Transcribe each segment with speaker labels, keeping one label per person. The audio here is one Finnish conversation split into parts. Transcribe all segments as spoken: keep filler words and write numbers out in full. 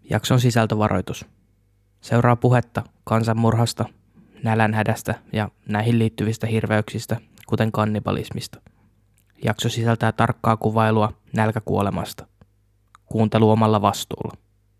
Speaker 1: Jakson sisältövaroitus. Seuraa puhetta kansanmurhasta, nälänhädästä ja näihin liittyvistä hirveyksistä, kuten kannibalismista. Jakso sisältää tarkkaa kuvailua nälkäkuolemasta. Kuuntelu omalla vastuulla.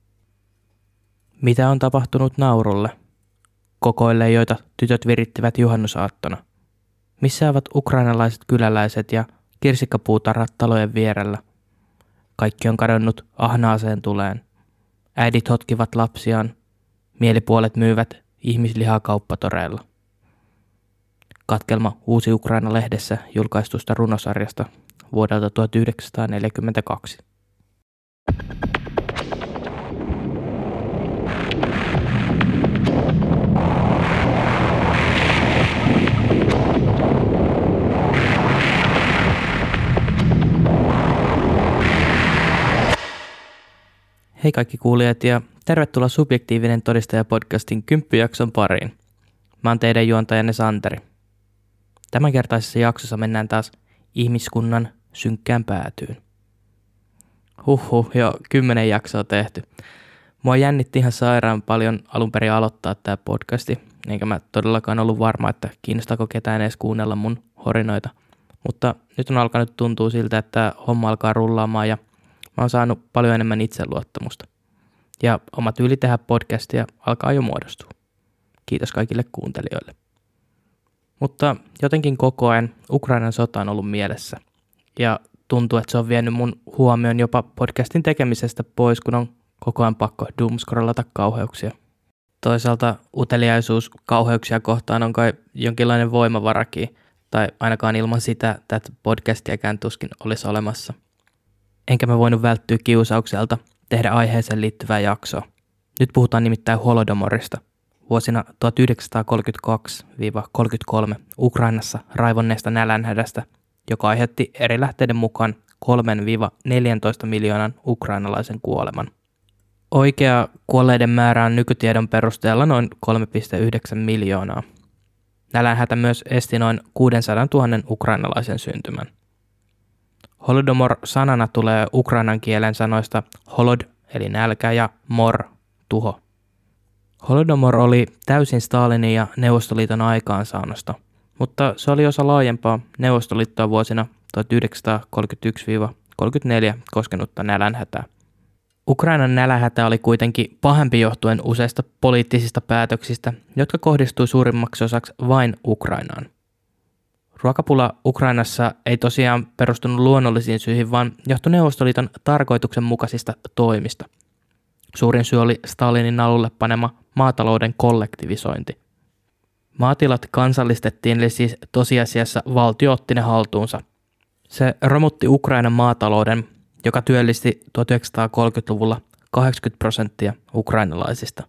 Speaker 1: Mitä on tapahtunut naurulle? Kokoille, joita tytöt virittivät juhannusaattona. Missä ovat ukrainalaiset kyläläiset ja kirsikkapuutarhat talojen vierellä? Kaikki on kadonnut ahnaaseen tuleen. Äidit hotkivat lapsiaan. Mielipuolet myyvät ihmislihaa kauppatoreilla. Katkelma Uusi Ukraina-lehdessä julkaistusta runosarjasta vuodelta tuhatyhdeksänsataaneljäkymmentäkaksi. Hei kaikki kuulijat ja tervetuloa Subjektiivinen todistaja podcastin kymppijakson pariin. Mä oon teidän juontajanne Santeri. Tämänkertaisessa jaksossa mennään taas ihmiskunnan synkkään päätyyn. Huhhuh, jo kymmenen jaksoa tehty. Mua jännitti ihan sairaan paljon alun perin aloittaa tää podcasti, enkä mä todellakaan ollut varma, että kiinnostaako ketään edes kuunnella mun horinoita. Mutta nyt on alkanut tuntua siltä, että homma alkaa rullaamaan ja mä oon saanut paljon enemmän itseluottamusta. Ja oma tyyli tehdä podcastia alkaa jo muodostua. Kiitos kaikille kuuntelijoille. Mutta jotenkin koko ajan Ukrainan sota on ollut mielessä. Ja tuntuu, että se on vienyt mun huomion jopa podcastin tekemisestä pois, kun on koko ajan pakko doomscrollata kauheuksia. Toisaalta uteliaisuus kauheuksia kohtaan on kai jonkinlainen voimavarakin, tai ainakaan ilman sitä tätä podcastiakään tuskin olisi olemassa. Enkä mä voinut välttyä kiusaukselta tehdä aiheeseen liittyvää jaksoa. Nyt puhutaan nimittäin Holodomorista. Vuosina tuhatyhdeksänsataakolmekymmentäkaksi kolmekymmentäkolme Ukrainassa raivonneesta nälänhädästä, joka aiheutti eri lähteiden mukaan kolmesta neljääntoista miljoonan ukrainalaisen kuoleman. Oikea kuolleiden määrä on nykytiedon perusteella noin kolme pilkku yhdeksän miljoonaa. Nälänhätä myös esti noin kuusisataatuhatta ukrainalaisen syntymän. Holodomor sanana tulee ukrainan kielen sanoista holod eli nälkä ja mor tuho. Holodomor oli täysin Stalinin ja Neuvostoliiton aikaansaannosta, mutta se oli osa laajempaa Neuvostoliittoa vuosina tuhatyhdeksänsataakolmekymmentäyksi kolmekymmentäneljä koskenutta nälänhätää. Ukrainan nälänhätä oli kuitenkin pahempi johtuen useista poliittisista päätöksistä, jotka kohdistui suurimmaksi osaksi vain Ukrainaan. Ruokapula Ukrainassa ei tosiaan perustunut luonnollisiin syihin, vaan johtui Neuvostoliiton tarkoituksenmukaisista toimista. Suurin syy oli Stalinin alulle panema maatalouden kollektivisointi. Maatilat kansallistettiin, eli siis tosiasiassa valtio otti ne haltuunsa. Se romutti Ukrainan maatalouden, joka työllisti tuhatyhdeksänsataakolmekymmentäluvulla kahdeksankymmentä prosenttia ukrainalaisista.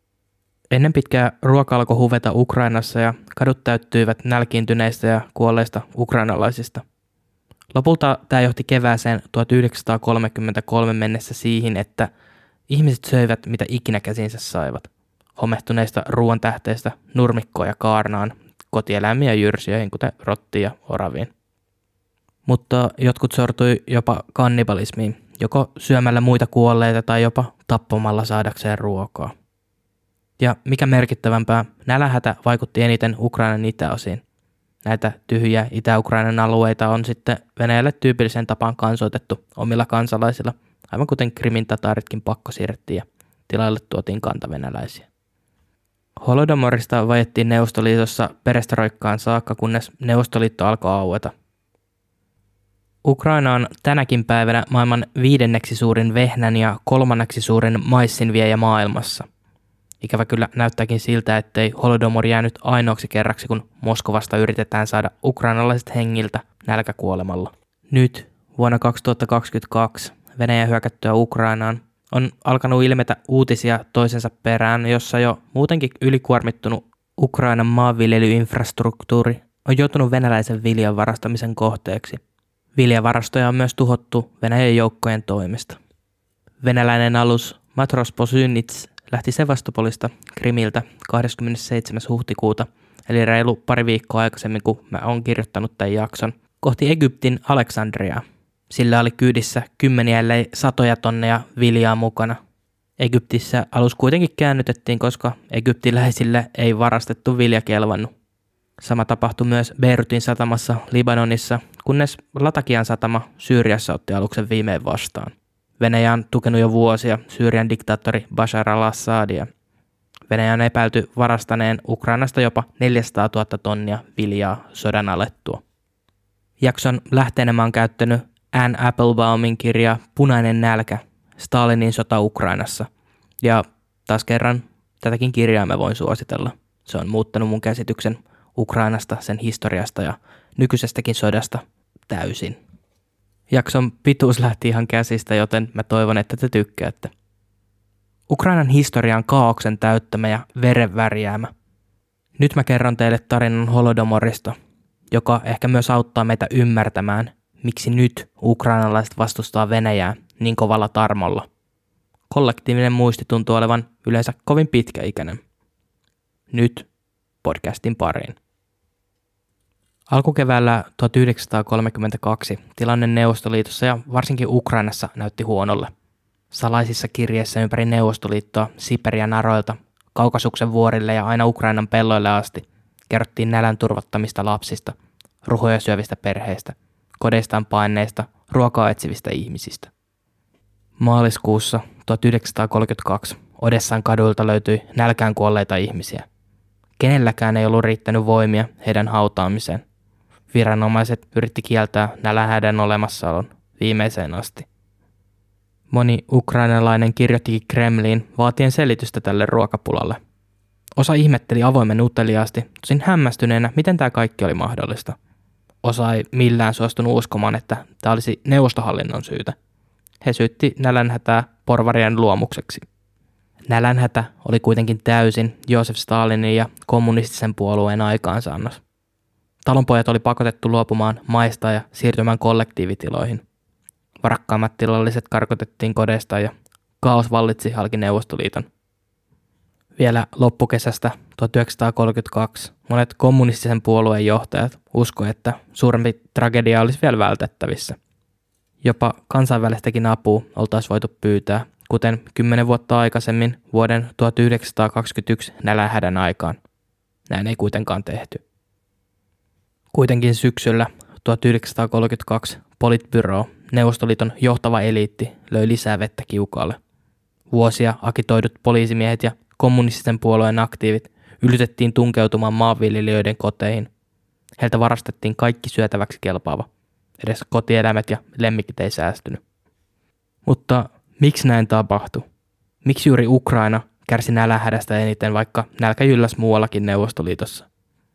Speaker 1: Ennen pitkää ruoka alkoi huveta Ukrainassa ja kadut täyttyivät nälkiintyneistä ja kuolleista ukrainalaisista. Lopulta tämä johti kevääseen tuhatyhdeksänsataakolmekymmentäkolme mennessä siihen, että ihmiset söivät mitä ikinä käsinsä saivat. Homehtuneista ruoantähteistä nurmikkoa ja kaarnaan, kotieläimiä ja jyrsijöihin, kuten rottiin ja oraviin. Mutta jotkut sortui jopa kannibalismiin, joko syömällä muita kuolleita tai jopa tappamalla saadakseen ruokaa. Ja mikä merkittävämpää, nälänhätä vaikutti eniten Ukrainan itäosiin. Näitä tyhjiä Itä-Ukrainan alueita on sitten Venäjälle tyypilliseen tapaan kansoitettu omilla kansalaisilla, aivan kuten Krimin tataaritkin pakkosiirrettiin ja tilalle tuotiin kantavenäläisiä. Holodomorista vaiettiin Neuvostoliitossa perestroikkaan saakka, kunnes Neuvostoliitto alkoi aueta. Ukraina on tänäkin päivänä maailman viidenneksi suurin vehnän ja kolmanneksi suurin maissinviejä maailmassa. Ikävä kyllä näyttääkin siltä, ettei Holodomor jäänyt ainoaksi kerraksi, kun Moskovasta yritetään saada ukrainalaiset hengiltä nälkäkuolemalla. Nyt, vuonna kaksituhattakaksikymmentäkaksi, Venäjän hyökättyä Ukrainaan, on alkanut ilmetä uutisia toisensa perään, jossa jo muutenkin ylikuormittunut Ukrainan maanviljelyinfrastruktuuri on joutunut venäläisen viljan varastamisen kohteeksi. Viljavarastoja on myös tuhottu Venäjän joukkojen toimesta. Venäläinen alus Matros Posynits lähti Sevastopolista Krimiltä kahdeskymmenesseitsemäs huhtikuuta, eli reilu pari viikkoa aikaisemmin, kun mä oon kirjoittanut tämän jakson, kohti Egyptin Aleksandriaa. Sillä oli kyydissä kymmeniä ellei satoja tonneja viljaa mukana. Egyptissä alus kuitenkin käännytettiin, koska egyptiläisille ei varastettu vilja kelvannut. Sama tapahtui myös Beirutin satamassa Libanonissa, kunnes Latakian satama Syyriassa otti aluksen viimein vastaan. Venäjä on tukenut jo vuosia Syyrian diktaattori Bashar al-Assadia. Venäjä on epäilty varastaneen Ukrainasta jopa neljäsataatuhatta tonnia viljaa sodan alettua. Jakson lähteenä mä oon käyttänyt Anne Applebaumin kirjaa Punainen nälkä, Stalinin sota Ukrainassa. Ja taas kerran tätäkin kirjaa mä voin suositella. Se on muuttanut mun käsityksen Ukrainasta, sen historiasta ja nykyisestäkin sodasta täysin. Jakson pituus lähti ihan käsistä, joten mä toivon, että te tykkäätte. Ukrainan historia on kaaoksen täyttämä ja veren värjäämä. Nyt mä kerron teille tarinan Holodomorista, joka ehkä myös auttaa meitä ymmärtämään, miksi nyt ukrainalaiset vastustaa Venäjää niin kovalla tarmolla. Kollektiivinen muisti tuntuu olevan yleensä kovin pitkäikäinen. Nyt podcastin pariin. Alkukeväällä tuhatyhdeksänsataakolmekymmentäkaksi tilanne Neuvostoliitossa ja varsinkin Ukrainassa näytti huonolle. Salaisissa kirjeissä ympäri Neuvostoliittoa, Siperian aroilta, Kaukasuksen vuorille ja aina Ukrainan pelloille asti kerrottiin nälän turvottamista lapsista, ruhoja syövistä perheistä, kodeistaan paenneista, ruokaa etsivistä ihmisistä. Maaliskuussa tuhatyhdeksänsataakolmekymmentäkaksi Odessan kaduilta löytyi nälkään kuolleita ihmisiä. Kenelläkään ei ollut riittänyt voimia heidän hautaamiseen. Viranomaiset yritti kieltää nälänhädän olemassaolon viimeiseen asti. Moni ukrainalainen kirjoittikin Kremliin vaatien selitystä tälle ruokapulalle. Osa ihmetteli avoimen uteliaasti, tosin hämmästyneenä, miten tämä kaikki oli mahdollista. Osa ei millään suostunut uskomaan, että tämä olisi neuvostohallinnon syytä. He syytti nälänhätää porvarien luomukseksi. Nälänhätä oli kuitenkin täysin Joosef Stalinin ja kommunistisen puolueen aikaansaannos. Talonpojat oli pakotettu luopumaan maista ja siirtymään kollektiivitiloihin. Varakkaammat tilalliset karkotettiin kodeista ja kaos vallitsi halki Neuvostoliiton. Vielä loppukesästä tuhatyhdeksänsataakolmekymmentäkaksi monet kommunistisen puolueen johtajat uskoivat, että suurempi tragedia olisi vielä vältettävissä. Jopa kansainvälistäkin apua oltaisiin voitu pyytää, kuten kymmenen vuotta aikaisemmin vuoden tuhatyhdeksänsataakaksikymmentäyksi nälänhädän aikaan. Näin ei kuitenkaan tehty. Kuitenkin syksyllä tuhatyhdeksänsataakolmekymmentäkaksi Politbyro, Neuvostoliiton johtava eliitti, löi lisää vettä kiukaalle. Vuosia akitoidut poliisimiehet ja kommunistisen puolueen aktiivit yllytettiin tunkeutumaan maanviljelijöiden koteihin. Heiltä varastettiin kaikki syötäväksi kelpaava. Edes kotieläimet ja lemmikit ei säästynyt. Mutta miksi näin tapahtui? Miksi juuri Ukraina kärsi nälänhädästä eniten, vaikka nälkä jylläsi muuallakin Neuvostoliitossa?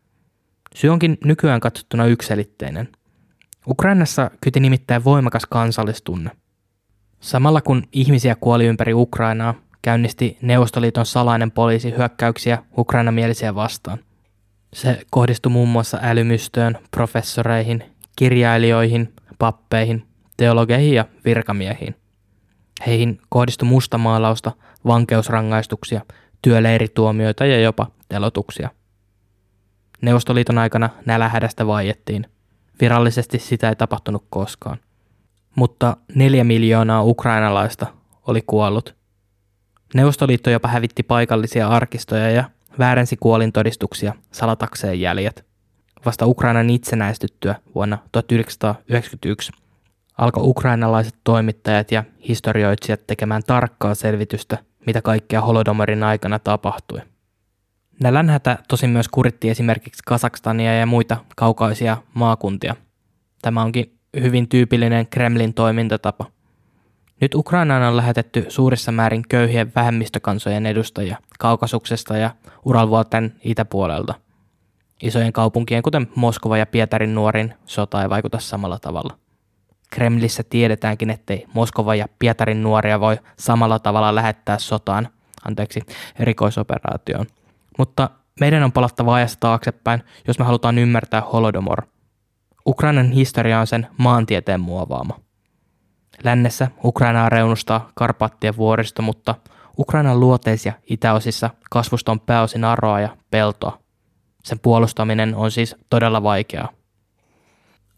Speaker 1: Syy onkin nykyään katsottuna yksiselitteinen. Ukrainassa kyti nimittäin voimakas kansallistunne. Samalla kun ihmisiä kuoli ympäri Ukrainaa, käynnisti Neuvostoliiton salainen poliisi hyökkäyksiä ukrainamielisiä vastaan. Se kohdistui muun muassa älymystöön, professoreihin, kirjailijoihin, pappeihin, teologeihin ja virkamiehiin. Heihin kohdistui mustamaalausta, vankeusrangaistuksia, työleirituomioita ja jopa telotuksia. Neuvostoliiton aikana nälänhädästä vaiettiin. Virallisesti sitä ei tapahtunut koskaan. Mutta neljä miljoonaa ukrainalaista oli kuollut. Neuvostoliitto jopa hävitti paikallisia arkistoja ja väärensi kuolintodistuksia salatakseen jäljet. Vasta Ukrainan itsenäistyttyä vuonna tuhatyhdeksänsataayhdeksänkymmentäyksi alkoi ukrainalaiset toimittajat ja historioitsijat tekemään tarkkaa selvitystä, mitä kaikkea Holodomorin aikana tapahtui. Nälänhätä tosin myös kuritti esimerkiksi Kazakstania ja muita kaukaisia maakuntia. Tämä onkin hyvin tyypillinen Kremlin toimintatapa. Nyt Ukrainaan on lähetetty suurissa määrin köyhien vähemmistökansojen edustajia Kaukasuksesta ja Uralvuorten itäpuolelta. Isojen kaupunkien, kuten Moskova ja Pietarin nuorin, sota ei vaikuta samalla tavalla. Kremlissä tiedetäänkin, ettei Moskova ja Pietarin nuoria voi samalla tavalla lähettää sotaan, anteeksi, erikoisoperaatioon. Mutta meidän on palattava ajassa taaksepäin, jos me halutaan ymmärtää Holodomor. Ukrainan historia on sen maantieteen muovaama. Lännessä Ukrainaa reunustaa Karpaattien vuoristo, mutta Ukrainan luoteis- ja itäosissa kasvusta on pääosin aroa ja peltoa. Sen puolustaminen on siis todella vaikeaa.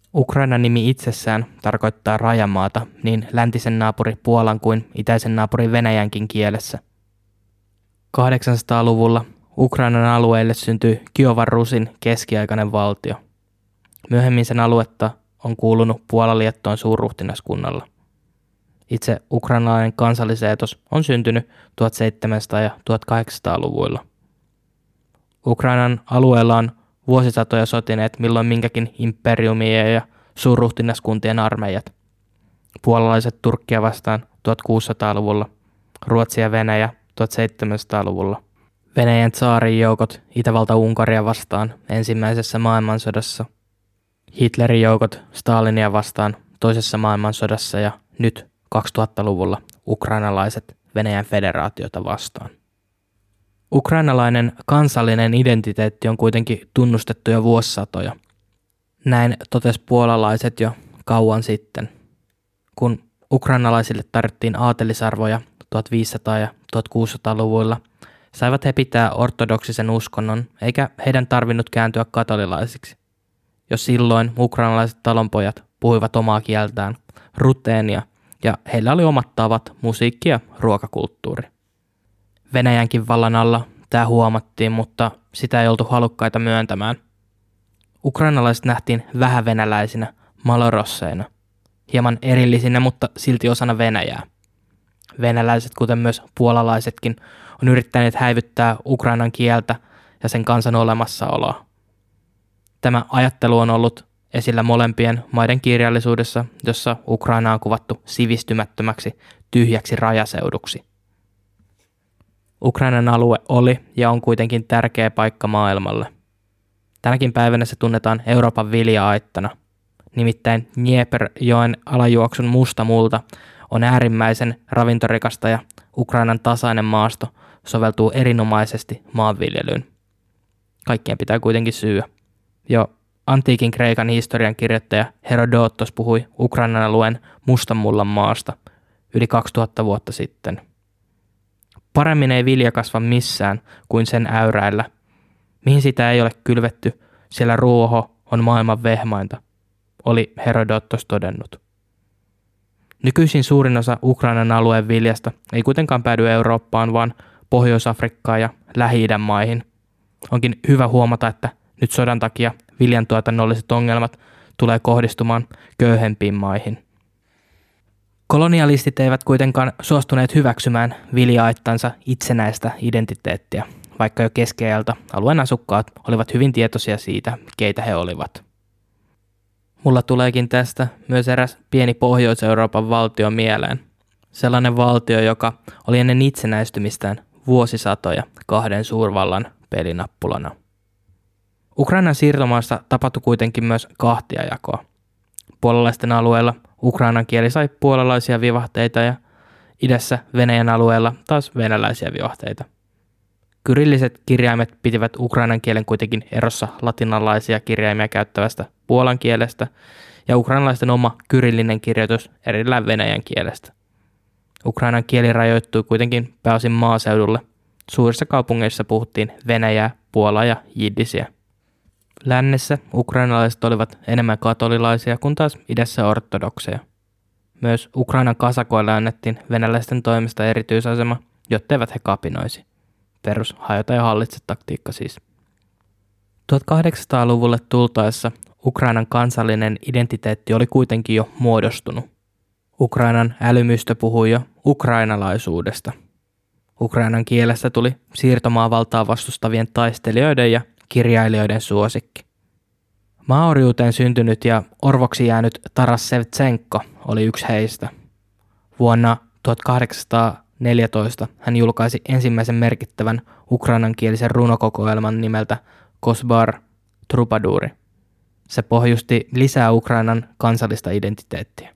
Speaker 1: Ukrainan nimi itsessään tarkoittaa rajamaata niin läntisen naapuri Puolan kuin itäisen naapuri Venäjänkin kielessä. kahdeksansataaluvulla Ukrainan alueelle syntyi Kiovan Rusin keskiaikainen valtio. Myöhemmin sen aluetta on kuulunut Puola-Liettuan suurruhtinaskunnalla. Itse ukrainalainen kansalliseetos on syntynyt tuhatseitsemänsataa- ja tuhatkahdeksansataaluvuilla. Ukrainan alueella on vuosisatoja sotineet milloin minkäkin imperiumien ja suurruhtinaskuntien armeijat. Puolalaiset Turkkia vastaan tuhatkuusisataaluvulla, Ruotsi ja Venäjä tuhatseitsemänsataaluvulla. Venäjän tsaarin joukot Itävalta Unkaria vastaan ensimmäisessä maailmansodassa, Hitlerin joukot Stalinia vastaan toisessa maailmansodassa ja nyt kaksituhattaluvulla ukrainalaiset Venäjän federaatiota vastaan. Ukrainalainen kansallinen identiteetti on kuitenkin tunnustettu jo vuosisatoja. Näin totesi puolalaiset jo kauan sitten. Kun ukrainalaisille tarjottiin aatelisarvoja tuhatviisisataa- ja tuhatkuusisataaluvuilla, saivat he pitää ortodoksisen uskonnon, eikä heidän tarvinnut kääntyä katolilaisiksi. Jo silloin ukrainalaiset talonpojat puhuivat omaa kieltään, ruteenia, ja heillä oli omat tavat, musiikki ja ruokakulttuuri. Venäjänkin vallan alla tämä huomattiin, mutta sitä ei oltu halukkaita myöntämään. Ukrainalaiset nähtiin vähävenäläisinä, malorosseina, hieman erillisinä, mutta silti osana Venäjää. Venäläiset, kuten myös puolalaisetkin, on yrittäneet häivyttää Ukrainan kieltä ja sen kansan olemassaoloa. Tämä ajattelu on ollut esillä molempien maiden kirjallisuudessa, jossa Ukraina on kuvattu sivistymättömäksi, tyhjäksi rajaseuduksi. Ukrainan alue oli ja on kuitenkin tärkeä paikka maailmalle. Tänäkin päivänä se tunnetaan Euroopan vilja-aittana. Nimittäin Dnieperjoen alajuoksun musta multa on äärimmäisen ravintorikasta ja Ukrainan tasainen maasto soveltuu erinomaisesti maanviljelyyn. Kaikkien pitää kuitenkin syödä. Jo antiikin Kreikan historian kirjoittaja Herodotos puhui Ukrainan alueen mustan mullan maasta yli kaksituhatta vuotta sitten. Paremmin ei vilja kasva missään kuin sen äyräillä. Mihin sitä ei ole kylvetty, siellä ruoho on maailman vehmainta, oli Herodotos todennut. Nykyisin suurin osa Ukrainan alueen viljasta ei kuitenkaan päädy Eurooppaan, vaan Pohjois-Afrikkaan ja Lähi-idän maihin. Onkin hyvä huomata, että nyt sodan takia viljantuotannolliset ongelmat tulee kohdistumaan köyhempiin maihin. Kolonialistit eivät kuitenkaan suostuneet hyväksymään vilja-aittansa itsenäistä identiteettiä, vaikka jo keskiajalta alueen asukkaat olivat hyvin tietoisia siitä, keitä he olivat. Mulla tuleekin tästä myös eräs pieni Pohjois-Euroopan valtio mieleen. Sellainen valtio, joka oli ennen itsenäistymistään vuosisatoja kahden suurvallan pelinappulana. Ukrainan siirtomaassa tapahtui kuitenkin myös kahtiajakoa. Puolalaisten alueella ukrainan kieli sai puolalaisia vivahteita ja idässä Venäjän alueella taas venäläisiä vivahteita. Kyrilliset kirjaimet pitivät ukrainan kielen kuitenkin erossa latinalaisia kirjaimia käyttävästä puolan kielestä ja ukrainalaisten oma kyrillinen kirjoitus erillään venäjän kielestä. Ukrainan kieli rajoittui kuitenkin pääosin maaseudulle. Suurissa kaupungeissa puhuttiin venäjää, puolaa ja jiddisiä. Lännessä ukrainalaiset olivat enemmän katolilaisia, kun taas idässä ortodokseja. Myös Ukrainan kasakoille annettiin venäläisten toimesta erityisasema, jotteivät he kapinoisi. Perus hajota ja hallitse taktiikka siis. tuhatkahdeksansataaluvulle tultaessa Ukrainan kansallinen identiteetti oli kuitenkin jo muodostunut. Ukrainan älymystö puhui jo ukrainalaisuudesta. Ukrainan kielestä tuli siirtomaavaltaa vastustavien taistelijoiden ja kirjailijoiden suosikki. Maoriuteen syntynyt ja orvoksi jäänyt Taras Shevtsenko oli yksi heistä. Vuonna tuhatkahdeksansataaneljätoista hän julkaisi ensimmäisen merkittävän ukrainankielisen runokokoelman nimeltä Kosbar Trubaduri. Se pohjusti lisää Ukrainan kansallista identiteettiä.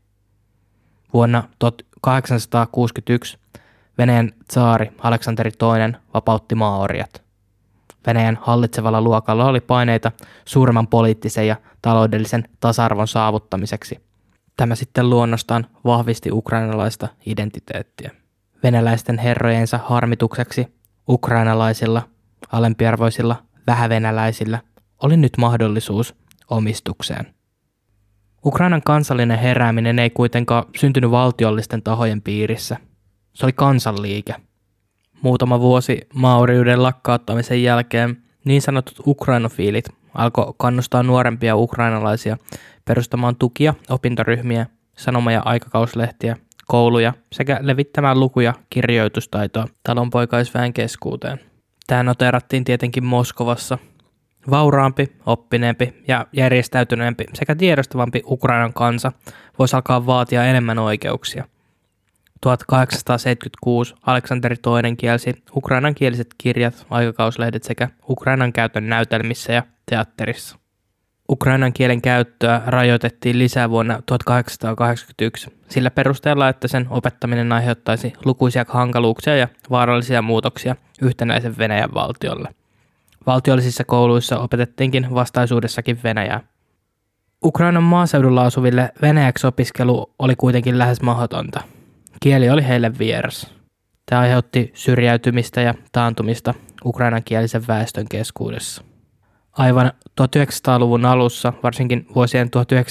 Speaker 1: Vuonna tuhatkahdeksansataakuusikymmentäyksi Venäjän tsaari Aleksanteri toinen vapautti maaorjat. Venäjän hallitsevalla luokalla oli paineita suuremman poliittisen ja taloudellisen tasa-arvon saavuttamiseksi. Tämä sitten luonnostaan vahvisti ukrainalaista identiteettiä. Venäläisten herrojensa harmitukseksi ukrainalaisilla, alempiarvoisilla, vähävenäläisillä oli nyt mahdollisuus omistukseen. Ukrainan kansallinen herääminen ei kuitenkaan syntynyt valtiollisten tahojen piirissä. Se oli kansanliike. Muutama vuosi maaorjuuden lakkauttamisen jälkeen niin sanotut ukrainofiilit alkoi kannustaa nuorempia ukrainalaisia perustamaan tukia, opintoryhmiä, sanoma- ja aikakauslehtiä, kouluja sekä levittämään luku- ja kirjoitustaitoa talonpoikaisväen keskuuteen. Tämä noteerattiin tietenkin Moskovassa. Vauraampi, oppineempi ja järjestäytyneempi sekä tiedostavampi Ukrainan kansa voisi alkaa vaatia enemmän oikeuksia. tuhatkahdeksansataaseitsemänkymmentäkuusi Aleksanteri toinen kielsi ukrainankieliset kirjat, aikakauslehdet sekä ukrainan käytön näytelmissä ja teatterissa. Ukrainan kielen käyttöä rajoitettiin lisää vuonna tuhatkahdeksansataakahdeksankymmentäyksi sillä perusteella, että sen opettaminen aiheuttaisi lukuisia hankaluuksia ja vaarallisia muutoksia yhtenäisen Venäjän valtiolle. Valtiollisissa kouluissa opetettiinkin vastaisuudessakin Venäjää. Ukrainan maaseudulla asuville venäjäksi opiskelu oli kuitenkin lähes mahdotonta. Kieli oli heille vieras. Tämä aiheutti syrjäytymistä ja taantumista ukrainankielisen väestön keskuudessa. Aivan tuhatyhdeksänsataaluvun alussa, varsinkin vuosien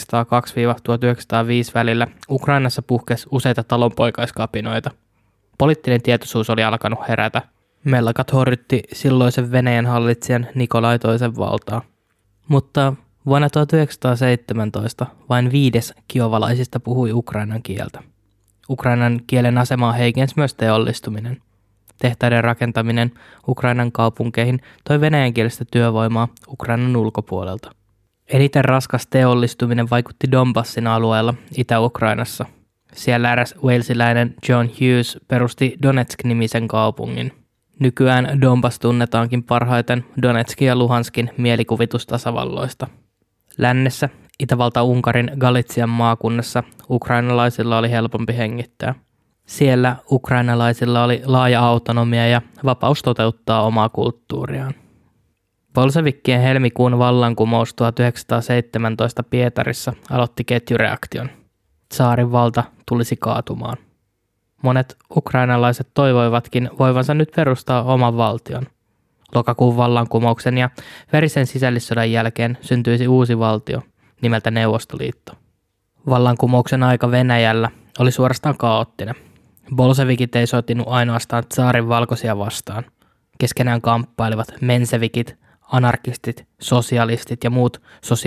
Speaker 1: tuhatyhdeksänsataakaksi–tuhatyhdeksänsataaviisi välillä, Ukrainassa puhkesi useita talonpoikaiskapinoita. Poliittinen tietoisuus oli alkanut herätä. Mellakat horjutti silloisen Venäjän hallitsijan Nikolai toisen valtaa. Mutta vuonna tuhatyhdeksänsataaseitsemäntoista vain viides kiovalaisista puhui ukrainan kieltä. Ukrainan kielen asemaa heikensi myös teollistuminen. Tehtaiden rakentaminen Ukrainan kaupunkeihin toi venäjänkielistä työvoimaa Ukrainan ulkopuolelta. Eniten raskas teollistuminen vaikutti Donbassin alueella Itä-Ukrainassa. Siellä eräs walesiläinen John Hughes perusti Donetsk-nimisen kaupungin. Nykyään Donbass tunnetaankin parhaiten Donetskin ja Luhanskin mielikuvitustasavalloista. Lännessä Itävalta-Unkarin Galitsian maakunnassa ukrainalaisilla oli helpompi hengittää. Siellä ukrainalaisilla oli laaja autonomia ja vapaus toteuttaa omaa kulttuuriaan. Bolsevikkien helmikuun vallankumous tuhatyhdeksänsataaseitsemäntoista Pietarissa aloitti ketjureaktion. Tsaarin valta tulisi kaatumaan. Monet ukrainalaiset toivoivatkin voivansa nyt perustaa oman valtion. Lokakuun vallankumouksen ja verisen sisällissodan jälkeen syntyisi uusi valtio nimeltä Neuvostoliitto. Vallankumouksen aika Venäjällä oli suorastaan kaoottinen. Bolsevikit ei sotinut ainoastaan tsaarin valkoisia vastaan. Keskenään kamppailivat mensevikit, anarkistit, sosialistit ja muut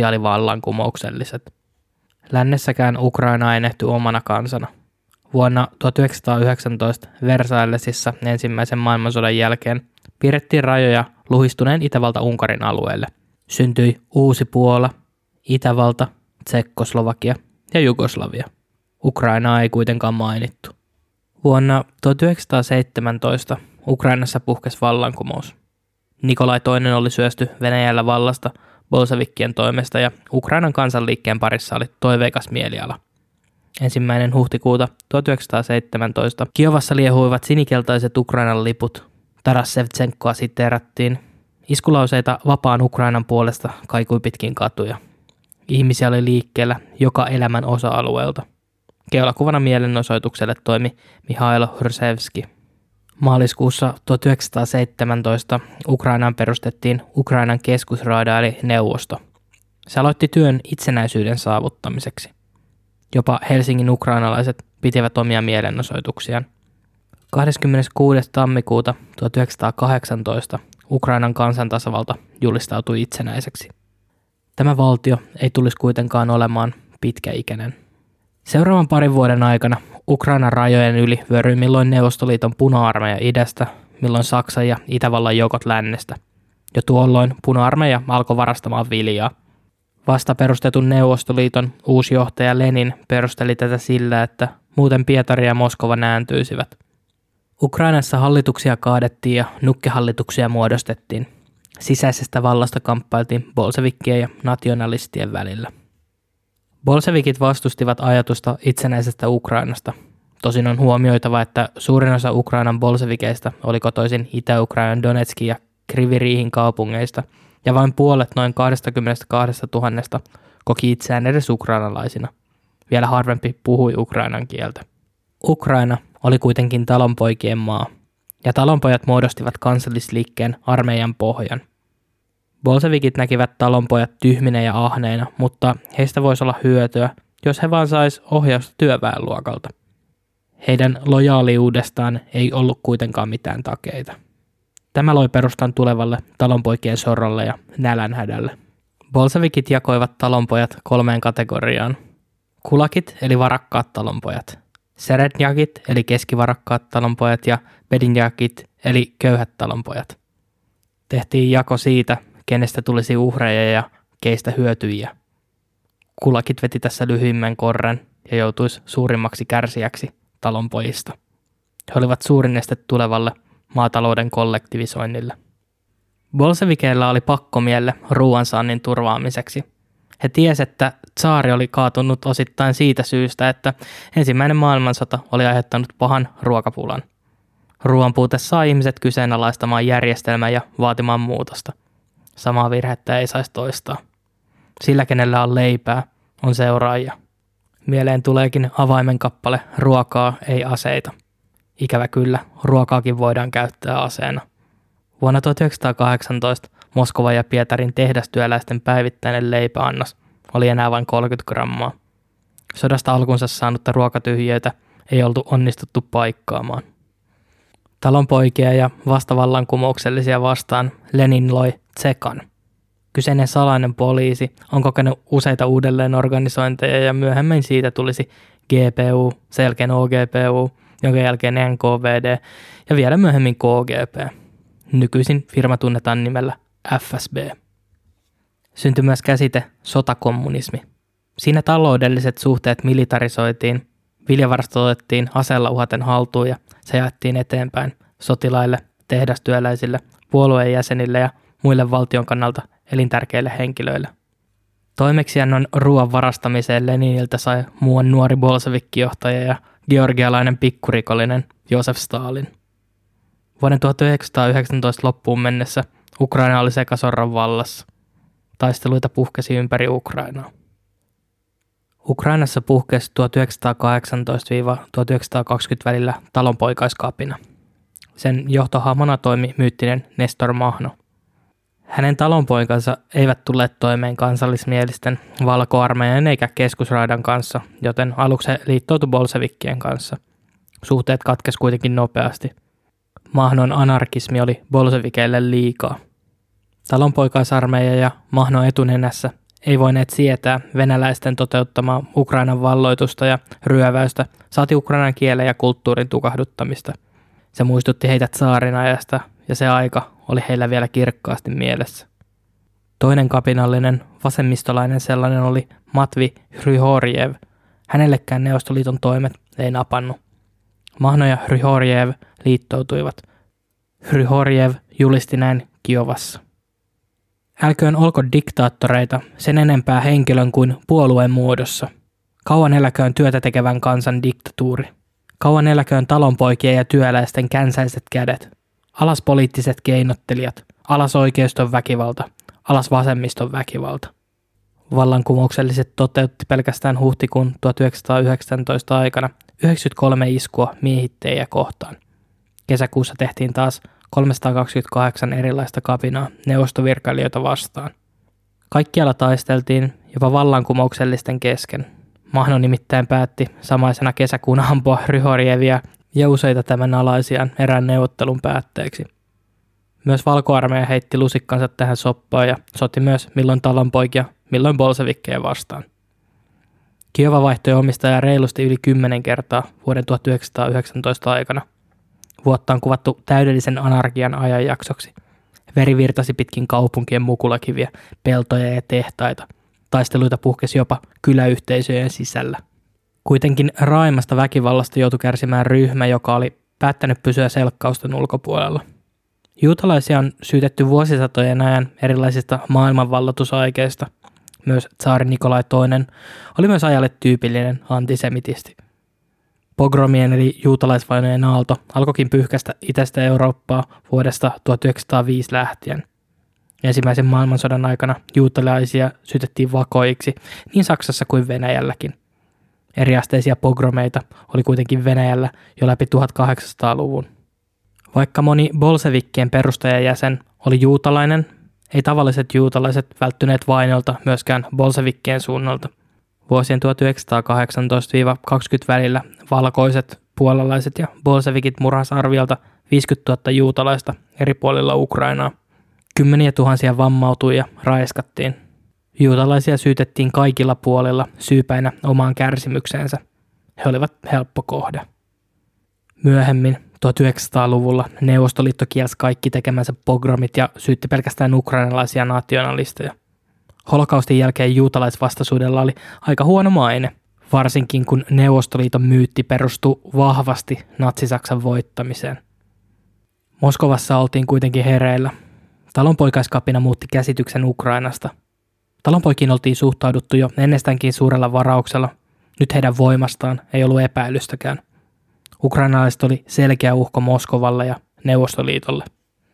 Speaker 1: sosiaalivallankumoukselliset. Lännessäkään Ukraina ei nähty omana kansana. Vuonna tuhatyhdeksänsataayhdeksäntoista Versaillesissa ensimmäisen maailmansodan jälkeen piirrettiin rajoja luhistuneen Itävalta-Unkarin alueelle. Syntyi uusi Puola, Itävalta, Tsekkoslovakia ja Jugoslavia. Ukrainaa ei kuitenkaan mainittu. Vuonna tuhatyhdeksänsataaseitsemäntoista Ukrainassa puhkesi vallankumous. Nikolai toinen oli syösty Venäjällä vallasta bolsevikkien toimesta ja Ukrainan kansanliikkeen parissa oli toiveikas mieliala. Ensimmäinen huhtikuuta tuhatyhdeksänsataaseitsemäntoista Kiovassa liehuivat sinikeltaiset Ukrainan liput. Taras Shevtsenkoa siteerattiin. Iskulauseita vapaan Ukrainan puolesta kaikui pitkin katuja. Ihmisiä oli liikkeellä joka elämän osa-alueelta. Keulakuvana mielenosoitukselle toimi Mihailo Hrusevski. Maaliskuussa tuhatyhdeksänsataaseitsemäntoista Ukrainaan perustettiin Ukrainan keskusraada eli neuvosto. Se aloitti työn itsenäisyyden saavuttamiseksi. Jopa Helsingin ukrainalaiset pitivät omia mielenosoituksiaan. kahdeskymmeneskuudes tammikuuta tuhatyhdeksänsataakahdeksantoista Ukrainan kansantasavalta julistautui itsenäiseksi. Tämä valtio ei tulisi kuitenkaan olemaan pitkäikäinen. Seuraavan parin vuoden aikana Ukrainan rajojen yli vyöryi milloin Neuvostoliiton puna-armeija idästä, milloin Saksan ja Itävallan joukot lännestä. Jo tuolloin puna-armeija alkoi varastamaan viljaa. Vasta perustetun Neuvostoliiton uusi johtaja Lenin perusteli tätä sillä, että muuten Pietari ja Moskova nääntyisivät. Ukrainassa hallituksia kaadettiin ja nukkehallituksia muodostettiin. Sisäisestä vallasta kamppailtiin bolsevikkien ja nationalistien välillä. Bolsevikit vastustivat ajatusta itsenäisestä Ukrainasta. Tosin on huomioitava, että suurin osa Ukrainan bolsevikeista oli kotoisin Itä-Ukrainan Donetskin ja Kriviriihin kaupungeista, ja vain puolet noin kaksikymmentäkaksituhatta koki itseään edes ukrainalaisina. Vielä harvempi puhui ukrainan kieltä. Ukraina oli kuitenkin talonpoikien maa, ja talonpojat muodostivat kansallisliikkeen armeijan pohjan. Bolsevikit näkivät talonpojat tyhminä ja ahneina, mutta heistä voisi olla hyötyä, jos he vaan sais ohjausta työväenluokalta. Heidän lojaaliudestaan ei ollut kuitenkaan mitään takeita. Tämä loi perustan tulevalle talonpoikien sorrolle ja nälänhädälle. Bolsevikit jakoivat talonpojat kolmeen kategoriaan. Kulakit eli varakkaat talonpojat, serednjakit eli keskivarakkaat talonpojat ja bedinjakit eli köyhät talonpojat. Tehtiin jako siitä, kenestä tulisi uhreja ja keistä hyötyjiä. Kulakit veti tässä lyhyimmän korren ja joutuisi suurimmaksi kärsijäksi talonpojista. He olivat suurin este tulevalle maatalouden kollektivisoinnille. Bolsevikeilla oli pakkomielle ruoansaannin turvaamiseksi. He tiesivät, että tsaari oli kaatunut osittain siitä syystä, että ensimmäinen maailmansota oli aiheuttanut pahan ruokapulan. Ruoanpuute saa ihmiset kyseenalaistamaan järjestelmää ja vaatimaan muutosta. Samaa virhettä ei saisi toistaa. Sillä, kenellä on leipää, on seuraajia. Mieleen tuleekin avaimen kappale ruokaa, ei aseita. Ikävä kyllä, ruokaakin voidaan käyttää aseena. Vuonna tuhatyhdeksänsataakahdeksantoista Moskovan ja Pietarin tehdastyöläisten päivittäinen leipäannos oli enää vain kolmekymmentä grammaa. Sodasta alkunsa saanutta ruokatyhjiötä ei oltu onnistuttu paikkaamaan. Talonpoikia ja vastavallankumouksellisia vastaan Lenin loi Tsekan. Kyseinen salainen poliisi on kokenut useita uudelleenorganisointeja ja myöhemmin siitä tulisi G P U, sen jälkeen O G P U, jonka jälkeen N K V D ja vielä myöhemmin K G P. Nykyisin firma tunnetaan nimellä F S B. Syntyi myös käsite sotakommunismi. Siinä taloudelliset suhteet militarisoitiin, viljavarastot otettiin aseella uhaten haltuun ja se jaettiin eteenpäin sotilaille, tehdastyöläisille, puolueen jäsenille ja muille valtion kannalta elintärkeille henkilöille. Toimeksiannon ruoan varastamiseen Leniniltä sai muuan nuori bolsevikkijohtaja ja georgialainen pikkurikollinen Josef Stalin. Vuoden tuhatyhdeksänsataayhdeksäntoista loppuun mennessä Ukraina oli sekasorron vallassa. Taisteluita puhkesi ympäri Ukrainaa. Ukrainassa puhkesi tuhatyhdeksänsataakahdeksantoista tuhatyhdeksänsataakaksikymmentä välillä talonpoikaiskapina. Sen johtohahmona toimi myyttinen Nestor Mahno. Hänen talonpoikansa eivät tulleet toimeen kansallismielisten valkoarmeijan eikä keskusraidan kanssa, joten aluksi he liittoutui bolsevikkien kanssa. Suhteet katkesi kuitenkin nopeasti. Mahnon anarkismi oli bolsevikeille liikaa. Talonpoikaisarmeija ja Mahno etunenässä ei voineet sietää venäläisten toteuttamaa Ukrainan valloitusta ja ryöväystä, saati Ukrainan kielen ja kulttuurin tukahduttamista. Se muistutti heitä tsaarin ajasta ja se aika oli heillä vielä kirkkaasti mielessä. Toinen kapinallinen, vasemmistolainen sellainen oli Matvi Hrihorjev. Hänellekään Neuvostoliiton toimet ei napannut. Mahno ja Hrihorjev liittoutuivat. Hrihorjev julisti näin Kiovassa. Älköön olko diktaattoreita sen enempää henkilön kuin puolueen muodossa. Kauan eläköön työtä tekevän kansan diktatuuri. Kauan eläköön talonpoikien ja työläisten känsäiset kädet. Alas poliittiset keinottelijat. Alas oikeiston väkivalta. Alas vasemmiston väkivalta. Vallankumoukselliset toteutti pelkästään huhtikuun tuhatyhdeksänsataayhdeksäntoista aikana yhdeksänkymmentäkolme iskua miehittäjiä kohtaan. Kesäkuussa tehtiin taas kolmesataakaksikymmentäkahdeksan erilaista kapinaa neuvostovirkailijoita vastaan. Kaikkialla taisteltiin jopa vallankumouksellisten kesken. Mahno nimittäin päätti samaisena kesäkuuna ampua Hrihorjevia ja useita tämän alaisiaan erään neuvottelun päätteeksi. Myös valkoarmeija heitti lusikkansa tähän soppaan ja soti myös milloin talonpoikia, milloin bolsevikkeja vastaan. Kiova vaihtoi omistajaa reilusti yli kymmenen kertaa vuoden tuhatyhdeksänsataayhdeksäntoista aikana. Vuotta on kuvattu täydellisen anarkian ajanjaksoksi. Veri virtasi pitkin kaupunkien mukulakiviä, peltoja ja tehtaita. Taisteluita puhkesi jopa kyläyhteisöjen sisällä. Kuitenkin raaimasta väkivallasta joutui kärsimään ryhmä, joka oli päättänyt pysyä selkkausten ulkopuolella. Juutalaisia on syytetty vuosisatojen ajan erilaisista maailmanvallatusaikeista. Myös tsaari Nikolai toinen oli myös ajalle tyypillinen antisemitisti. Pogromien eli juutalaisvainojen aalto alkoikin pyyhkäistä itäistä Eurooppaa vuodesta tuhatyhdeksänsataaviisi lähtien. Ensimmäisen maailmansodan aikana juutalaisia syytettiin vakoiksi niin Saksassa kuin Venäjälläkin. Eriasteisia pogromeita oli kuitenkin Venäjällä jo läpi tuhatkahdeksansataaluvun. Vaikka moni bolsevikkien perustajajäsen oli juutalainen, Ei tavalliset juutalaiset välttyneet vainolta myöskään bolsevikkien suunnalta. Vuosien tuhatyhdeksänsataakahdeksantoista kaksikymmentä välillä valkoiset, puolalaiset ja bolsevikit murhas arviolta viisikymmentätuhatta juutalaista eri puolilla Ukrainaa. Kymmeniä tuhansia vammautui ja raiskattiin. Juutalaisia syytettiin kaikilla puolilla syypäinä omaan kärsimykseensä. He olivat helppo kohde. Myöhemmin tuhatyhdeksänsataaluvulla Neuvostoliitto kielsi kaikki tekemänsä pogromit ja syytti pelkästään ukrainalaisia nationalisteja. Holokaustin jälkeen juutalaisvastaisuudella oli aika huono maine, varsinkin kun Neuvostoliiton myytti perustui vahvasti natsi-Saksan voittamiseen. Moskovassa oltiin kuitenkin hereillä. Talonpoikaiskapina muutti käsityksen Ukrainasta. Talonpoikiin oltiin suhtauduttu jo ennestäänkin suurella varauksella. Nyt heidän voimastaan ei ollut epäilystäkään. Ukrainalaiset oli selkeä uhko Moskovalle ja Neuvostoliitolle.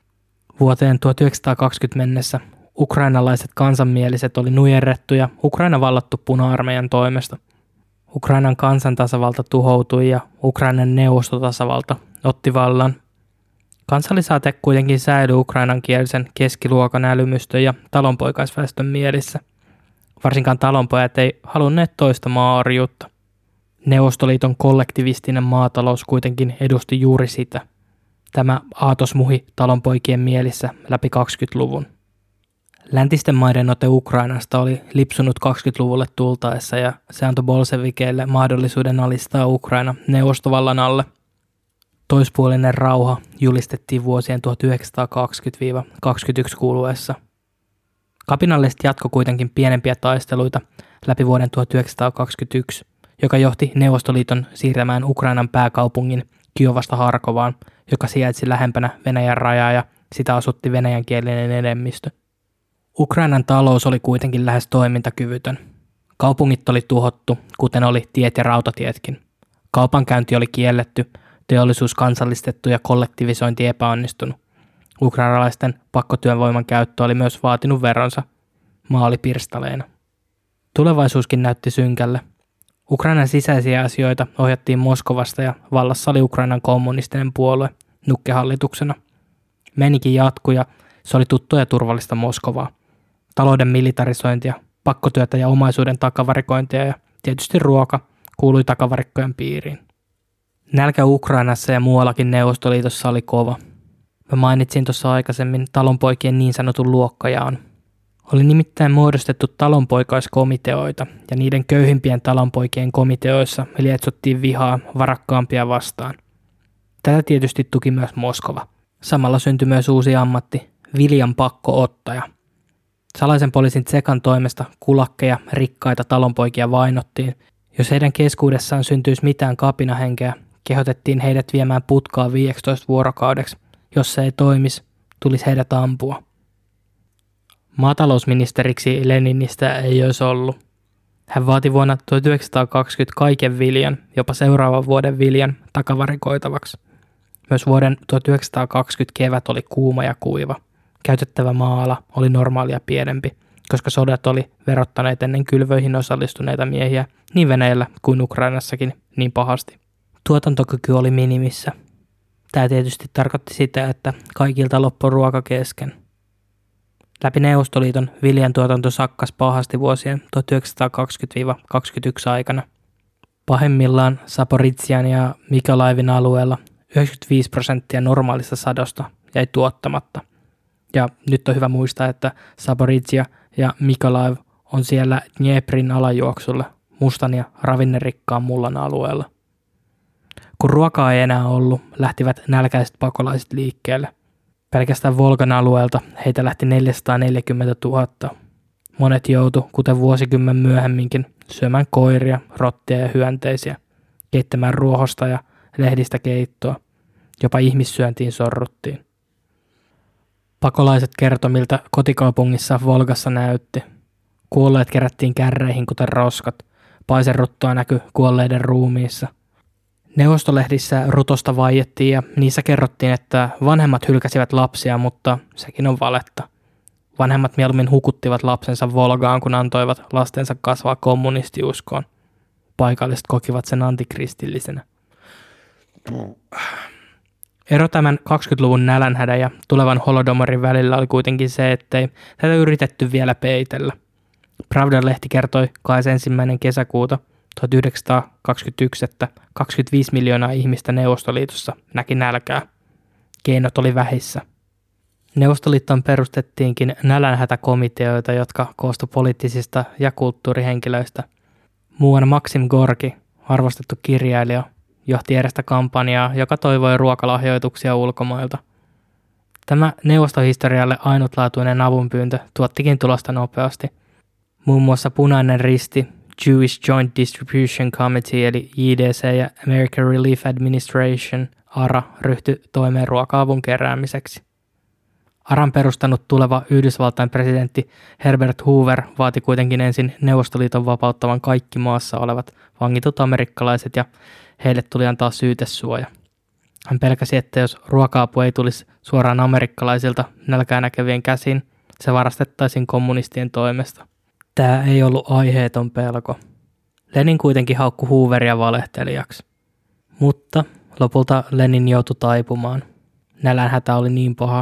Speaker 1: Vuoteen tuhatyhdeksänsataakaksikymmentä mennessä ukrainalaiset kansanmieliset oli nujerrettu ja Ukraina vallattu puna-armeijan toimesta. Ukrainan kansantasavalta tuhoutui ja Ukrainan neuvostotasavalta otti vallan. Kansallisaate kuitenkin säilyi ukrainankielisen keskiluokan älymystön ja talonpoikaisväestön mielissä. Varsinkaan talonpojat ei halunneet toista maa-orjuutta. Neuvostoliiton kollektivistinen maatalous kuitenkin edusti juuri sitä. Tämä aatos muhi talonpoikien mielissä läpi kaksikymmentäluvun. Läntisten maiden ote Ukrainasta oli lipsunut kaksikymmentäluvulle tultaessa ja se antoi bolsevikeille mahdollisuuden alistaa Ukraina neuvostovallan alle. Toispuolinen rauha julistettiin vuosien tuhatyhdeksänsataakaksikymmentä kaksikymmentäyksi kuluessa. Kapinalliset jatkoi kuitenkin pienempiä taisteluita läpi vuoden tuhatyhdeksänsataakaksikymmentäyksi, joka johti Neuvostoliiton siirtämään Ukrainan pääkaupungin Kiovasta Harkovaan, joka sijaitsi lähempänä Venäjän rajaa ja sitä asutti venäjänkielinen enemmistö. Ukrainan talous oli kuitenkin lähes toimintakyvytön. Kaupungit oli tuhottu, kuten oli tiet ja rautatietkin. Kaupankäynti oli kielletty, teollisuus kansallistettu ja kollektivisointi epäonnistunut. Ukrainalaisten pakkotyövoiman käyttö oli myös vaatinut veronsa. Maa oli pirstaleena. Tulevaisuuskin näytti synkälle. Ukrainan sisäisiä asioita ohjattiin Moskovasta ja vallassa oli Ukrainan kommunistinen puolue nukkehallituksena. Menikin jatkui ja se oli tuttua ja turvallista Moskovaa. Talouden militarisointia, pakkotyötä ja omaisuuden takavarikointia ja tietysti ruoka kuului takavarikkojen piiriin. Nälkä Ukrainassa ja muuallakin Neuvostoliitossa oli kova. Mä mainitsin tuossa aikaisemmin talonpoikien niin sanotun luokkajaon. Oli nimittäin muodostettu talonpoikaiskomiteoita ja niiden köyhimpien talonpoikien komiteoissa lietsottiin vihaa varakkaampia vastaan. Tätä tietysti tuki myös Moskova. Samalla syntyi myös uusi ammatti, viljan pakkoottaja. Salaisen poliisin Tsekan toimesta kulakkeja, rikkaita talonpoikia vainottiin. Jos heidän keskuudessaan syntyisi mitään kapinahenkeä, kehotettiin heidät viemään putkaa viisitoista vuorokaudeksi. Jos se ei toimisi, tulisi heidät ampua. Maatalousministeriksi Leninistä ei olisi ollut. Hän vaati vuonna tuhatyhdeksänsataakaksikymmentä kaiken viljan, jopa seuraavan vuoden viljan, takavarikoitavaksi. Myös vuoden tuhatyhdeksänsataakaksikymmentä kevät oli kuuma ja kuiva. Käytettävä maa-ala oli normaalia pienempi, koska sodat oli verottaneet ennen kylvöihin osallistuneita miehiä niin Venäjällä kuin Ukrainassakin niin pahasti. Tuotantokyky oli minimissä. Tämä tietysti tarkoitti sitä, että kaikilta loppui ruoka kesken. Läpi Neuvostoliiton viljan tuotanto sakkas pahasti vuosien tuhatyhdeksänsataakaksikymmentä kaksikymmentäyksi aikana. Pahimmillaan Zaporižžjan ja Mykolaivin alueella yhdeksänkymmentäviisi prosenttia normaalista sadosta jäi tuottamatta. Ja nyt on hyvä muistaa, että Zaporižžja ja Mykolaiv on siellä Dneprin alajuoksulla mustan ja ravinnerikkaan mullan alueella. Kun ruokaa ei enää ollut, lähtivät nälkäiset pakolaiset liikkeelle. Pelkästään Volgan alueelta heitä lähti neljäsataaneljäkymmentätuhatta. Monet joutu, kuten vuosikymmen myöhemminkin, syömään koiria, rottia ja hyönteisiä, keittämään ruohosta ja lehdistä keittoa. Jopa ihmissyöntiin sorruttiin. Pakolaiset kertoi, miltä kotikaupungissa Volgassa näytti. Kuolleet kerättiin kärreihin kuten roskat. Paiseruttoa näkyi kuolleiden ruumiissa. Neuvostolehdissä rutosta vaiettiin ja niissä kerrottiin, että vanhemmat hylkäsivät lapsia, mutta sekin on valetta. Vanhemmat mieluummin hukuttivat lapsensa Volgaan, kun antoivat lastensa kasvaa kommunistiuskoon. Paikalliset kokivat sen antikristillisenä. Ero tämän kaksikymmentäluvun nälänhädän ja tulevan holodomorin välillä oli kuitenkin se, ettei tätä yritetty vielä peitellä. Pravda-lehti kertoi kahdeskymmenesensimmäinen kesäkuuta tuhatyhdeksänsataakaksikymmentäyksi, että kaksikymmentäviisi miljoonaa ihmistä Neuvostoliitossa näki nälkää. Keinot oli vähissä. Neuvostoliittoon perustettiinkin nälänhätäkomiteoita, jotka koostuivat poliittisista ja kulttuurihenkilöistä. Muuan Maksim Gorki, arvostettu kirjailija, johti erästä kampanjaa, joka toivoi ruokalahjoituksia ulkomailta. Tämä neuvostohistorialle ainutlaatuinen avunpyyntö tuottikin tulosta nopeasti. Muun muassa Punainen Risti, Jewish Joint Distribution Committee eli J D C ja American Relief Administration, A R A, ryhtyi toimeen ruoka-avun keräämiseksi. A R A:n perustanut tuleva Yhdysvaltain presidentti Herbert Hoover vaati kuitenkin ensin Neuvostoliiton vapauttavan kaikki maassa olevat vangitut amerikkalaiset ja heille tuli antaa syytesuoja. Hän pelkäsi, että jos ruoka-apu ei tulisi suoraan amerikkalaisilta nälkää näkevien käsiin, se varastettaisiin kommunistien toimesta. Tämä ei ollut aiheeton pelko. Lenin kuitenkin haukkui Hooveria valehtelijaksi. Mutta lopulta Lenin joutui taipumaan. Nälänhätä oli niin paha.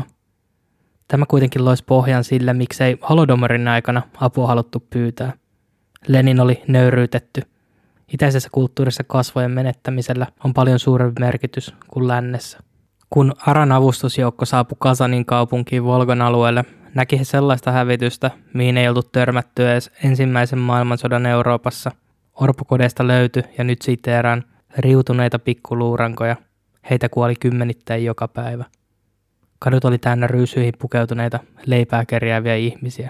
Speaker 1: Tämä kuitenkin loisi pohjan sille, miksei holodomorin aikana apua haluttu pyytää. Lenin oli nöyryytetty. Itäisessä kulttuurissa kasvojen menettämisellä on paljon suurempi merkitys kuin lännessä. Kun A R A:n avustusjoukko saapui Kazanin kaupunkiin Volgan alueelle, näki he sellaista hävitystä, mihin ei ollut törmätty edes ensimmäisen maailmansodan Euroopassa. Orpokodeista löytyi, ja nyt siteeraan, riutuneita pikkuluurankoja. Heitä kuoli kymmenittäin joka päivä. Kadut oli täynnä ryysyihin pukeutuneita leipää kerjääviä ihmisiä.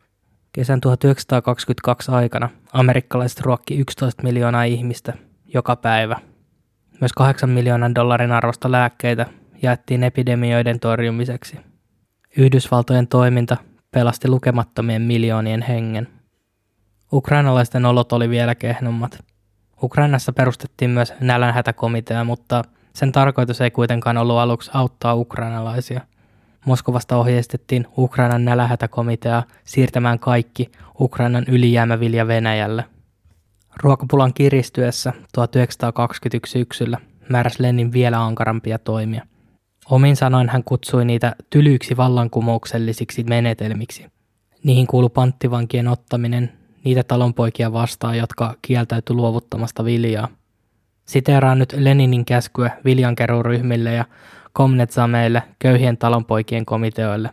Speaker 1: Kesän tuhatyhdeksänsataakaksikymmentäkaksi aikana amerikkalaiset ruokki yksitoista miljoonaa ihmistä joka päivä. Myös kahdeksan miljoonan dollarin arvosta lääkkeitä jaettiin epidemioiden torjumiseksi. Yhdysvaltojen toiminta pelasti lukemattomien miljoonien hengen. Ukrainalaisten olot oli vielä kehnommat. Ukrainassa perustettiin myös nälänhätäkomitea, mutta sen tarkoitus ei kuitenkaan ollut aluksi auttaa ukrainalaisia. Moskovasta ohjeistettiin Ukrainan nälänhätäkomiteaa siirtämään kaikki Ukrainan ylijäämävilja Venäjälle. Ruokapulan kiristyessä tuhatyhdeksänsataakaksikymmentäyksi syksyllä määräsi Lenin vielä ankarampia toimia. Omin sanoin hän kutsui niitä tylyiksi vallankumouksellisiksi menetelmiksi. Niihin kuului panttivankien ottaminen, niitä talonpoikia vastaan, jotka kieltäytyi luovuttamasta viljaa. Siteeraan nyt Leninin käskyä viljankeruuryhmille ja komnetsameille, köyhien talonpoikien komiteoille.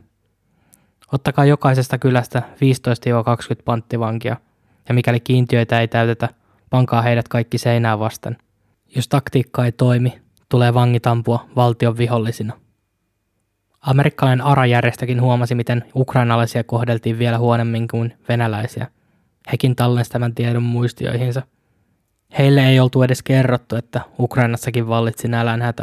Speaker 1: Ottakaa jokaisesta kylästä viisitoista kaksikymmentä panttivankia, ja mikäli kiintiöitä ei täytetä, pankaa heidät kaikki seinään vasten. Jos taktiikka ei toimi, tulee vangit ampua valtion vihollisina. Amerikkalainen A R A-järjestökin huomasi, miten ukrainalaisia kohdeltiin vielä huonommin kuin venäläisiä. Hekin tallensi tämän tiedon muistioihinsa. Heille ei oltu edes kerrottu, että Ukrainassakin vallitsi nälänhätä.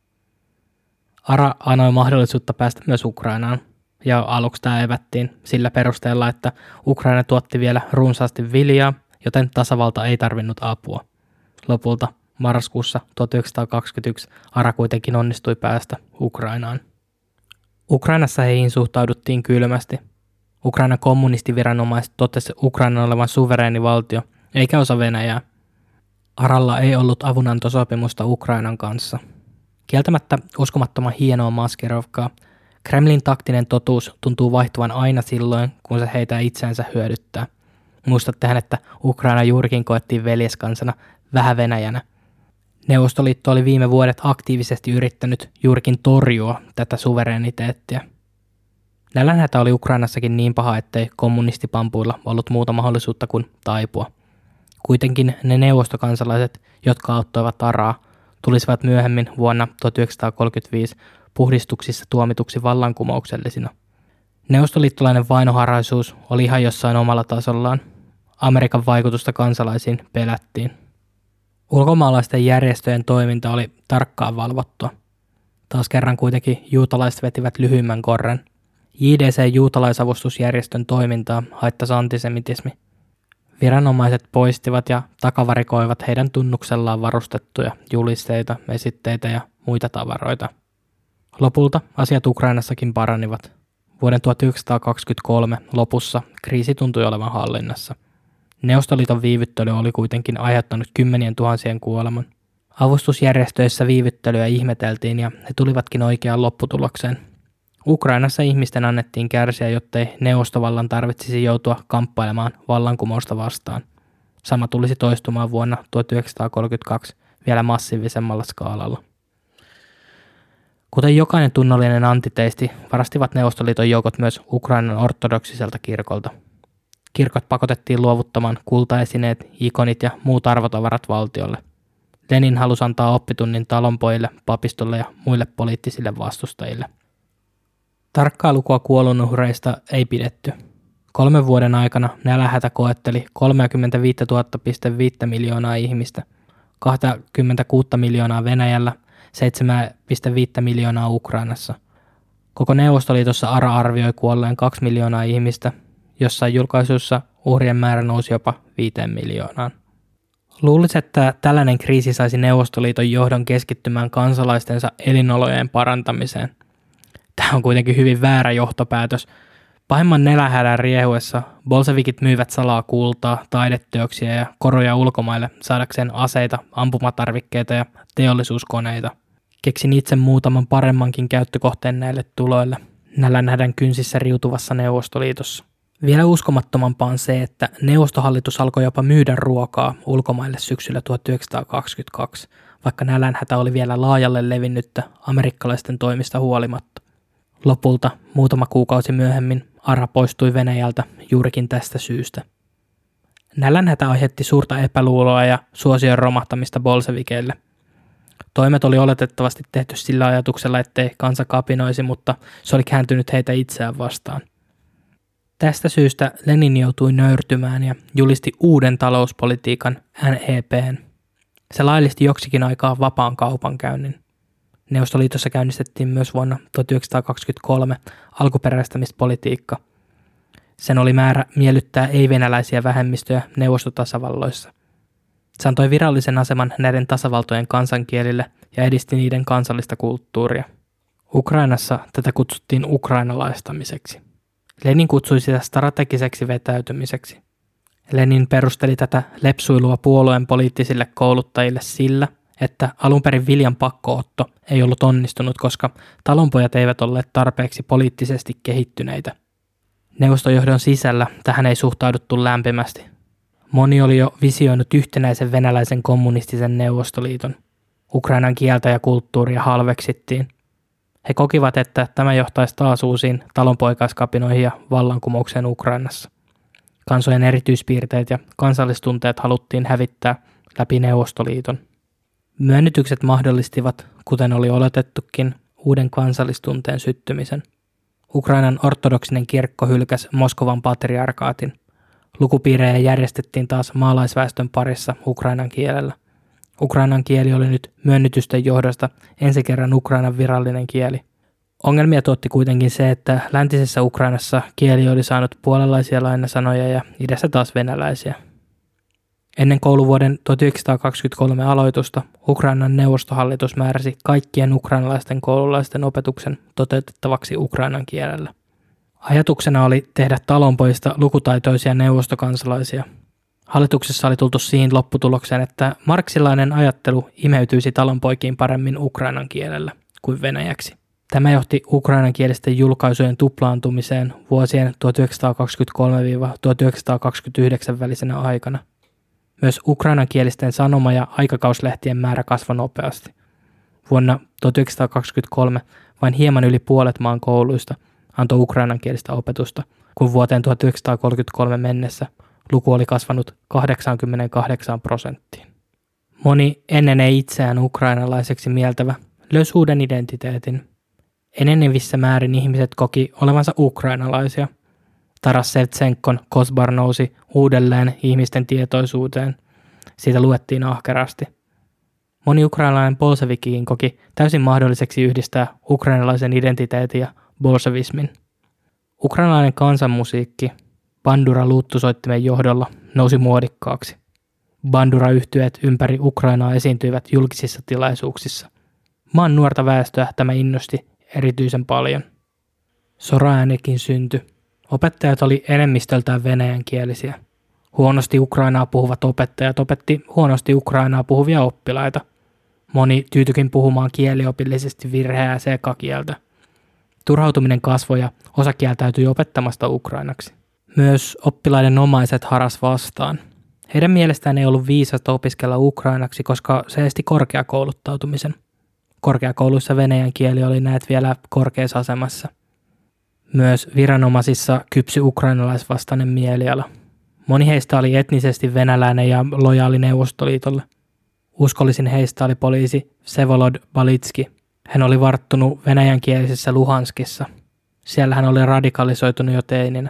Speaker 1: A R A anoi mahdollisuutta päästä myös Ukrainaan, ja aluksi tämä evättiin sillä perusteella, että Ukraina tuotti vielä runsaasti viljaa, joten tasavalta ei tarvinnut apua. Lopulta marraskuussa tuhatyhdeksänsataakaksikymmentäyksi A R A kuitenkin onnistui päästä Ukrainaan. Ukrainassa heihin suhtauduttiin kylmästi. Ukrainan kommunistiviranomaiset totesivat Ukrainan olevan suvereeni valtio, eikä osa Venäjää. A R Alla ei ollut avunantosopimusta Ukrainan kanssa. Kieltämättä uskomattoman hienoa maskerovkaa, Kremlin taktinen totuus tuntuu vaihtuvan aina silloin, kun se heitä itseänsä hyödyttää. Muistattehan, että Ukraina juurikin koettiin veljeskansana Vähä-Venäjänä. Neuvostoliitto oli viime vuodet aktiivisesti yrittänyt juurikin torjua tätä suvereniteettia. Nälänhätä oli Ukrainassakin niin paha, ettei kommunistipampuilla ollut muuta mahdollisuutta kuin taipua. Kuitenkin ne neuvostokansalaiset, jotka auttoivat A R Aa, tulisivat myöhemmin vuonna tuhatyhdeksänsataakolmekymmentäviisi puhdistuksissa tuomituksi vallankumouksellisina. Neuvostoliittolainen vainoharhaisuus oli ihan jossain omalla tasollaan. Amerikan vaikutusta kansalaisiin pelättiin. Ulkomaalaisten järjestöjen toiminta oli tarkkaan valvottua. Taas kerran kuitenkin juutalaiset vetivät lyhyimmän korren. J D C-juutalaisavustusjärjestön toimintaa haittasi antisemitismi. Viranomaiset poistivat ja takavarikoivat heidän tunnuksellaan varustettuja julisteita, esitteitä ja muita tavaroita. Lopulta asiat Ukrainassakin paranivat. Vuoden tuhatyhdeksänsataakaksikymmentäkolme lopussa kriisi tuntui olevan hallinnassa. Neuvostoliiton viivyttely oli kuitenkin aiheuttanut kymmenien tuhansien kuoleman. Avustusjärjestöissä viivyttelyä ihmeteltiin ja he tulivatkin oikeaan lopputulokseen. Ukrainassa ihmisten annettiin kärsiä, jottei neuvostovallan tarvitsisi joutua kamppailemaan vallankumousta vastaan. Sama tulisi toistumaan vuonna tuhatyhdeksänsataakolmekymmentäkaksi vielä massiivisemmalla skaalalla. Kuten jokainen tunnollinen antiteisti, varastivat Neuvostoliiton joukot myös Ukrainan ortodoksiselta kirkolta. Kirkot pakotettiin luovuttamaan kultaesineet, ikonit ja muut arvotavarat valtiolle. Lenin halusi antaa oppitunnin talonpojille, papistolle ja muille poliittisille vastustajille. Tarkkaa lukua kuolonuhreista ei pidetty. Kolmen vuoden aikana nälänhätä koetteli kolmekymmentäviisituhatta pilkku viisi miljoonaa ihmistä, kaksikymmentäkuusi miljoonaa Venäjällä, seitsemän pilkku viisi miljoonaa Ukrainassa. Koko Neuvostoliitossa A R A arvioi kuolleen kaksi miljoonaa ihmistä, jossain julkaisussa uhrien määrä nousi jopa viiteen miljoonaan. Luulisi, että tällainen kriisi saisi Neuvostoliiton johdon keskittymään kansalaistensa elinolojen parantamiseen. Tämä on kuitenkin hyvin väärä johtopäätös. Pahimman nälänhädän riehuessa bolsevikit myivät salaa kultaa, taideteoksia ja koruja ulkomaille saadakseen aseita, ampumatarvikkeita ja teollisuuskoneita. Keksin itse muutaman paremmankin käyttökohteen näille tuloille nälänhädän kynsissä riutuvassa Neuvostoliitossa. Vielä uskomattomampaa on se, että neuvostohallitus alkoi jopa myydä ruokaa ulkomaille syksyllä tuhatyhdeksänsataakaksikymmentäkaksi, vaikka nälänhätä oli vielä laajalle levinnyttä amerikkalaisten toimista huolimatta. Lopulta muutama kuukausi myöhemmin A R A poistui Venäjältä juurikin tästä syystä. Nälänhätä aiheutti suurta epäluuloa ja suosion romahtamista bolsevikeille. Toimet oli oletettavasti tehty sillä ajatuksella, ettei kansa kapinoisi, mutta se oli kääntynyt heitä itseään vastaan. Tästä syystä Lenin joutui nöyrtymään ja julisti uuden talouspolitiikan N E P:n. Se laillisti joksikin aikaa vapaan kaupankäynnin. Neuvostoliitossa käynnistettiin myös vuonna tuhatyhdeksänsataakaksikymmentäkolme alkuperäistämispolitiikka. Sen oli määrä miellyttää ei-venäläisiä vähemmistöjä neuvostotasavalloissa. Se antoi virallisen aseman näiden tasavaltojen kansankielille ja edisti niiden kansallista kulttuuria. Ukrainassa tätä kutsuttiin ukrainalaistamiseksi. Lenin kutsui sitä strategiseksi vetäytymiseksi. Lenin perusteli tätä lepsuilua puolueen poliittisille kouluttajille sillä, että alunperin Viljan pakkootto ei ollut onnistunut, koska talonpojat eivät olleet tarpeeksi poliittisesti kehittyneitä. Neuvostojohdon sisällä tähän ei suhtauduttu lämpimästi. Moni oli jo visioinut yhtenäisen venäläisen kommunistisen Neuvostoliiton. Ukrainan kieltä ja kulttuuria halveksittiin. He kokivat, että tämä johtaisi taas uusiin talonpoikaiskapinoihin ja vallankumoukseen Ukrainassa. Kansojen erityispiirteet ja kansallistunteet haluttiin hävittää läpi Neuvostoliiton. Myönnytykset mahdollistivat, kuten oli oletettukin, uuden kansallistunteen syttymisen. Ukrainan ortodoksinen kirkko hylkäsi Moskovan patriarkaatin. Lukupiirejä järjestettiin taas maalaisväestön parissa ukrainan kielellä. Ukrainan kieli oli nyt myönnytysten johdosta ensi kerran Ukrainan virallinen kieli. Ongelmia tuotti kuitenkin se, että läntisessä Ukrainassa kieli oli saanut puolenlaisia lainasanoja ja idässä taas venäläisiä. Ennen kouluvuoden tuhatyhdeksänsataakaksikymmentäkolme aloitusta Ukrainan neuvostohallitus määräsi kaikkien ukrainalaisten koululaisten opetuksen toteutettavaksi ukrainan kielellä. Ajatuksena oli tehdä talonpojista lukutaitoisia neuvostokansalaisia. Hallituksessa oli tultu siihen lopputulokseen, että marksilainen ajattelu imeytyisi talonpoikiin paremmin ukrainan kielellä kuin venäjäksi. Tämä johti ukrainankielisten julkaisujen tuplaantumiseen vuosien tuhatyhdeksänsataakaksikymmentäkolme tuhatyhdeksänsataakaksikymmentäyhdeksän välisenä aikana. Myös ukrainankielisten sanoma- ja aikakauslehtien määrä kasvoi nopeasti. Vuonna tuhatyhdeksänsataakaksikymmentäkolme vain hieman yli puolet maan kouluista antoi ukrainankielistä opetusta, kun vuoteen tuhatyhdeksänsataakolmekymmentäkolme mennessä luku oli kasvanut kahdeksankymmentäkahdeksan prosenttiin. Moni ennen ei itseään ukrainalaiseksi mieltävä löysi uuden identiteetin. Enenevissä määrin ihmiset koki olevansa ukrainalaisia. Taras Shevtsenkon Kosbar nousi uudelleen ihmisten tietoisuuteen. Siitä luettiin ahkerasti. Moni ukrainalainen bolsevikikin koki täysin mahdolliseksi yhdistää ukrainalaisen identiteetin ja bolsevismin. Ukrainalainen kansanmusiikki bandura luuttusoittimen johdolla nousi muodikkaaksi. Bandura-yhtyeet ympäri Ukrainaa esiintyivät julkisissa tilaisuuksissa. Maan nuorta väestöä tämä innosti erityisen paljon. Soraäänikin syntyi. Opettajat oli enemmistöltään venäjänkielisiä. Huonosti ukrainaa puhuvat opettajat opetti huonosti ukrainaa puhuvia oppilaita. Moni tyytyikin puhumaan kieliopillisesti virheää sekakieltä. Turhautuminen kasvoi ja osa kieltäytyi opettamasta ukrainaksi. Myös oppilaiden omaiset haras vastaan. Heidän mielestään ei ollut viisasta opiskella ukrainaksi, koska se esti korkeakouluttautumisen. Korkeakouluissa venäjän kieli oli näet vielä korkeassa asemassa. Myös viranomaisissa kypsy ukrainalaisvastainen mieliala. Moni heistä oli etnisesti venäläinen ja lojaali Neuvostoliitolle. Uskollisin heistä oli poliisi Vsevolod Balitski. Hän oli varttunut venäjänkielisessä Luhanskissa. Siellä hän oli radikalisoitunut jo teininä.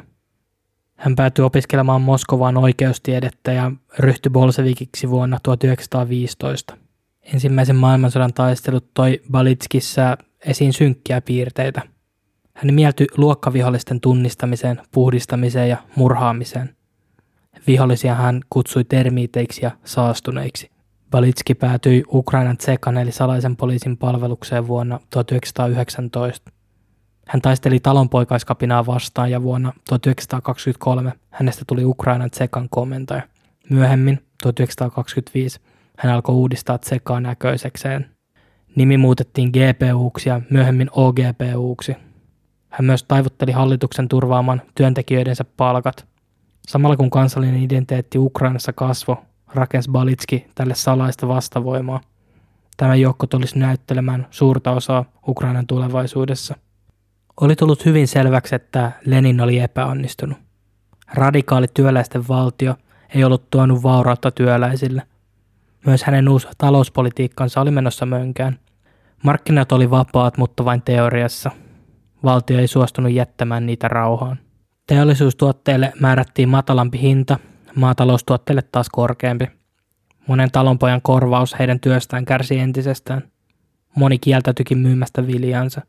Speaker 1: Hän päätyi opiskelemaan Moskovaan oikeustiedettä ja ryhtyi bolsevikiksi vuonna tuhatyhdeksänsataaviisitoista. Ensimmäisen maailmansodan taistelut toi Balitskissä esiin synkkiä piirteitä. Hän mieltyi luokkavihollisten tunnistamiseen, puhdistamiseen ja murhaamiseen. Vihollisia hän kutsui termiiteiksi ja saastuneiksi. Balitski päätyi Ukrainan Tsekan eli salaisen poliisin palvelukseen vuonna tuhatyhdeksänsataayhdeksäntoista. Hän taisteli talonpoikaiskapinaa vastaan ja vuonna tuhatyhdeksänsataakaksikymmentäkolme hänestä tuli Ukrainan Tsekan komentaja. Myöhemmin, tuhatyhdeksänsataakaksikymmentäviisi, hän alkoi uudistaa Tsekaa näköisekseen. Nimi muutettiin G P U:ksi ja myöhemmin O G P U:ksi. Hän myös taivutteli hallituksen turvaamaan työntekijöidensä palkat. Samalla kun kansallinen identiteetti Ukrainassa kasvoi, rakensi Balitski tälle salaista vastavoimaa. Tämä joukko tulisi näyttelemään suurta osaa Ukrainan tulevaisuudessa. Oli tullut hyvin selväksi, että Lenin oli epäonnistunut. Radikaali työläisten valtio ei ollut tuonut vaurautta työläisille. Myös hänen uusi talouspolitiikkansa oli menossa mönkään. Markkinat oli vapaat, mutta vain teoriassa. Valtio ei suostunut jättämään niitä rauhaan. Teollisuustuotteille määrättiin matalampi hinta, maataloustuotteille taas korkeampi. Monen talonpojan korvaus heidän työstään kärsi entisestään. Moni kieltäytyikin myymästä viljansa.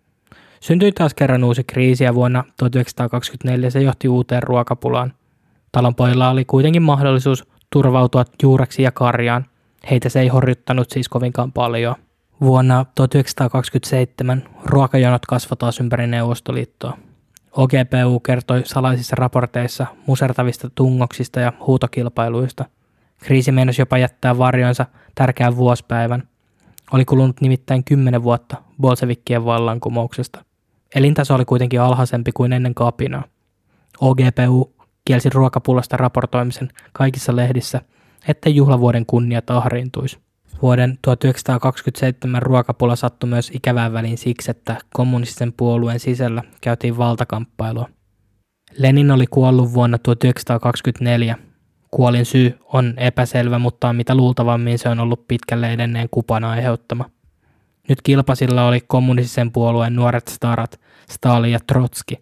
Speaker 1: Syntyi taas kerran uusi kriisi ja vuonna tuhatyhdeksänsataakaksikymmentäneljä se johti uuteen ruokapulaan. Talonpojilla oli kuitenkin mahdollisuus turvautua juureksi ja karjaan. Heitä se ei horjuttanut siis kovinkaan paljon. Vuonna tuhatyhdeksänsataakaksikymmentäseitsemän ruokajonot kasvoi taas ympäri Neuvostoliittoa. O G P U kertoi salaisissa raporteissa musertavista tungoksista ja huutokilpailuista. Kriisi meinasi jopa jättää varjoinsa tärkeän vuosipäivän. Oli kulunut nimittäin kymmenen vuotta bolsevikkien vallankumouksesta. Elintaso oli kuitenkin alhaisempi kuin ennen kapinaa. O G P U kielsi ruokapulasta raportoimisen kaikissa lehdissä, ettei juhlavuoden kunnia tahriintuisi. Vuoden tuhatyhdeksänsataakaksikymmentäseitsemän ruokapula sattui myös ikävään väliin siksi, että kommunistisen puolueen sisällä käytiin valtakamppailua. Lenin oli kuollut vuonna tuhatyhdeksänsataakaksikymmentäneljä. Kuolin syy on epäselvä, mutta mitä luultavammin se on ollut pitkälle edenneen kupan aiheuttama. Nyt kilpasilla oli kommunistisen puolueen nuoret starat, Stalin ja Trotski.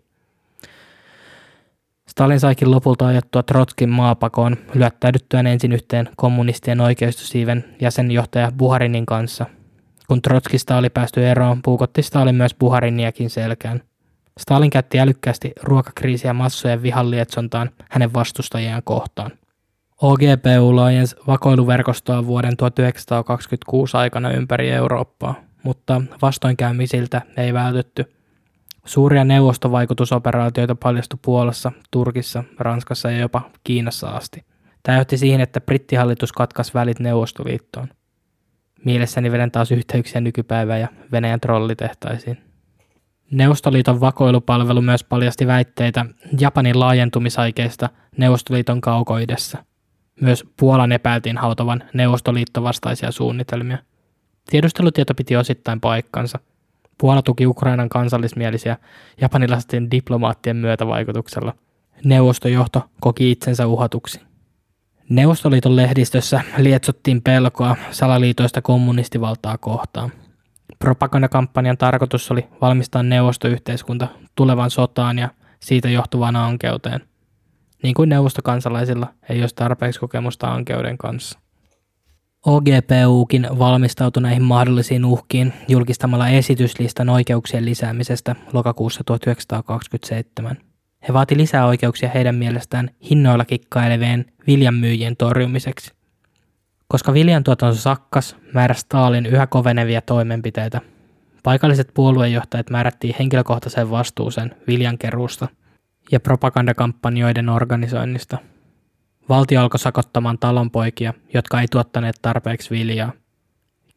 Speaker 1: Stalin saikin lopulta ajettua Trotskin maapakoon lyöttäydyttyään ensin yhteen kommunistien oikeistosiiven jäsenjohtaja Buharinin kanssa. Kun Trotskista oli päästy eroon, puukotti Stalin myös Buhariniakin selkään. Stalin käytti älykkäästi ruokakriisiä massojen vihan lietsontaan hänen vastustajiaan kohtaan. O G P U laajensi vakoiluverkostoa vuoden tuhatyhdeksänsataakaksikymmentäkuusi aikana ympäri Eurooppaa, mutta vastoinkäymisiltä ei vältytty. Suuria neuvostovaikutusoperaatioita paljastui Puolassa, Turkissa, Ranskassa ja jopa Kiinassa asti. Tämä johti siihen, että brittihallitus katkaisi välit Neuvostoliittoon. Mielessäni vedän taas yhteyksiä nykypäivään ja Venäjän trollitehtaisiin. Neuvostoliiton vakoilupalvelu myös paljasti väitteitä Japanin laajentumisaikeista Neuvostoliiton kaukoidessa. Myös Puolan epäiltiin hautavan neuvostoliittovastaisia suunnitelmia. Tiedustelutieto piti osittain paikkansa. Puola tuki Ukrainan kansallismielisiä japanilaisten diplomaattien myötävaikutuksella. Neuvostojohto koki itsensä uhatuksi. Neuvostoliiton lehdistössä lietsottiin pelkoa salaliitoista kommunistivaltaa kohtaan. Propagandakampanjan tarkoitus oli valmistaa neuvostoyhteiskunta tulevan sotaan ja siitä johtuvaan ankeuteen. Niin kuin neuvostokansalaisilla ei olisi tarpeeksi kokemusta ankeuden kanssa. O G P Ukin valmistautui näihin mahdollisiin uhkiin julkistamalla esityslistan oikeuksien lisäämisestä lokakuussa tuhatyhdeksänsataakaksikymmentäseitsemän. He vaati lisää oikeuksia heidän mielestään hinnoilla kikkailevien viljanmyyjien torjumiseksi. Koska viljantuotanto sakkas, määräsi Stalin yhä kovenevia toimenpiteitä. Paikalliset puoluejohtajat määrättiin henkilökohtaiseen vastuuseen viljankeruusta ja propagandakampanjoiden organisoinnista. Valtio alkoi sakottamaan talonpoikia, jotka ei tuottaneet tarpeeksi viljaa.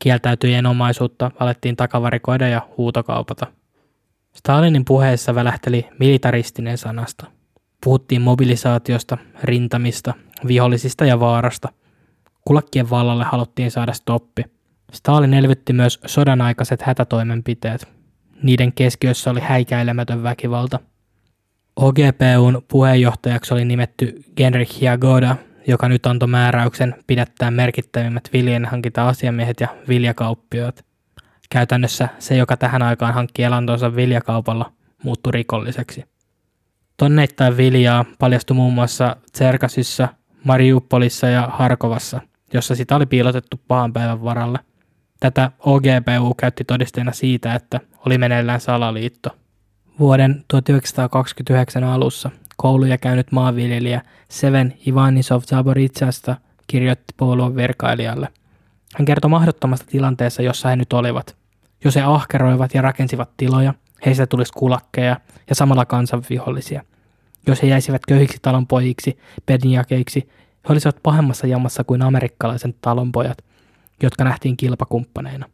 Speaker 1: Kieltäytyjien omaisuutta alettiin takavarikoida ja huutokaupata. Stalinin puheessa välähteli militaristinen sanasta. Puhuttiin mobilisaatiosta, rintamista, vihollisista ja vaarasta. Kulakkien vallalle haluttiin saada stoppi. Stalin elvytti myös sodan aikaiset hätätoimenpiteet. Niiden keskiössä oli häikäilemätön väkivalta. O G P U:n puheenjohtajaksi oli nimetty Genrikh Jagoda, joka nyt antoi määräyksen pidättää merkittävimmät viljenhankinta-asiamiehet ja viljakauppiaat. Käytännössä se, joka tähän aikaan hankki elantonsa viljakaupalla, muuttui rikolliseksi. Tonneittain viljaa paljastui muun muassa Tserkasissa, Mariupolissa ja Harkovassa, jossa sitä oli piilotettu pahan päivän varalle. Tätä O G P U käytti todisteena siitä, että oli meneillään salaliitto. Vuoden tuhatyhdeksänsataakaksikymmentäyhdeksän alussa kouluja käynyt maanviljelijä Seven Ivanisov Zaboritsasta kirjoitti puolueen virkailijalle. Hän kertoi mahdottomasta tilanteessa, jossa he nyt olivat. Jos he ahkeroivat ja rakensivat tiloja, heistä tulisi kulakkeja ja samalla kansanvihollisia. Jos he jäisivät köyhiksi talonpojiksi, bedniakeiksi, he olisivat pahemmassa jamassa kuin amerikkalaiset talonpojat, jotka nähtiin kilpakumppaneina.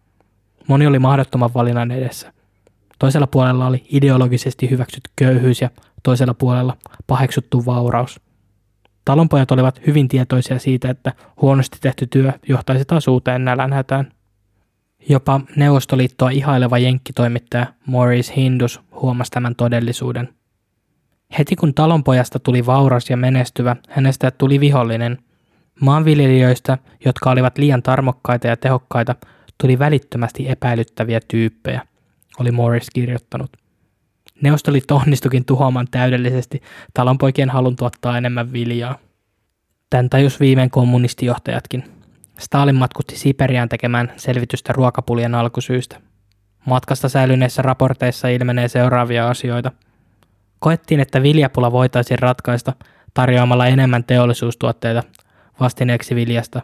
Speaker 1: Moni oli mahdottoman valinnan edessä. Toisella puolella oli ideologisesti hyväksytty köyhyys ja toisella puolella paheksuttu vauraus. Talonpojat olivat hyvin tietoisia siitä, että huonosti tehty työ johtaisi taas uuteen nälänhätään. Jopa Neuvostoliittoa ihaileva jenkkitoimittaja Maurice Hindus huomasi tämän todellisuuden. Heti kun talonpojasta tuli vauras ja menestyvä, hänestä tuli vihollinen. Maanviljelijöistä, jotka olivat liian tarmokkaita ja tehokkaita, tuli välittömästi epäilyttäviä tyyppejä, oli Morris kirjoittanut. Neuvostoliitto onnistukin tuhoamaan täydellisesti talonpoikien halun tuottaa enemmän viljaa. Tän tajus viimein kommunistijohtajatkin. Stalin matkusti Siperiaan tekemään selvitystä ruokapulien alkusyystä. Matkasta säilyneissä raporteissa ilmenee seuraavia asioita. Koettiin, että viljapula voitaisiin ratkaista tarjoamalla enemmän teollisuustuotteita vastineeksi viljasta.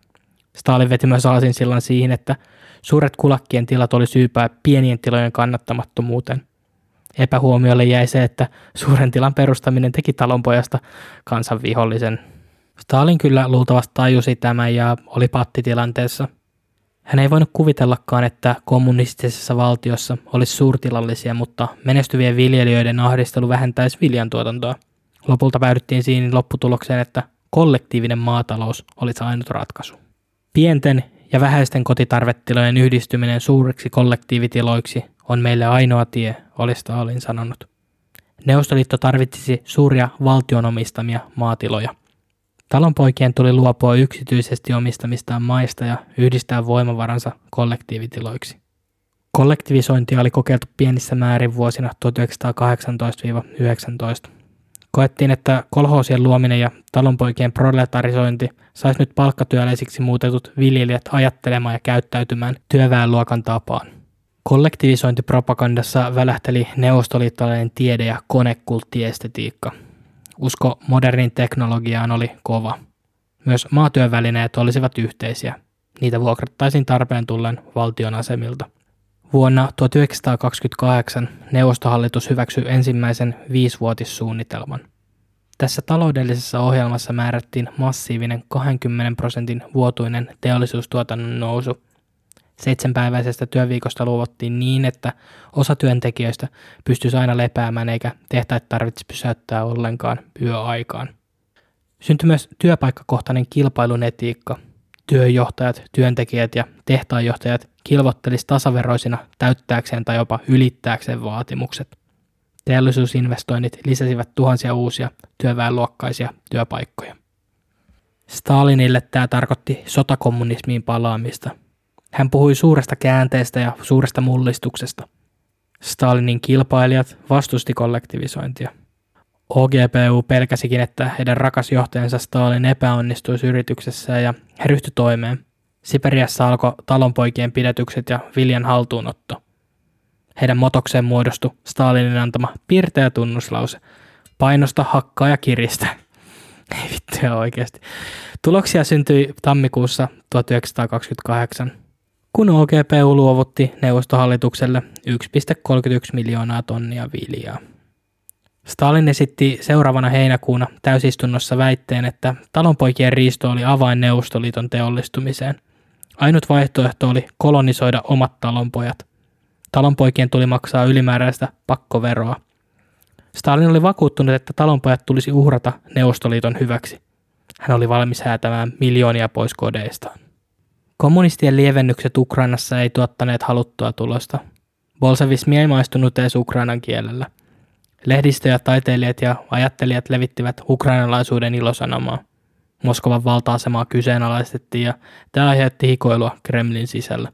Speaker 1: Stalin veti myös aasinsillan siihen, että suuret kulakkien tilat oli syypää pienien tilojen kannattamattomuuteen. Epähuomiolle jäi se, että suuren tilan perustaminen teki talonpojasta kansanvihollisen. Stalin kyllä luultavasti tajusi tämän ja oli pattitilanteessa. Hän ei voinut kuvitellakaan, että kommunistisessa valtiossa olisi suurtilallisia, mutta menestyvien viljelijöiden ahdistelu vähentäisi viljantuotantoa. Lopulta päädyttiin siinä lopputulokseen, että kollektiivinen maatalous olisi ainut ratkaisu. Pienten ja vähäisten kotitarvetilojen yhdistyminen suuriksi kollektiivitiloiksi on meille ainoa tie, oli Stalin sanonut. Neuvostoliitto tarvitsisi suuria valtionomistamia maatiloja. Talonpoikien tuli luopua yksityisesti omistamistaan maista ja yhdistää voimavaransa kollektiivitiloiksi. Kollektivisointia oli kokeiltu pienissä määrin vuosina tuhatyhdeksänsataakahdeksantoista yhdeksäntoista. Koettiin, että kolhoosien luominen ja talonpoikien proletarisointi saisi nyt palkkatyöläisiksi muutetut viljelijät ajattelemaan ja käyttäytymään työväenluokan tapaan. Kollektivisointipropagandassa välähteli neuvostoliittolainen tiede- ja konekulttiestetiikka. Usko modernin teknologiaan oli kova. Myös maatyövälineet olisivat yhteisiä. Niitä vuokrattaisiin tarpeen tullen valtion asemilta. Vuonna tuhatyhdeksänsataakaksikymmentäkahdeksan neuvostohallitus hyväksyi ensimmäisen viisivuotissuunnitelman. Tässä taloudellisessa ohjelmassa määrättiin massiivinen kaksikymmentä prosentin vuotuinen teollisuustuotannon nousu. Seitsemänpäiväisestä työviikosta luovuttiin niin, että osa työntekijöistä pystyisi aina lepäämään eikä tehtaita tarvitse pysäyttää ollenkaan yöaikaan. Syntyi myös työpaikkakohtainen kilpailun etiikka. Työjohtajat, työntekijät ja tehtaanjohtajat kilvottelisivat tasaveroisina täyttääkseen tai jopa ylittääkseen vaatimukset. Teollisuusinvestoinnit lisäsivät tuhansia uusia työväenluokkaisia työpaikkoja. Stalinille tämä tarkoitti sotakommunismiin palaamista. Hän puhui suuresta käänteestä ja suuresta mullistuksesta. Stalinin kilpailijat vastusti kollektivisointia. O G P U pelkäsikin, että heidän rakas johtajansa Stalin epäonnistuisi yrityksessä ja he ryhtyi toimeen. Siperiassa alkoi talonpoikien pidätykset ja viljan haltuunotto. Heidän motokseen muodostui Stalinin antama pirteä tunnuslause. Painosta, hakkaa ja kiristä. Ei vittuja oikeasti. Tuloksia syntyi tammikuussa tuhatyhdeksänsataakaksikymmentäkahdeksan, kun O G P U luovutti neuvostohallitukselle yksi pilkku kolmekymmentäyksi miljoonaa tonnia viljaa. Stalin esitti seuraavana heinäkuuna täysistunnossa väitteen, että talonpoikien riisto oli avain Neuvostoliiton teollistumiseen. Ainut vaihtoehto oli kolonisoida omat talonpojat. Talonpoikien tuli maksaa ylimääräistä pakkoveroa. Stalin oli vakuuttunut, että talonpojat tulisi uhrata Neuvostoliiton hyväksi. Hän oli valmis häätämään miljoonia pois kodeistaan. Kommunistien lievennykset Ukrainassa ei tuottaneet haluttua tulosta. Bolsevismi ei maistunut edes ukrainan kielellä. Lehdistö ja taiteilijat ja ajattelijat levittivät ukrainalaisuuden ilosanomaa. Moskovan valta-asemaa kyseenalaistettiin ja tämä aiheutti hikoilua Kremlin sisällä.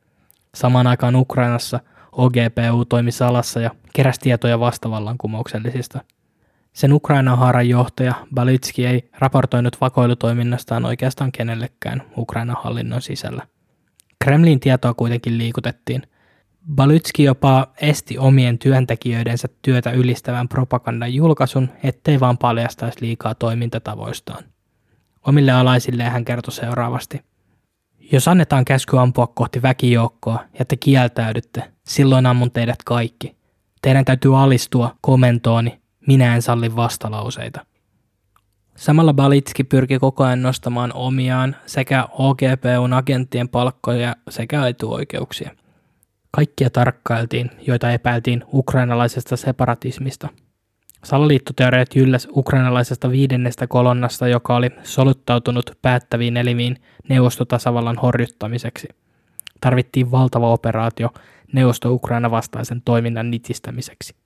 Speaker 1: Samaan aikaan Ukrainassa O G P U toimi salassa ja keräsi tietoja vastavallankumouksellisista. Sen Ukrainan haaran johtaja Balytski ei raportoinut vakoilutoiminnastaan oikeastaan kenellekään Ukrainan hallinnon sisällä. Kremlin tietoa kuitenkin liikutettiin. Balytski jopa esti omien työntekijöidensä työtä ylistävän propagandan julkaisun, ettei vaan paljastaisi liikaa toimintatavoistaan. Omille alaisilleen hän kertoi seuraavasti. Jos annetaan käsky ampua kohti väkijoukkoa ja te kieltäydytte, silloin ammun teidät kaikki. Teidän täytyy alistua komentooni, minä en salli vastalauseita. Samalla Balytski pyrki koko ajan nostamaan omiaan sekä O G P U:n agenttien palkkoja sekä etuoikeuksia. Kaikkia tarkkailtiin, joita epäiltiin ukrainalaisesta separatismista. Salaliittoteoriat jylläs ukrainalaisesta viidennestä kolonnasta, joka oli soluttautunut päättäviin elimiin neuvostotasavallan horjuttamiseksi. Tarvittiin valtava operaatio neuvosto-Ukraina vastaisen toiminnan nitistämiseksi.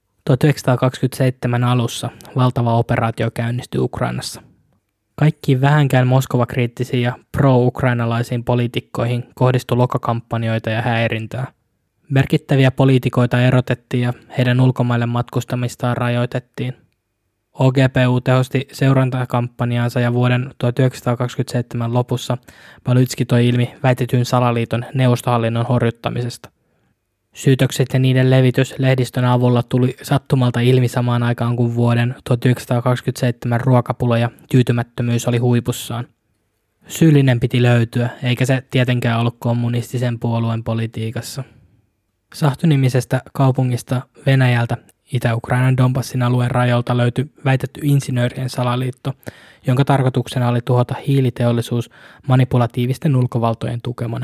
Speaker 1: tuhatyhdeksänsataakaksikymmentäseitsemän alussa valtava operaatio käynnistyi Ukrainassa. Kaikkiin vähänkään Moskova-kriittisiin ja pro-ukrainalaisiin poliitikkoihin kohdistui lokakampanjoita ja häirintää. Merkittäviä poliitikoita erotettiin ja heidän ulkomaille matkustamistaan rajoitettiin. O G P U tehosti seurantakampanjaansa ja vuoden tuhatyhdeksänsataakaksikymmentäseitsemän lopussa Balytski toi ilmi väitetyn salaliiton neuvostohallinnon horjuttamisesta. Syytökset ja niiden levitys lehdistön avulla tuli sattumalta ilmi samaan aikaan kuin vuoden tuhatyhdeksänsataakaksikymmentäseitsemän ruokapula ja tyytymättömyys oli huipussaan. Syyllinen piti löytyä, eikä se tietenkään ollut kommunistisen puolueen politiikassa. Sahtu-nimisestä kaupungista Venäjältä Itä-Ukrainan Donbassin alueen rajoilta löytyi väitetty insinöörien salaliitto, jonka tarkoituksena oli tuhota hiiliteollisuus manipulatiivisten ulkovaltojen tukemana.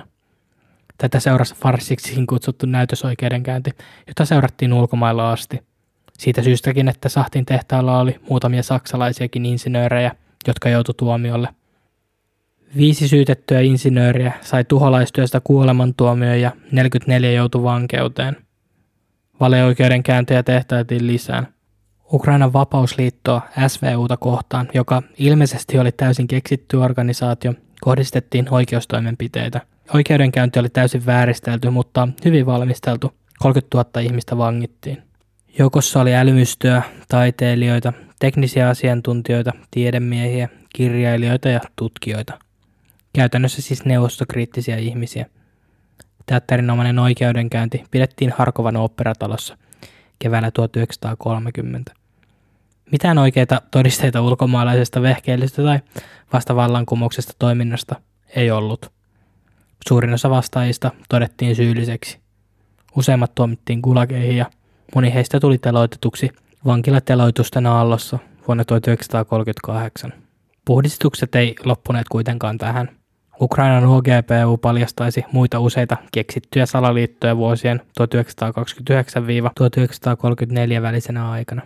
Speaker 1: Tätä seurasi farssiksikin kutsuttu näytösoikeudenkäynti, jota seurattiin ulkomailla asti. Siitä syystäkin, että Sahtin tehtaalla oli muutamia saksalaisiakin insinöörejä, jotka joutui tuomiolle. Viisi syytettyä insinööriä sai tuholaistyöstä kuolemantuomioon ja neljäkymmentäneljä joutui vankeuteen. Valeoikeudenkäyntejä tehtäiltiin lisää. Ukrainan vapausliittoa S V U:ta kohtaan, joka ilmeisesti oli täysin keksitty organisaatio, kohdistettiin oikeustoimenpiteitä. Oikeudenkäynti oli täysin vääristelty, mutta hyvin valmisteltu. kolmekymmentätuhatta ihmistä vangittiin. Joukossa oli älymystöä, taiteilijoita, teknisiä asiantuntijoita, tiedemiehiä, kirjailijoita ja tutkijoita. Käytännössä siis neuvostokriittisiä ihmisiä. Teatterinomainen oikeudenkäynti pidettiin Harkovan oopperatalossa keväällä tuhatyhdeksänsataakolmekymmentä. Mitään oikeita todisteita ulkomaalaisesta vehkeilystä tai vastavallankumouksesta toiminnasta ei ollut. Suurin osa vastaajista todettiin syylliseksi. Useimmat tuomittiin gulageihin ja moni heistä tuli teloitetuksi vankilateloitusten aallossa vuonna tuhatyhdeksänsataakolmekymmentäkahdeksan. Puhdistukset ei loppuneet kuitenkaan tähän. Ukrainan O G P U paljastaisi muita useita keksittyjä salaliittoja vuosien tuhatyhdeksänsataakaksikymmentäyhdeksän tuhatyhdeksänsataakolmekymmentäneljä välisenä aikana.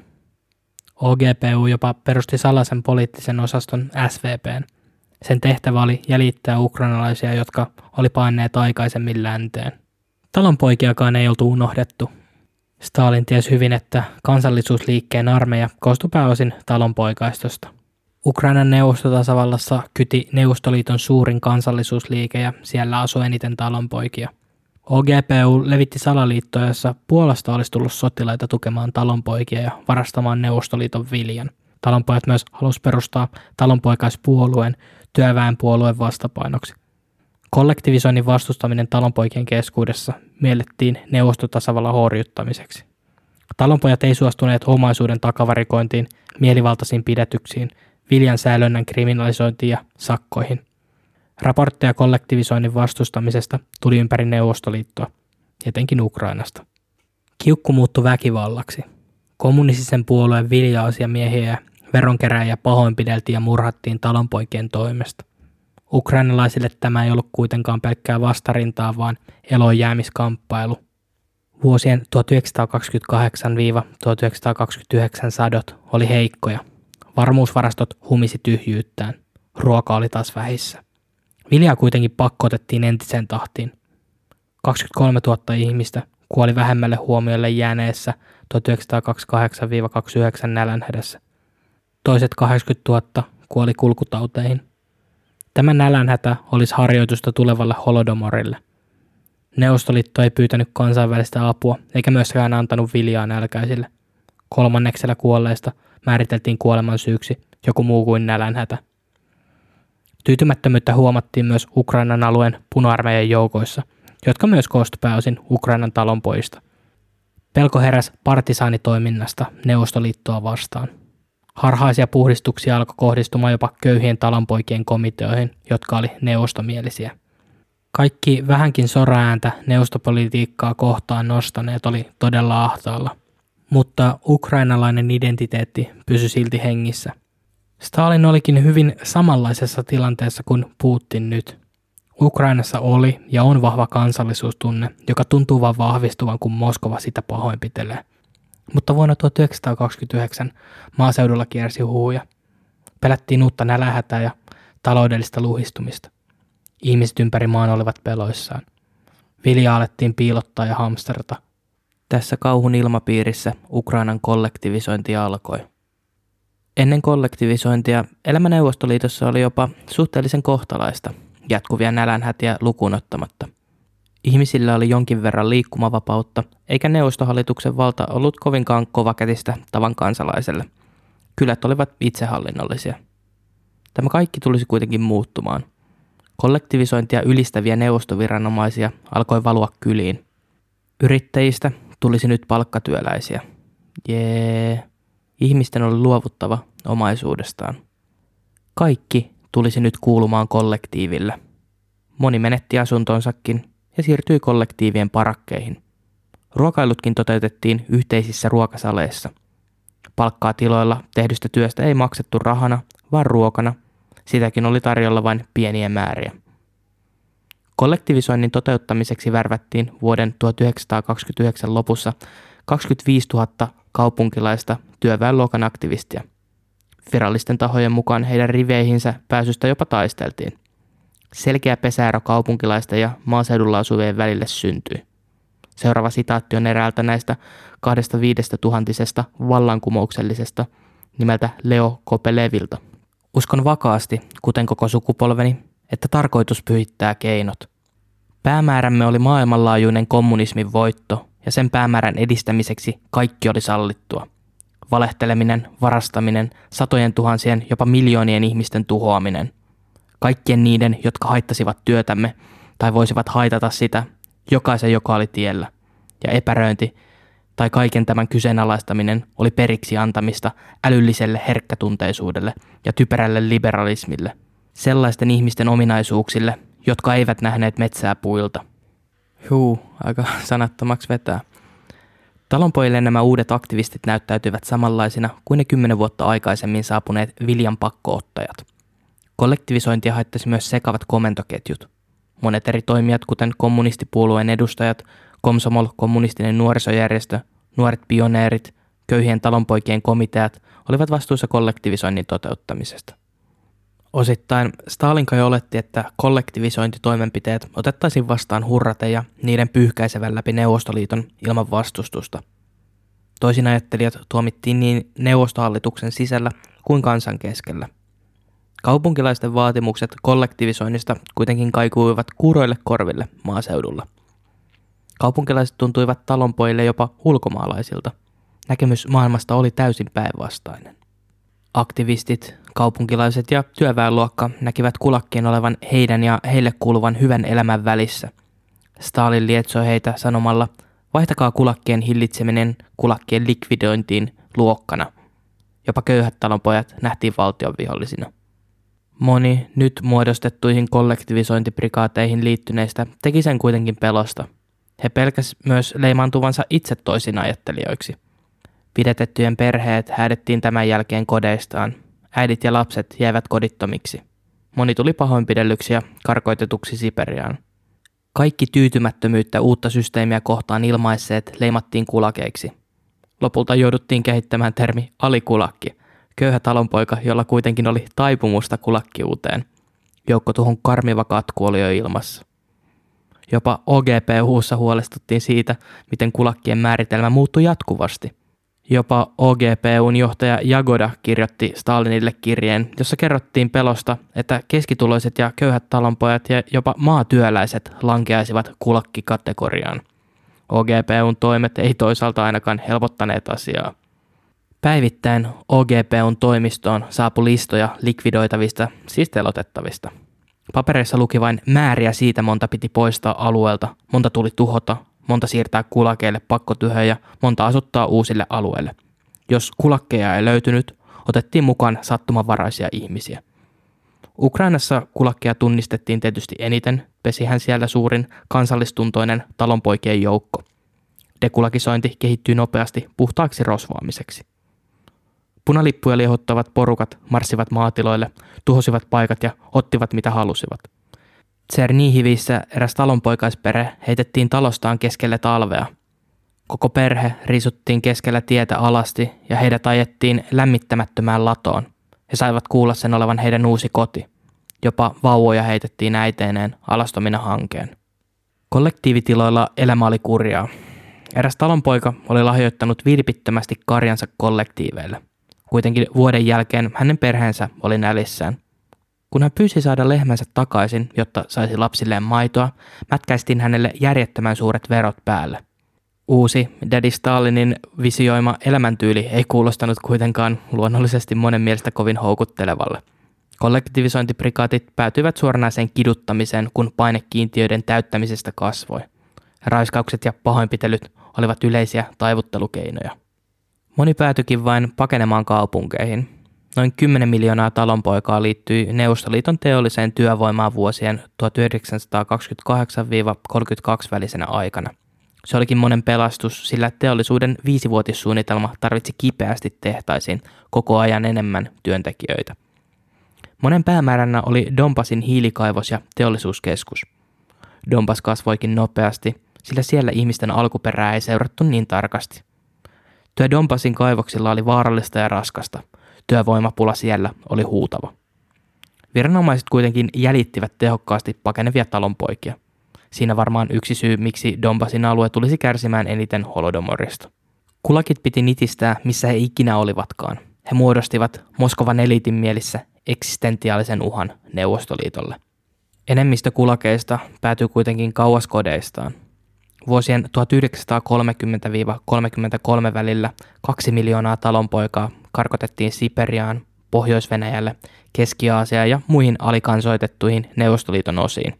Speaker 1: O G P U jopa perusti salaisen poliittisen osaston S V P:n. Sen tehtävä oli jäljittää ukrainalaisia, jotka oli paineet aikaisemmin länteen. Talonpoikiakaan ei oltu unohdettu. Stalin tiesi hyvin, että kansallisuusliikkeen armeija koostui pääosin talonpoikaistosta. Ukrainan neuvostotasavallassa kyti Neuvostoliiton suurin kansallisuusliike ja siellä asui eniten talonpoikia. O G P U levitti salaliittoja, jossa Puolasta olisi tullut sotilaita tukemaan talonpoikia ja varastamaan Neuvostoliiton viljan. Talonpojat myös halusi perustaa talonpoikaispuolueen työväenpuolueen vastapainoksi. Kollektivisoinnin vastustaminen talonpoikien keskuudessa miellettiin neuvostotasavallan horjuttamiseksi. Talonpojat ei suostuneet omaisuuden takavarikointiin, mielivaltaisiin pidätyksiin, viljan säilönnän kriminalisointiin ja sakkoihin. Raportteja kollektivisoinnin vastustamisesta tuli ympäri Neuvostoliittoa, etenkin Ukrainasta. Kiukku muuttui väkivallaksi. Kommunistisen puolueen vilja-asiamiehiä ja veronkeräjiä pahoinpideltiin ja murhattiin talonpoikien toimesta. Ukrainalaisille tämä ei ollut kuitenkaan pelkkää vastarintaa, vaan eloonjäämiskamppailu. Vuosien tuhatyhdeksänsataakaksikymmentäkahdeksan tuhatyhdeksänsataakaksikymmentäyhdeksän sadot oli heikkoja. Varmuusvarastot humisi tyhjyyttään. Ruoka oli taas vähissä. Viljaa kuitenkin pakotettiin entiseen tahtiin. kaksikymmentäkolmetuhatta ihmistä kuoli vähemmälle huomiolle jääneessä tuhatyhdeksänsataakaksikymmentäkahdeksan kaksikymmentäyhdeksän nälänhädässä. Toiset kahdeksankymmentätuhatta kuoli kulkutauteihin. Tämä nälänhätä olisi harjoitusta tulevalle holodomorille. Neuvostoliitto ei pyytänyt kansainvälistä apua eikä myöskään antanut viljaa nälkäisille. Kolmanneksella kuolleista määriteltiin kuoleman syyksi joku muu kuin nälänhätä. Tyytymättömyyttä huomattiin myös Ukrainan alueen puna-armeijan joukoissa, jotka myös koostui pääosin Ukrainan talonpojista. Pelko heräsi partisaanitoiminnasta Neuvostoliittoa vastaan. Harhaisia puhdistuksia alkoi kohdistumaan jopa köyhien talonpoikien komiteoihin, jotka oli neuvostomielisiä. Kaikki vähänkin soraääntä neuvostopolitiikkaa kohtaan nostaneet oli todella ahtaalla, mutta ukrainalainen identiteetti pysyi silti hengissä. Stalin olikin hyvin samanlaisessa tilanteessa kuin Putin nyt. Ukrainassa oli ja on vahva kansallisuustunne, joka tuntuu vaan vahvistuvan, kun Moskova sitä pahoinpitelee. Mutta vuonna tuhatyhdeksänsataakaksikymmentäyhdeksän maaseudulla kiersi huhuja. Pelättiin uutta nälänhätää ja taloudellista luhistumista. Ihmiset ympäri maan olivat peloissaan. Viljaa alettiin piilottaa ja hamsterata. Tässä kauhun ilmapiirissä Ukrainan kollektivisointi alkoi. Ennen kollektivisointia elämä Neuvostoliitossa oli jopa suhteellisen kohtalaista, jatkuvia nälänhätiä lukuun ottamatta. Ihmisillä oli jonkin verran liikkumavapautta, eikä neuvostohallituksen valta ollut kovinkaan kovakätistä tavan kansalaiselle. Kylät olivat itsehallinnollisia. Tämä kaikki tulisi kuitenkin muuttumaan. Kollektivisointia ylistäviä neuvostoviranomaisia alkoi valua kyliin. Yrittäjistä tulisi nyt palkkatyöläisiä. Jee. Ihmisten oli luovuttava omaisuudestaan. Kaikki tulisi nyt kuulumaan kollektiiville. Moni menetti asuntonsakin ja siirtyi kollektiivien parakkeihin. Ruokailutkin toteutettiin yhteisissä ruokasaleissa. Palkkaa tiloilla tehdystä työstä ei maksettu rahana, vaan ruokana. Sitäkin oli tarjolla vain pieniä määriä. Kollektivisoinnin toteuttamiseksi värvättiin vuoden tuhatyhdeksänsataakaksikymmentäyhdeksän lopussa kaksikymmentäviisituhatta kaupunkilaista työväenluokan aktivistia. Virallisten tahojen mukaan heidän riveihinsä pääsystä jopa taisteltiin. Selkeä pesäero kaupunkilaisten ja maaseudulla asuvien välille syntyi. Seuraava sitaatti on eräältä näistä kahdesta viidestä tuhantisesta vallankumouksellisesta nimeltä Leo Kopelevilta. Uskon vakaasti, kuten koko sukupolveni, että tarkoitus pyhittää keinot. Päämäärämme oli maailmanlaajuinen kommunismin voitto, ja sen päämäärän edistämiseksi kaikki oli sallittua. Valehteleminen, varastaminen, satojen tuhansien, jopa miljoonien ihmisten tuhoaminen. Kaikkien niiden, jotka haittasivat työtämme tai voisivat haitata sitä, jokaisen, joka oli tiellä. Ja epäröinti tai kaiken tämän kyseenalaistaminen oli periksi antamista älylliselle herkkätunteisuudelle ja typerälle liberalismille. Sellaisten ihmisten ominaisuuksille, jotka eivät nähneet metsää puilta. Juu, aika sanattomaksi vetää. Talonpojille nämä uudet aktivistit näyttäytyivät samanlaisina kuin ne kymmenen vuotta aikaisemmin saapuneet viljan pakkoottajat. Kollektivisointia haittasi myös sekavat komentoketjut. Monet eri toimijat, kuten kommunistipuolueen edustajat, Komsomol, kommunistinen nuorisojärjestö, nuoret pioneerit, köyhien talonpoikien komiteat, olivat vastuussa kollektivisoinnin toteuttamisesta. Osittain Stalin kai oletti, että kollektivisointitoimenpiteet otettaisiin vastaan hurraten ja niiden pyyhkäisevän läpi Neuvostoliiton ilman vastustusta. Toisin ajattelijat tuomittiin niin neuvostohallituksen sisällä kuin kansan keskellä. Kaupunkilaisten vaatimukset kollektivisoinnista kuitenkin kaikuivat kuuroille korville maaseudulla. Kaupunkilaiset tuntuivat talonpojille jopa ulkomaalaisilta. Näkemys maailmasta oli täysin päinvastainen. Aktivistit, kaupunkilaiset ja työväenluokka näkivät kulakkien olevan heidän ja heille kuuluvan hyvän elämän välissä. Stalin lietsoi heitä sanomalla, vaihtakaa kulakkien hillitseminen kulakkien likvidointiin luokkana. Jopa köyhät talonpojat nähtiin valtion vihollisina. Moni nyt muodostettuihin kollektivisointiprikaateihin liittyneistä teki sen kuitenkin pelosta. He pelkäsivät myös leimaantuvansa itse toisin ajattelijoiksi. Pidätettyjen perheet häädettiin tämän jälkeen kodeistaan. Äidit ja lapset jäivät kodittomiksi. Moni tuli pahoinpidellyksi ja karkoitetuksi Siperiaan. Kaikki tyytymättömyyttä uutta systeemiä kohtaan ilmaisseet leimattiin kulakeiksi. Lopulta jouduttiin kehittämään termi alikulakki, köyhä talonpoika, jolla kuitenkin oli taipumusta kulakkiuteen. Joukkotuhon karmiva katku oli jo ilmassa. Jopa O G P U:ssa huolestuttiin siitä, miten kulakkien määritelmä muuttui jatkuvasti. Jopa O G P U:n johtaja Jagoda kirjoitti Stalinille kirjeen, jossa kerrottiin pelosta, että keskituloiset ja köyhät talonpojat ja jopa maatyöläiset lankeaisivat kulakkikategoriaan. O G P U:n toimet ei toisaalta ainakaan helpottaneet asiaa. Päivittäin O G P U:n toimistoon saapui listoja likvidoitavista, siis telotettavista. Papereissa luki vain määriä siitä, monta piti poistaa alueelta, monta tuli tuhota, monta siirtää kulakeille pakkotyhöön ja monta asuttaa uusille alueille. Jos kulakkeja ei löytynyt, otettiin mukaan sattumanvaraisia ihmisiä. Ukrainassa kulakkeja tunnistettiin tietysti eniten, pesihän siellä suurin kansallistuntoinen talonpoikien joukko. Dekulakisointi kehittyi nopeasti puhtaaksi rosvaamiseksi. Punalippuja liehottavat porukat marssivat maatiloille, tuhosivat paikat ja ottivat mitä halusivat. Tsernihivissä eräs talonpoikaisperhe heitettiin talostaan keskelle talvea. Koko perhe riisuttiin keskellä tietä alasti ja heidät ajettiin lämmittämättömään latoon. He saivat kuulla sen olevan heidän uusi koti. Jopa vauvoja heitettiin äiteineen alastomina hankeen. Kollektiivitiloilla elämä oli kurjaa. Eräs talonpoika oli lahjoittanut vilpittömästi karjansa kollektiiveille. Kuitenkin vuoden jälkeen hänen perheensä oli nälissään. Kun hän pyysi saada lehmänsä takaisin, jotta saisi lapsilleen maitoa, mätkäistiin hänelle järjettömän suuret verot päälle. Uusi Daddy Stalinin visioima elämäntyyli ei kuulostanut kuitenkaan luonnollisesti monen mielestä kovin houkuttelevalle. Kollektivisointiprikaatit päätyivät suoranaiseen kiduttamiseen, kun paine kiintiöiden täyttämisestä kasvoi. Raiskaukset ja pahoinpitelyt olivat yleisiä taivuttelukeinoja. Moni päätyikin vain pakenemaan kaupunkeihin. Noin kymmenen miljoonaa talonpoikaa liittyi Neuvostoliiton teolliseen työvoimaan vuosien tuhatyhdeksänsataakaksikymmentäkahdeksan kolmekymmentäkaksi välisenä aikana. Se olikin monen pelastus, sillä teollisuuden viisivuotissuunnitelma tarvitsi kipeästi tehtaisiin koko ajan enemmän työntekijöitä. Monen päämääränä oli Donbasin hiilikaivos ja teollisuuskeskus. Donbas kasvoikin nopeasti, sillä siellä ihmisten alkuperää ei seurattu niin tarkasti. Työ Donbasin kaivoksilla oli vaarallista ja raskasta. Työvoimapula siellä oli huutava. Viranomaiset kuitenkin jäljittivät tehokkaasti pakenevia talonpoikia. Siinä varmaan yksi syy, miksi Donbasin alue tulisi kärsimään eniten holodomorista. Kulakit piti nitistää, missä he ikinä olivatkaan. He muodostivat Moskovan eliitin mielissä eksistentiaalisen uhan Neuvostoliitolle. Enemmistö kulakeista päätyi kuitenkin kauas kodeistaan. Vuosien tuhatyhdeksänsataakolmekymmentä kolmekymmentäkolme välillä kaksi miljoonaa talonpoikaa karkotettiin Siperiaan, Pohjois-Venäjälle, Keski-Aasiaan ja muihin alikansoitettuihin Neuvostoliiton osiin.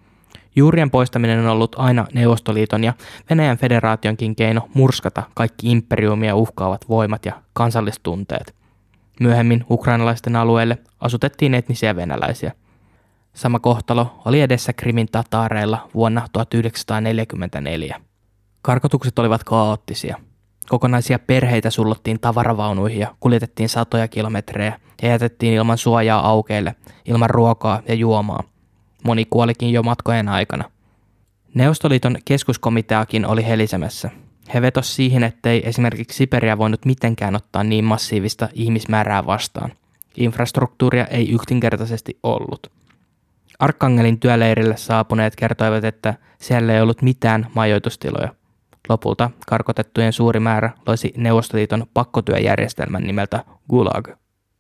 Speaker 1: Juurien poistaminen on ollut aina Neuvostoliiton ja Venäjän federaationkin keino murskata kaikki imperiumia uhkaavat voimat ja kansallistunteet. Myöhemmin ukrainalaisten alueelle asutettiin etnisiä venäläisiä. Sama kohtalo oli edessä Krimin tataareilla vuonna tuhatyhdeksänsataaneljäkymmentäneljä. Karkotukset olivat kaoottisia. Kokonaisia perheitä sullottiin tavaravaunuihin ja kuljetettiin satoja kilometrejä ja jätettiin ilman suojaa aukeille, ilman ruokaa ja juomaa. Moni kuolikin jo matkojen aikana. Neuvostoliiton keskuskomiteakin oli helisemässä. He vetosi siihen, ettei esimerkiksi Siperia voinut mitenkään ottaa niin massiivista ihmismäärää vastaan. Infrastruktuuria ei yksinkertaisesti ollut. Arkhangelin työleirille saapuneet kertoivat, että siellä ei ollut mitään majoitustiloja. Lopulta karkotettujen suuri määrä loisi Neuvostoliiton pakkotyöjärjestelmän nimeltä Gulag.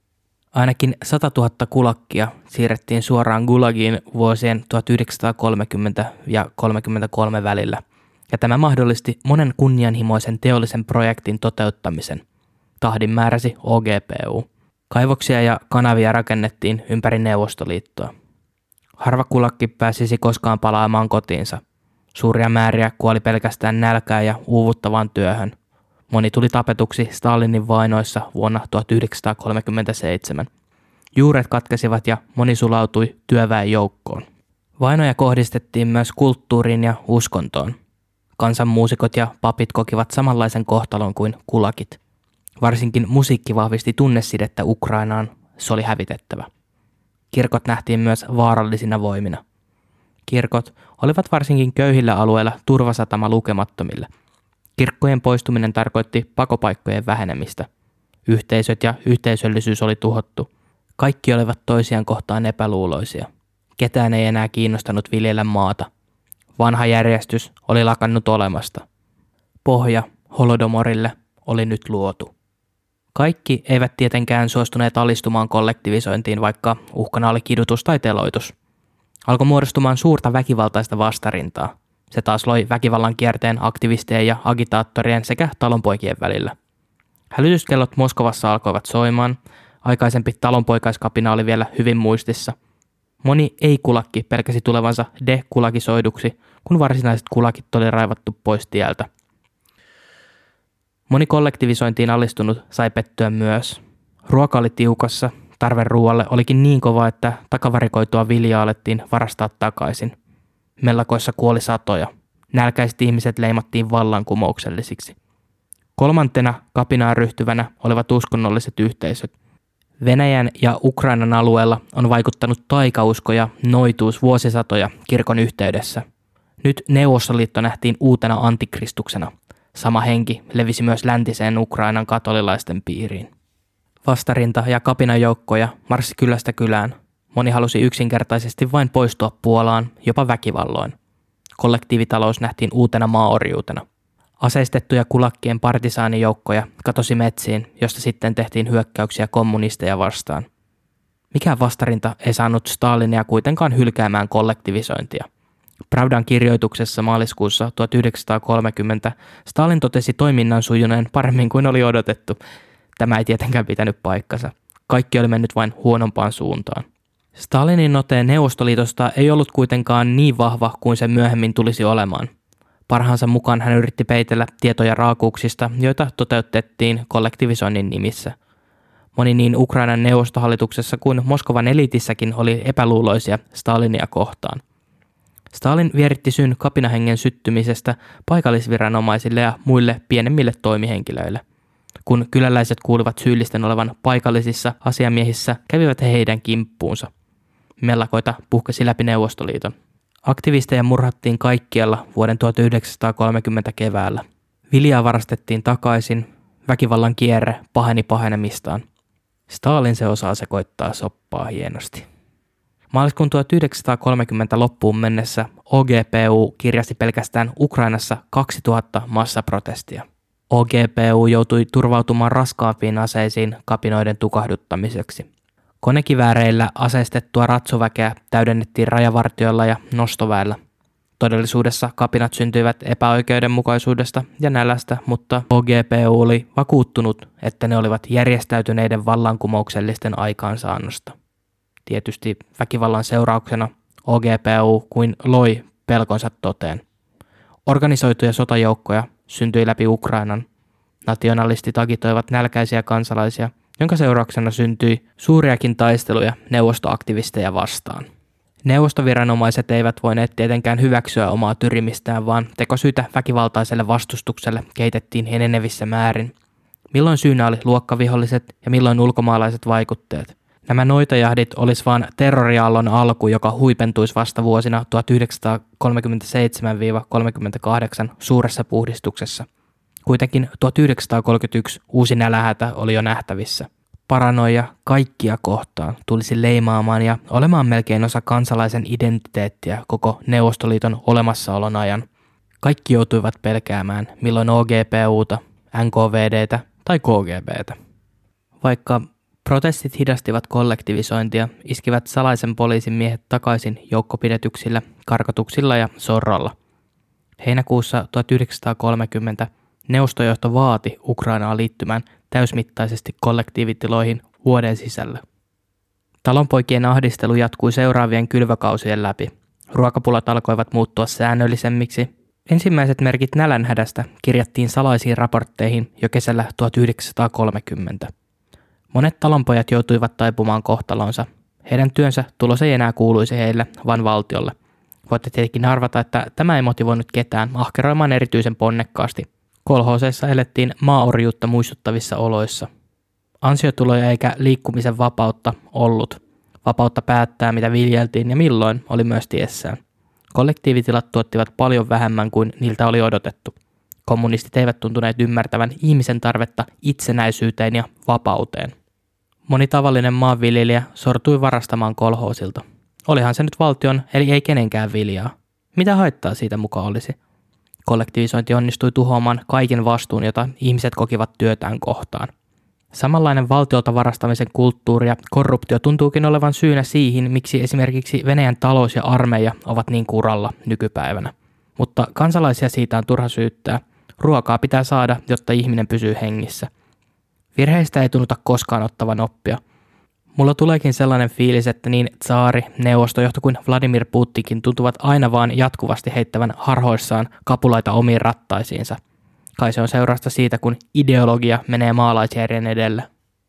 Speaker 1: Ainakin sata tuhatta kulakkia siirrettiin suoraan Gulagiin vuosien tuhatyhdeksänsataakolmekymmentä ja kolmekymmentäkolme välillä, ja tämä mahdollisti monen kunnianhimoisen teollisen projektin toteuttamisen. Tahdin määräsi O G P U. Kaivoksia ja kanavia rakennettiin ympäri Neuvostoliittoa. Harva kulakki pääsisi koskaan palaamaan kotiinsa. Suuria määriä kuoli pelkästään nälkään ja uuvuttavaan työhön. Moni tuli tapetuksi Stalinin vainoissa vuonna tuhatyhdeksänsataakolmekymmentäseitsemän. Juuret katkesivat ja moni sulautui työväen joukkoon. Vainoja kohdistettiin myös kulttuuriin ja uskontoon. Kansanmuusikot ja papit kokivat samanlaisen kohtalon kuin kulakit. Varsinkin musiikki vahvisti tunnesidettä Ukrainaan, se oli hävitettävä. Kirkot nähtiin myös vaarallisina voimina. Kirkot olivat varsinkin köyhillä alueilla turvasatama lukemattomille. Kirkkojen poistuminen tarkoitti pakopaikkojen vähenemistä. Yhteisöt ja yhteisöllisyys oli tuhottu. Kaikki olivat toisiaan kohtaan epäluuloisia. Ketään ei enää kiinnostanut viljellä maata. Vanha järjestys oli lakannut olemasta. Pohja Holodomorille oli nyt luotu. Kaikki eivät tietenkään suostuneet alistumaan kollektivisointiin, vaikka uhkana oli kidutus tai teloitus. Alkoi muodostumaan suurta väkivaltaista vastarintaa. Se taas loi väkivallan kierteen aktivistien ja agitaattorien sekä talonpoikien välillä. Hälytyskellot Moskovassa alkoivat soimaan. Aikaisempi talonpoikaiskapina oli vielä hyvin muistissa. Moni ei-kulakki pelkäsi tulevansa dekulakisoiduksi, kun varsinaiset kulakit oli raivattu pois tieltä. Moni kollektivisointiin alistunut sai pettyä myös. Ruoka oli tiukassa, tarve ruoalle olikin niin kova, että takavarikoitua viljaa alettiin varastaa takaisin. Mellakoissa kuoli satoja. Nälkäiset ihmiset leimattiin vallankumouksellisiksi. Kolmantena kapinaan ryhtyvänä olivat uskonnolliset yhteisöt. Venäjän ja Ukrainan alueella on vaikuttanut taikausko ja noituus vuosisatoja kirkon yhteydessä. Nyt Neuvostoliitto nähtiin uutena antikristuksena. Sama henki levisi myös läntiseen Ukrainan katolilaisten piiriin. Vastarinta ja kapinajoukkoja marssi kylästä kylään. Moni halusi yksinkertaisesti vain poistua Puolaan, jopa väkivalloin. Kollektiivitalous nähtiin uutena maaorjuutena. Aseistettuja kulakkien partisaanijoukkoja katosi metsiin, josta sitten tehtiin hyökkäyksiä kommunisteja vastaan. Mikään vastarinta ei saanut Stalinia kuitenkaan hylkäämään kollektivisointia. Pravdan kirjoituksessa maaliskuussa tuhatyhdeksänsataakolmekymmentä Stalin totesi toiminnan sujuneen paremmin kuin oli odotettu. Tämä ei tietenkään pitänyt paikkansa. Kaikki oli mennyt vain huonompaan suuntaan. Stalinin ote Neuvostoliitosta ei ollut kuitenkaan niin vahva kuin se myöhemmin tulisi olemaan. Parhaansa mukaan hän yritti peitellä tietoja raakuuksista, joita toteutettiin kollektivisoinnin nimissä. Moni niin Ukrainan neuvostohallituksessa kuin Moskovan eliitissäkin oli epäluuloisia Stalinia kohtaan. Stalin vieritti syyn kapinahengen syttymisestä paikallisviranomaisille ja muille pienemmille toimihenkilöille. Kun kyläläiset kuulivat syyllisten olevan paikallisissa asiamiehissä, kävivät he heidän kimppuunsa. Mellakoita puhkesi läpi Neuvostoliiton. Aktivisteja murhattiin kaikkialla vuoden tuhatyhdeksänsataakolmekymmentä keväällä. Viljaa varastettiin takaisin, väkivallan kierre paheni pahenemistaan. Stalin se osaa sekoittaa soppaa hienosti. Maaliskuun tuhatyhdeksänsataakolmekymmentä loppuun mennessä O G P U kirjasi pelkästään Ukrainassa kaksituhatta massaprotestia. O G P U joutui turvautumaan raskaampiin aseisiin kapinoiden tukahduttamiseksi. Konekivääreillä aseistettua ratsuväkeä täydennettiin rajavartioilla ja nostoväellä. Todellisuudessa kapinat syntyivät epäoikeudenmukaisuudesta ja nälästä, mutta O G P U oli vakuuttunut, että ne olivat järjestäytyneiden vallankumouksellisten aikaansaannosta. Tietysti väkivallan seurauksena O G P U kuin loi pelkonsa toteen. Organisoituja sotajoukkoja syntyi läpi Ukrainan. Nationalistit agitoivat nälkäisiä kansalaisia, jonka seurauksena syntyi suuriakin taisteluja neuvostoaktivisteja vastaan. Neuvostoviranomaiset eivät voineet tietenkään hyväksyä omaa tyrimistään, vaan tekosyitä väkivaltaiselle vastustukselle kehitettiin enenevissä määrin. Milloin syynä oli luokkaviholliset ja milloin ulkomaalaiset vaikutteet. Nämä noitajahdit olisi vain terroriaallon alku, joka huipentuisi vasta vuosina tuhatyhdeksänsataakolmekymmentäseitsemän kolmekymmentäkahdeksan suuressa puhdistuksessa. Kuitenkin tuhatyhdeksänsataakolmekymmentäyksi uusi nälähätä oli jo nähtävissä. Paranoia kaikkia kohtaan tulisi leimaamaan ja olemaan melkein osa kansalaisen identiteettiä koko Neuvostoliiton olemassaolon ajan. Kaikki joutuivat pelkäämään milloin O G P U:ta, N K V D:tä tai K G B:tä. Vaikka protestit hidastivat kollektivisointia, iskivät salaisen poliisin miehet takaisin joukkopidetyksillä, karkotuksilla ja sorrolla. Heinäkuussa tuhatyhdeksänsataakolmekymmentä neuvostojohto vaati Ukrainaa liittymään täysmittaisesti kollektiivitiloihin vuoden sisällä. Talonpoikien ahdistelu jatkui seuraavien kylvökausien läpi. Ruokapulat alkoivat muuttua säännöllisemmiksi. Ensimmäiset merkit nälänhädästä kirjattiin salaisiin raportteihin jo kesällä tuhatyhdeksänsataakolmekymmentä. Monet talonpojat joutuivat taipumaan kohtalonsa. Heidän työnsä tulos ei enää kuuluisi heille, vaan valtiolle. Voitte tietenkin arvata, että tämä ei motivoinut ketään ahkeroimaan erityisen ponnekkaasti. Kolhooseissa elettiin maaorjuutta muistuttavissa oloissa. Ansiotuloja eikä liikkumisen vapautta ollut. Vapautta päättää, mitä viljeltiin ja milloin, oli myös tiessään. Kollektiivitilat tuottivat paljon vähemmän kuin niiltä oli odotettu. Kommunistit eivät tuntuneet ymmärtävän ihmisen tarvetta itsenäisyyteen ja vapauteen. Moni tavallinen maanviljelijä sortui varastamaan kolhoosilta. Olihan se nyt valtion, eli ei kenenkään viljaa. Mitä haittaa siitä muka olisi? Kollektivisointi onnistui tuhoamaan kaiken vastuun, jota ihmiset kokivat työtään kohtaan. Samanlainen valtiolta varastamisen kulttuuri ja korruptio tuntuukin olevan syynä siihen, miksi esimerkiksi Venäjän talous ja armeija ovat niin kuralla nykypäivänä. Mutta kansalaisia siitä on turha syyttää. Ruokaa pitää saada, jotta ihminen pysyy hengissä. Virheistä ei tunnuta koskaan ottavan oppia. Mulla tuleekin sellainen fiilis, että niin tsaari, neuvostojohto kuin Vladimir Putinkin tuntuvat aina vaan jatkuvasti heittävän harhoissaan kapulaita omiin rattaisiinsa. Kai se on seurausta siitä, kun ideologia menee maalaisjärjen edellä.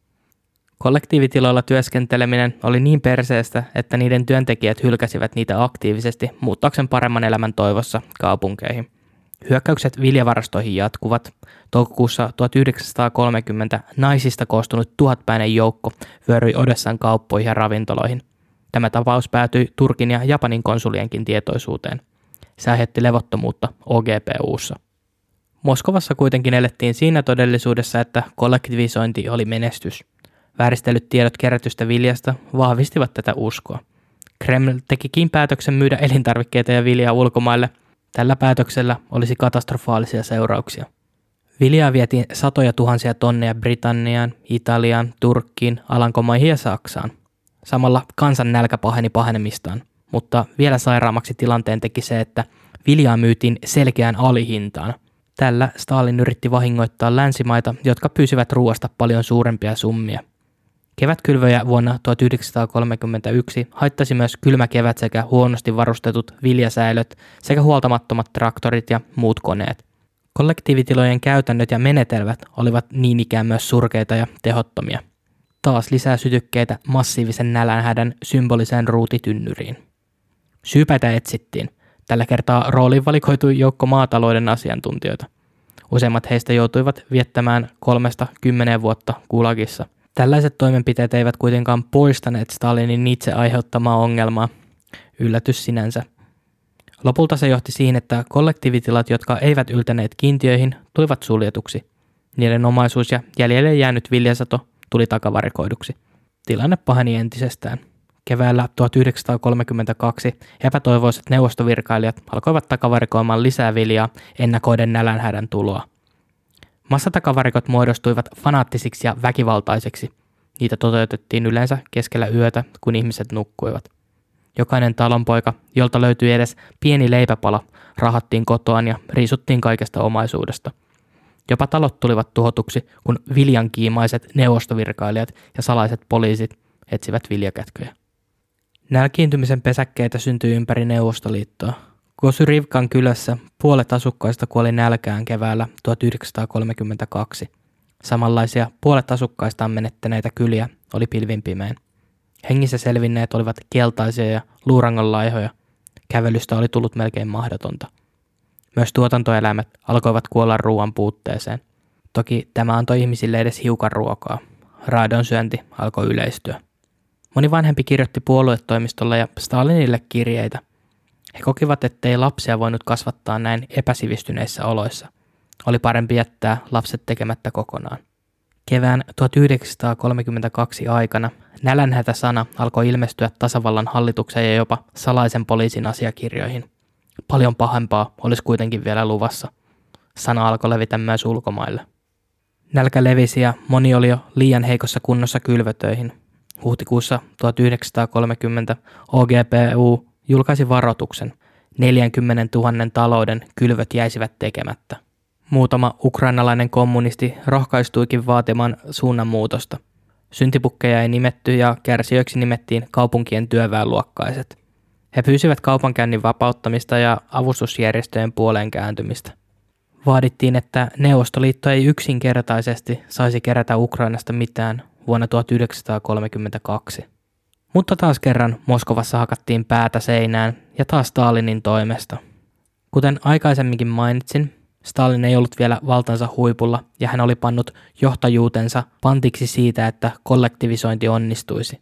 Speaker 1: Kollektiivitiloilla työskenteleminen oli niin perseestä, että niiden työntekijät hylkäsivät niitä aktiivisesti muuttaakseen paremman elämän toivossa kaupunkeihin. Hyökkäykset viljavarastoihin jatkuvat. Toukokuussa tuhatyhdeksänsataakolmekymmentä naisista koostunut tuhatpäinen joukko vyöryi Odessan kauppoihin ja ravintoloihin. Tämä tapaus päätyi Turkin ja Japanin konsulienkin tietoisuuteen. Se aiheutti levottomuutta O G P U:ssa. Moskovassa kuitenkin elettiin siinä todellisuudessa, että kollektivisointi oli menestys. Vääristellyt tiedot kerätystä viljasta vahvistivat tätä uskoa. Kreml tekikin päätöksen myydä elintarvikkeita ja viljaa ulkomaille. Tällä päätöksellä olisi katastrofaalisia seurauksia. Viljaa vietiin satoja tuhansia tonneja Britanniaan, Italiaan, Turkkiin, Alankomaihin ja Saksaan. Samalla kansan nälkä paheni pahenemistaan, mutta vielä sairaammaksi tilanteen teki se, että viljaa myytiin selkeään alihintaan. Tällä Stalin yritti vahingoittaa länsimaita, jotka pyysivät ruoasta paljon suurempia summia. Kevätkylvöjä vuonna tuhatyhdeksänsataakolmekymmentäyksi haittasi myös kylmä kevät sekä huonosti varustetut viljasäilöt sekä huoltamattomat traktorit ja muut koneet. Kollektiivitilojen käytännöt ja menetelmät olivat niin ikään myös surkeita ja tehottomia. Taas lisää sytykkeitä massiivisen nälänhädän symboliseen ruutitynnyriin. Syypäitä etsittiin. Tällä kertaa rooliin valikoitui joukko maatalouden asiantuntijoita. Useimmat heistä joutuivat viettämään kolmesta kymmeneen vuotta Gulagissa. Tällaiset toimenpiteet eivät kuitenkaan poistaneet Stalinin itse aiheuttamaa ongelmaa. Yllätys sinänsä. Lopulta se johti siihen, että kollektiivitilat, jotka eivät yltäneet kiintiöihin, tulivat suljetuksi. Niiden omaisuus ja jäljelle jäänyt viljasato tuli takavarikoiduksi. Tilanne paheni entisestään. Keväällä tuhatyhdeksänsataakolmekymmentäkaksi epätoivoiset neuvostovirkailijat alkoivat takavarikoimaan lisää viljaa ennakoiden nälänhädän tuloa. Massatakavarikot muodostuivat fanaattisiksi ja väkivaltaisiksi. Niitä toteutettiin yleensä keskellä yötä, kun ihmiset nukkuivat. Jokainen talonpoika, jolta löytyi edes pieni leipäpala, rahattiin kotoaan ja riisuttiin kaikesta omaisuudesta. Jopa talot tulivat tuhotuksi, kun viljankiimaiset neuvostovirkailijat ja salaiset poliisit etsivät viljakätköjä. Nälkiintymisen pesäkkeitä syntyi ympäri Neuvostoliittoa. Kosyrivkan kylässä puolet asukkaista kuoli nälkään keväällä tuhatyhdeksänsataakolmekymmentäkaksi. Samanlaisia puolet asukkaistaan menettäneitä kyliä oli pilvin pimein. Hengissä selvinneet olivat keltaisia ja luurangonlaihoja. Kävelystä oli tullut melkein mahdotonta. Myös tuotantoeläimet alkoivat kuolla ruoan puutteeseen. Toki tämä antoi ihmisille edes hiukan ruokaa. Raadon syönti alkoi yleistyä. Moni vanhempi kirjoitti puoluetoimistolle ja Stalinille kirjeitä. He kokivat, ettei lapsia voinut kasvattaa näin epäsivistyneissä oloissa. Oli parempi jättää lapset tekemättä kokonaan. Kevään tuhatyhdeksänsataakolmekymmentäkaksi aikana nälänhätä-sana alkoi ilmestyä tasavallan hallituksen ja jopa salaisen poliisin asiakirjoihin. Paljon pahempaa olisi kuitenkin vielä luvassa. Sana alkoi levitä myös ulkomaille. Nälkä levisi ja moni oli jo liian heikossa kunnossa kylvötöihin. Huhtikuussa tuhatyhdeksänsataakolmekymmentä O G P U julkaisi varoituksen. neljäkymmentätuhatta talouden kylvöt jäisivät tekemättä. Muutama ukrainalainen kommunisti rohkaistuikin vaatimaan suunnanmuutosta. Syntipukkeja ei nimetty ja kärsijöiksi nimettiin kaupunkien työväenluokkaiset. He pyysivät kaupankäynnin vapauttamista ja avustusjärjestöjen puoleen kääntymistä. Vaadittiin, että Neuvostoliitto ei yksinkertaisesti saisi kerätä Ukrainasta mitään vuonna tuhatyhdeksänsataakolmekymmentäkaksi. Mutta taas kerran Moskovassa hakattiin päätä seinään ja taas Stalinin toimesta. Kuten aikaisemminkin mainitsin, Stalin ei ollut vielä valtansa huipulla ja hän oli pannut johtajuutensa pantiksi siitä, että kollektivisointi onnistuisi.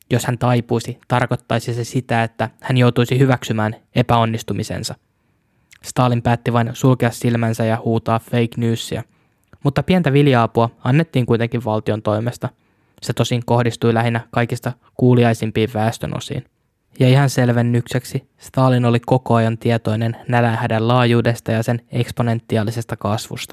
Speaker 1: Jos hän taipuisi, tarkoittaisi se sitä, että hän joutuisi hyväksymään epäonnistumisensa. Stalin päätti vain sulkea silmänsä ja huutaa fake newsia, mutta pientä vilja-apua annettiin kuitenkin valtion toimesta. Se tosin kohdistui lähinnä kaikista kuuliaisimpiin väestönosiin. Ja ihan selvennykseksi, Stalin oli koko ajan tietoinen nälänhädän laajuudesta ja sen eksponentiaalisesta kasvusta.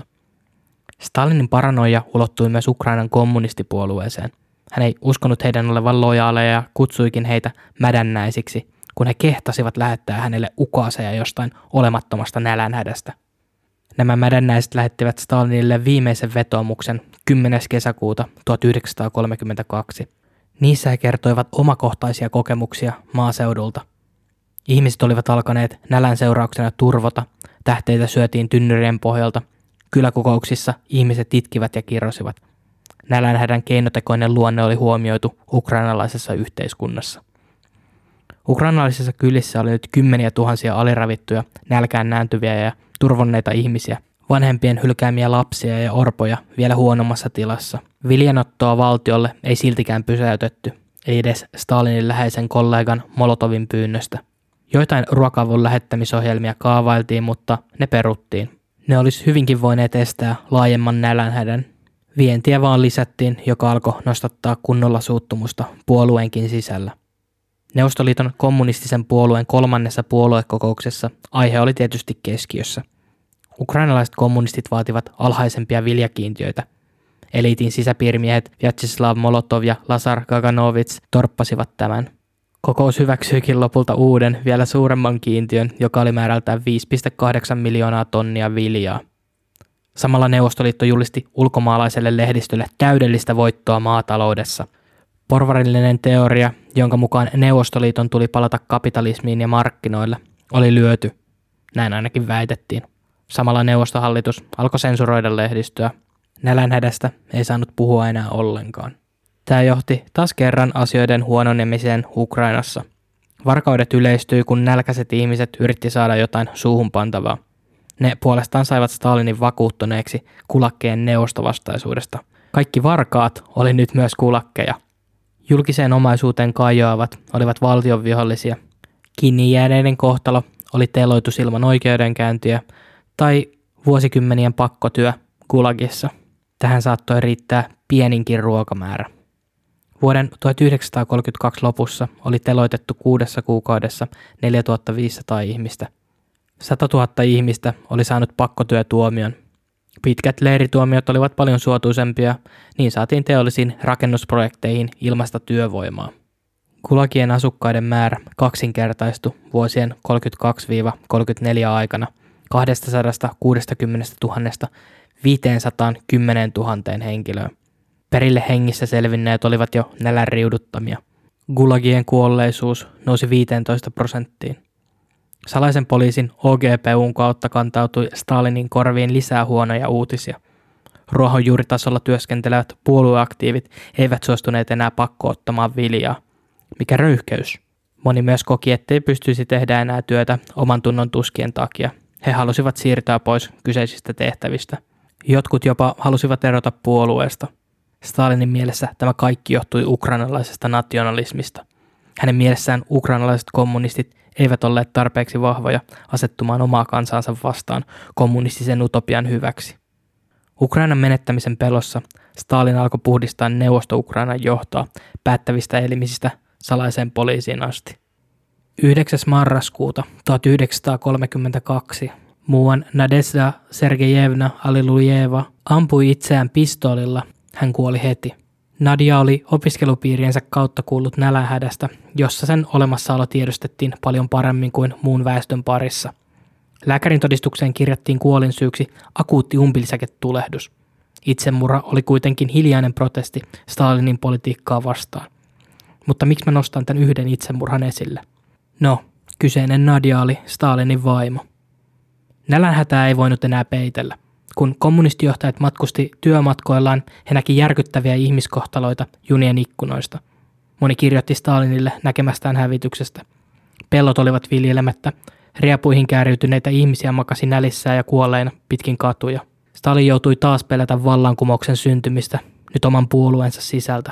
Speaker 1: Stalinin paranoia ulottui myös Ukrainan kommunistipuolueeseen. Hän ei uskonut heidän olevan lojaaleja ja kutsuikin heitä mädännäisiksi, kun he kehtasivat lähettää hänelle ukaaseja jostain olemattomasta nälänhädästä. Nämä mädännäiset lähettivät Stalinille viimeisen vetoomuksen kymmenes kesäkuuta tuhatyhdeksänsataakolmekymmentäkaksi. Niissä he kertoivat omakohtaisia kokemuksia maaseudulta. Ihmiset olivat alkaneet nälän seurauksena turvota, tähteitä syötiin tynnyrien pohjalta, kyläkokouksissa ihmiset itkivät ja kirrosivat. Nälänhädän keinotekoinen luonne oli huomioitu ukrainalaisessa yhteiskunnassa. Ukrainalaisissa kylissä oli nyt kymmeniä tuhansia aliravittuja, nälkään nääntyviä ja turvonneita ihmisiä, vanhempien hylkäämiä lapsia ja orpoja vielä huonommassa tilassa. Viljanottoa valtiolle ei siltikään pysäytetty, ei edes Stalinin läheisen kollegan Molotovin pyynnöstä. Joitain ruoka-avun lähettämisohjelmia kaavailtiin, mutta ne peruttiin. Ne olisi hyvinkin voineet estää laajemman nälänhädän. Vientiä vaan lisättiin, joka alkoi nostattaa kunnolla suuttumusta puolueenkin sisällä. Neuvostoliiton kommunistisen puolueen kolmannessa puoluekokouksessa aihe oli tietysti keskiössä. Ukrainalaiset kommunistit vaativat alhaisempia viljakiintiöitä. Eliitin sisäpiirimiehet Vyacheslav Molotov ja Lazar Kaganovits torppasivat tämän. Kokous hyväksyikin lopulta uuden, vielä suuremman kiintiön, joka oli määrältään viisi pilkku kahdeksan miljoonaa tonnia viljaa. Samalla Neuvostoliitto julisti ulkomaalaiselle lehdistölle täydellistä voittoa maataloudessa. Porvarillinen teoria, jonka mukaan Neuvostoliiton tuli palata kapitalismiin ja markkinoille, oli lyöty. Näin ainakin väitettiin. Samalla neuvostohallitus alkoi sensuroida lehdistöä. Nälänhädästä ei saanut puhua enää ollenkaan. Tämä johti taas kerran asioiden huononemiseen Ukrainassa. Varkaudet yleistyi, kun nälkäiset ihmiset yritti saada jotain suuhun pantavaa. Ne puolestaan saivat Stalinin vakuuttuneeksi kulakkeen neuvostovastaisuudesta. Kaikki varkaat oli nyt myös kulakkeja. Julkiseen omaisuuteen kajoavat olivat valtionvihollisia. Kiinni jääneiden kohtalo oli teloitus ilman oikeudenkäyntiä tai vuosikymmenien pakkotyö Gulagissa. Tähän saattoi riittää pieninkin ruokamäärä. Vuoden tuhatyhdeksänsataakolmekymmentäkaksi lopussa oli teloitettu kuudessa kuukaudessa neljätuhattaviisisataa ihmistä. satatuhatta ihmistä oli saanut pakkotyötuomion. Pitkät leirituomiot olivat paljon suotuisempia, niin saatiin teollisiin rakennusprojekteihin ilmaista työvoimaa. Gulagien asukkaiden määrä kaksinkertaistui vuosien kolmekymmentäkaksi kolmekymmentäneljä aikana kaksisataakuusikymmentätuhatta viisisataakymmentätuhatta henkilöä. Perille hengissä selvinneet olivat jo nälän riuduttamia. Gulagien kuolleisuus nousi viisitoista prosenttiin. Salaisen poliisin O G P U:n kautta kantautui Stalinin korviin lisää huonoja uutisia. Ruohonjuuritasolla työskentelevät puolueaktiivit eivät suostuneet enää pakkoottamaan viljaa. Mikä röyhkeys? Moni myös koki, ettei pystyisi tehdä enää työtä oman tunnon tuskien takia. He halusivat siirtyä pois kyseisistä tehtävistä. Jotkut jopa halusivat erota puolueesta. Stalinin mielessä tämä kaikki johtui ukrainalaisesta nationalismista. Hänen mielessään ukrainalaiset kommunistit eivät olleet tarpeeksi vahvoja asettumaan omaa kansansa vastaan kommunistisen utopian hyväksi. Ukrainan menettämisen pelossa Stalin alkoi puhdistaa Neuvosto-Ukrainan johtoa päättävistä elimisistä salaiseen poliisiin asti. yhdeksäs marraskuuta tuhatyhdeksänsataakolmekymmentäkaksi muuan Nadezhda Sergejevna Allilujeva ampui itseään pistoolilla. Hän kuoli heti. Nadia oli opiskelupiiriensä kautta kuullut nälänhädästä, jossa sen olemassaolo tiedostettiin paljon paremmin kuin muun väestön parissa. Lääkärin todistukseen kirjattiin kuolinsyyksi akuutti umbilisäketulehdus. Itsemurha oli kuitenkin hiljainen protesti Stalinin politiikkaa vastaan. Mutta miksi mä nostan tämän yhden itsemurhan esille? No, kyseinen Nadia oli Stalinin vaimo. Nälänhätää ei voinut enää peitellä. Kun kommunistijohtajat matkusti työmatkoillaan, he näki järkyttäviä ihmiskohtaloita junien ikkunoista. Moni kirjoitti Stalinille näkemästään hävityksestä. Pellot olivat viljelemättä, riepuihin kääriytyneitä ihmisiä makasi nälissään ja kuolleina pitkin katuja. Stalin joutui taas pelätä vallankumouksen syntymistä, nyt oman puolueensa sisältä.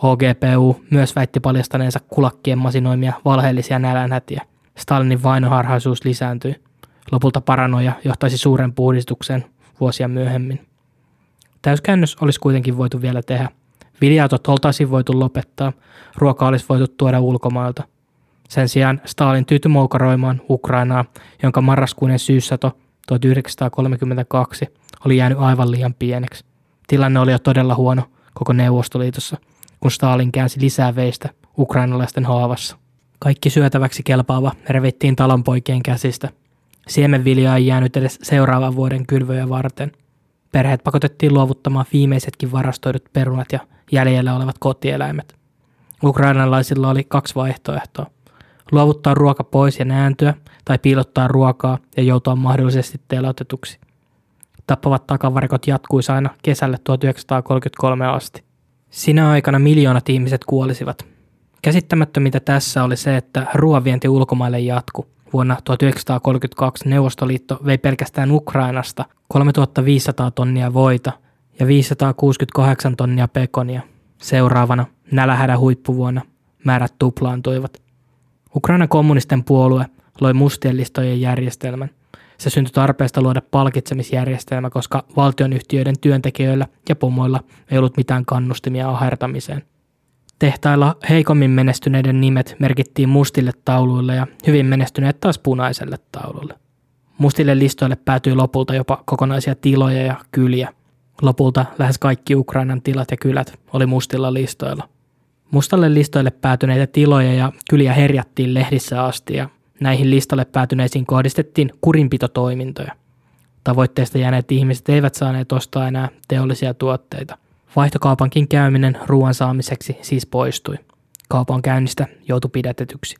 Speaker 1: H G P U myös väitti paljastaneensa kulakkien masinoimia valheellisia nälänhätiä. Stalinin vainoharhaisuus lisääntyi. Lopulta paranoia johtaisi suuren puhdistukseen vuosia myöhemmin. Täyskäännös olisi kuitenkin voitu vielä tehdä. Vilja-autot oltaisiin voitu lopettaa, ruoka olisi voitu tuoda ulkomailta. Sen sijaan Stalin tyytyi moukaroimaan Ukrainaa, jonka marraskuinen syyssato tuhatyhdeksänsataakolmekymmentäkaksi oli jäänyt aivan liian pieneksi. Tilanne oli jo todella huono koko Neuvostoliitossa, kun Stalin käänsi lisää veistä ukrainalaisten haavassa. Kaikki syötäväksi kelpaava revittiin talonpoikien käsistä. Siemenviljaa ei jäänyt edes seuraavan vuoden kylvöjä varten. Perheet pakotettiin luovuttamaan viimeisetkin varastoidut perunat ja jäljellä olevat kotieläimet. Ukrainalaisilla oli kaksi vaihtoehtoa. Luovuttaa ruoka pois ja nääntyä tai piilottaa ruokaa ja joutua mahdollisesti teloitetuksi. Tappavat takavarikot jatkuisi aina kesälle tuhatyhdeksänsataakolmekymmentäkolme asti. Sinä aikana miljoonat ihmiset kuolisivat. Käsittämättömintä tässä oli se, että ruoanvienti ulkomaille jatkui. Vuonna tuhatyhdeksänsataakolmekymmentäkaksi Neuvostoliitto vei pelkästään Ukrainasta kolmetuhattaviisisataa tonnia voita ja viisisataakuusikymmentäkahdeksan tonnia pekonia. Seuraavana nälänhädän huippuvuonna määrät tuplaantuivat. Ukrainan kommunisten puolue loi mustien listojen järjestelmän. Se syntyi tarpeesta luoda palkitsemisjärjestelmä, koska valtionyhtiöiden työntekijöillä ja pomoilla ei ollut mitään kannustimia ahertamiseen. Tehtailla heikommin menestyneiden nimet merkittiin mustille tauluille ja hyvin menestyneet taas punaiselle taululle. Mustille listoille päätyi lopulta jopa kokonaisia tiloja ja kyliä. Lopulta lähes kaikki Ukrainan tilat ja kylät oli mustilla listoilla. Mustalle listoille päätyneitä tiloja ja kyliä herjattiin lehdissä asti ja näihin listalle päätyneisiin kohdistettiin kurinpitotoimintoja. Tavoitteesta jääneet ihmiset eivät saaneet ostaa enää teollisia tuotteita. Vaihtokaupankin käyminen ruoan saamiseksi siis poistui. Kaupan käynnistä joutui pidätetyksi.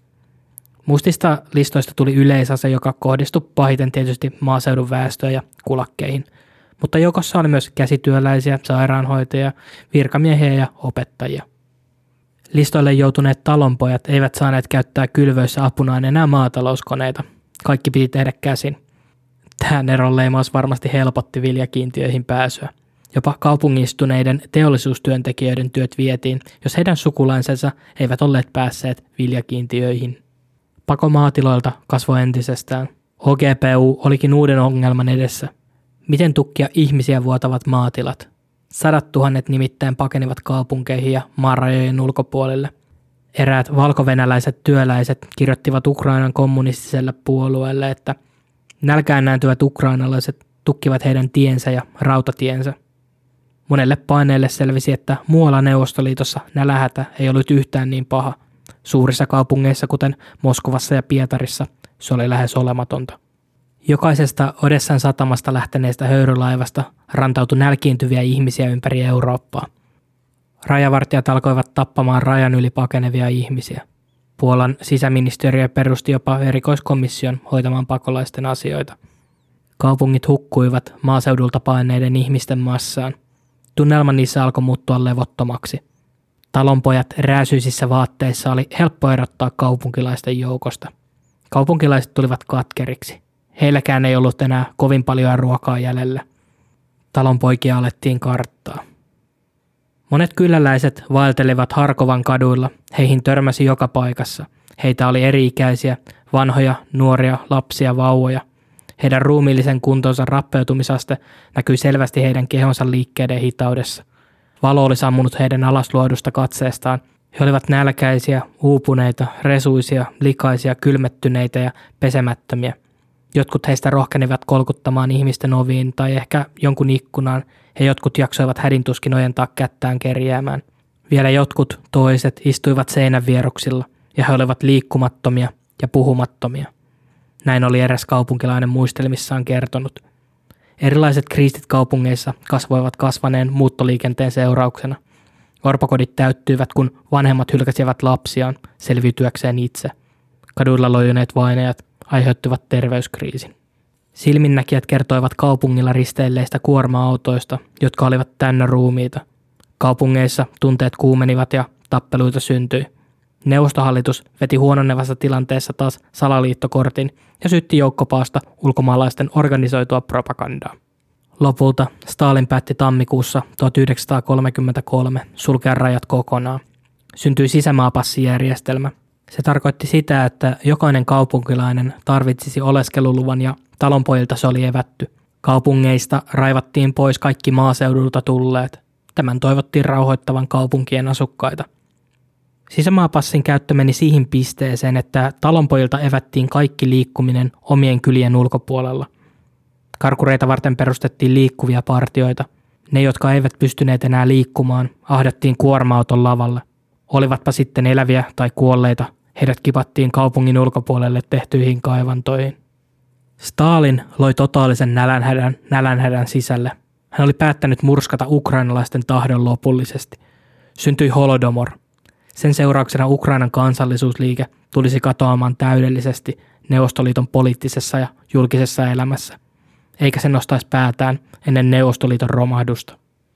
Speaker 1: Mustista listoista tuli yleisase, joka kohdistui pahiten tietysti maaseudun väestöön ja kulakkeihin, mutta joukossa oli myös käsityöläisiä, sairaanhoitajia, virkamiehiä ja opettajia. Listoille joutuneet talonpojat eivät saaneet käyttää kylvöissä apunaan enää maatalouskoneita. Kaikki piti tehdä käsin. Tämä eronleimaus varmasti helpotti viljakiintiöihin pääsyä. Jopa kaupungistuneiden teollisuustyöntekijöiden työt vietiin, jos heidän sukulaisensa eivät olleet päässeet viljakiintiöihin. Pako maatiloilta kasvoi entisestään. H G P U olikin uuden ongelman edessä. Miten tukkia ihmisiä vuotavat maatilat? Sadat tuhannet nimittäin pakenivat kaupunkeihin ja maanrajojen ulkopuolelle. Eräät valkovenäläiset työläiset kirjoittivat Ukrainan kommunistiselle puolueelle, että nälkään nääntyvät ukrainalaiset tukkivat heidän tiensä ja rautatiensä. Monelle paineelle selvisi, että muualla Neuvostoliitossa nälänhätä ei ollut yhtään niin paha. Suurissa kaupungeissa, kuten Moskovassa ja Pietarissa, se oli lähes olematonta. Jokaisesta Odessan satamasta lähteneestä höyrylaivasta rantautui nälkiintyviä ihmisiä ympäri Eurooppaa. Rajavartijat alkoivat tappamaan rajan yli pakenevia ihmisiä. Puolan sisäministeriö perusti jopa erikoiskomission hoitamaan pakolaisten asioita. Kaupungit hukkuivat maaseudulta paineiden ihmisten massaan. Tunnelma niissä alkoi muuttua levottomaksi. Talonpojat rääsyisissä vaatteissa oli helppo erottaa kaupunkilaisten joukosta. Kaupunkilaiset tulivat katkeriksi. Heilläkään ei ollut enää kovin paljon ruokaa jäljellä. Talonpoikia alettiin karttaa. Monet kyläläiset vaeltelivat Harkovan kaduilla. Heihin törmäsi joka paikassa. Heitä oli eri-ikäisiä, vanhoja, nuoria, lapsia, vauvoja. Heidän ruumiillisen kuntonsa rappeutumisaste näkyi selvästi heidän kehonsa liikkeiden hitaudessa. Valo oli sammunut heidän alasluodusta katseestaan. He olivat nälkäisiä, uupuneita, resuisia, likaisia, kylmettyneitä ja pesemättömiä. Jotkut heistä rohkenivat kolkuttamaan ihmisten oviin tai ehkä jonkun ikkunaan, ja jotkut jaksoivat hädintuskin ojentaa kättään kerjäämään. Vielä jotkut toiset istuivat seinän vieruksilla, ja he olivat liikkumattomia ja puhumattomia. Näin oli eräs kaupunkilainen muistelmissaan kertonut. Erilaiset kriisit kaupungeissa kasvoivat kasvaneen muuttoliikenteen seurauksena. Orpokodit täyttyivät, kun vanhemmat hylkäsivät lapsiaan selviytyäkseen itse. Kaduilla lojuneet vainajat aiheuttivat terveyskriisin. Silminnäkijät kertoivat kaupungilla risteilleistä kuorma-autoista, jotka olivat täynnä ruumiita. Kaupungeissa tunteet kuumenivat ja tappeluita syntyi. Neuvostohallitus veti huononevassa tilanteessa taas salaliittokortin ja syytti joukkopaasta ulkomaalaisten organisoitua propagandaa. Lopulta Stalin päätti tammikuussa tuhatyhdeksänsataakolmekymmentäkolme sulkea rajat kokonaan. syntyi sisämaapassijärjestelmä. Se tarkoitti sitä, että jokainen kaupunkilainen tarvitsisi oleskeluluvan ja talonpojilta se oli evätty. Kaupungeista raivattiin pois kaikki maaseudulta tulleet. Tämän toivottiin rauhoittavan kaupunkien asukkaita. Sisämaapassin käyttö meni siihen pisteeseen, että talonpojilta evättiin kaikki liikkuminen omien kylien ulkopuolella. Karkureita varten perustettiin liikkuvia partioita. Ne, jotka eivät pystyneet enää liikkumaan, ahdattiin kuorma-auton lavalle. Olivatpa sitten eläviä tai kuolleita, heidät kipattiin kaupungin ulkopuolelle tehtyihin kaivantoihin. Stalin loi totaalisen nälänhädän nälänhädän sisälle. Hän oli päättänyt murskata ukrainalaisten tahdon lopullisesti. Syntyi Holodomor. Sen seurauksena Ukrainan kansallisuusliike tulisi katoamaan täydellisesti Neuvostoliiton poliittisessa ja julkisessa elämässä, eikä se nostaisi päätään ennen Neuvostoliiton romahdusta.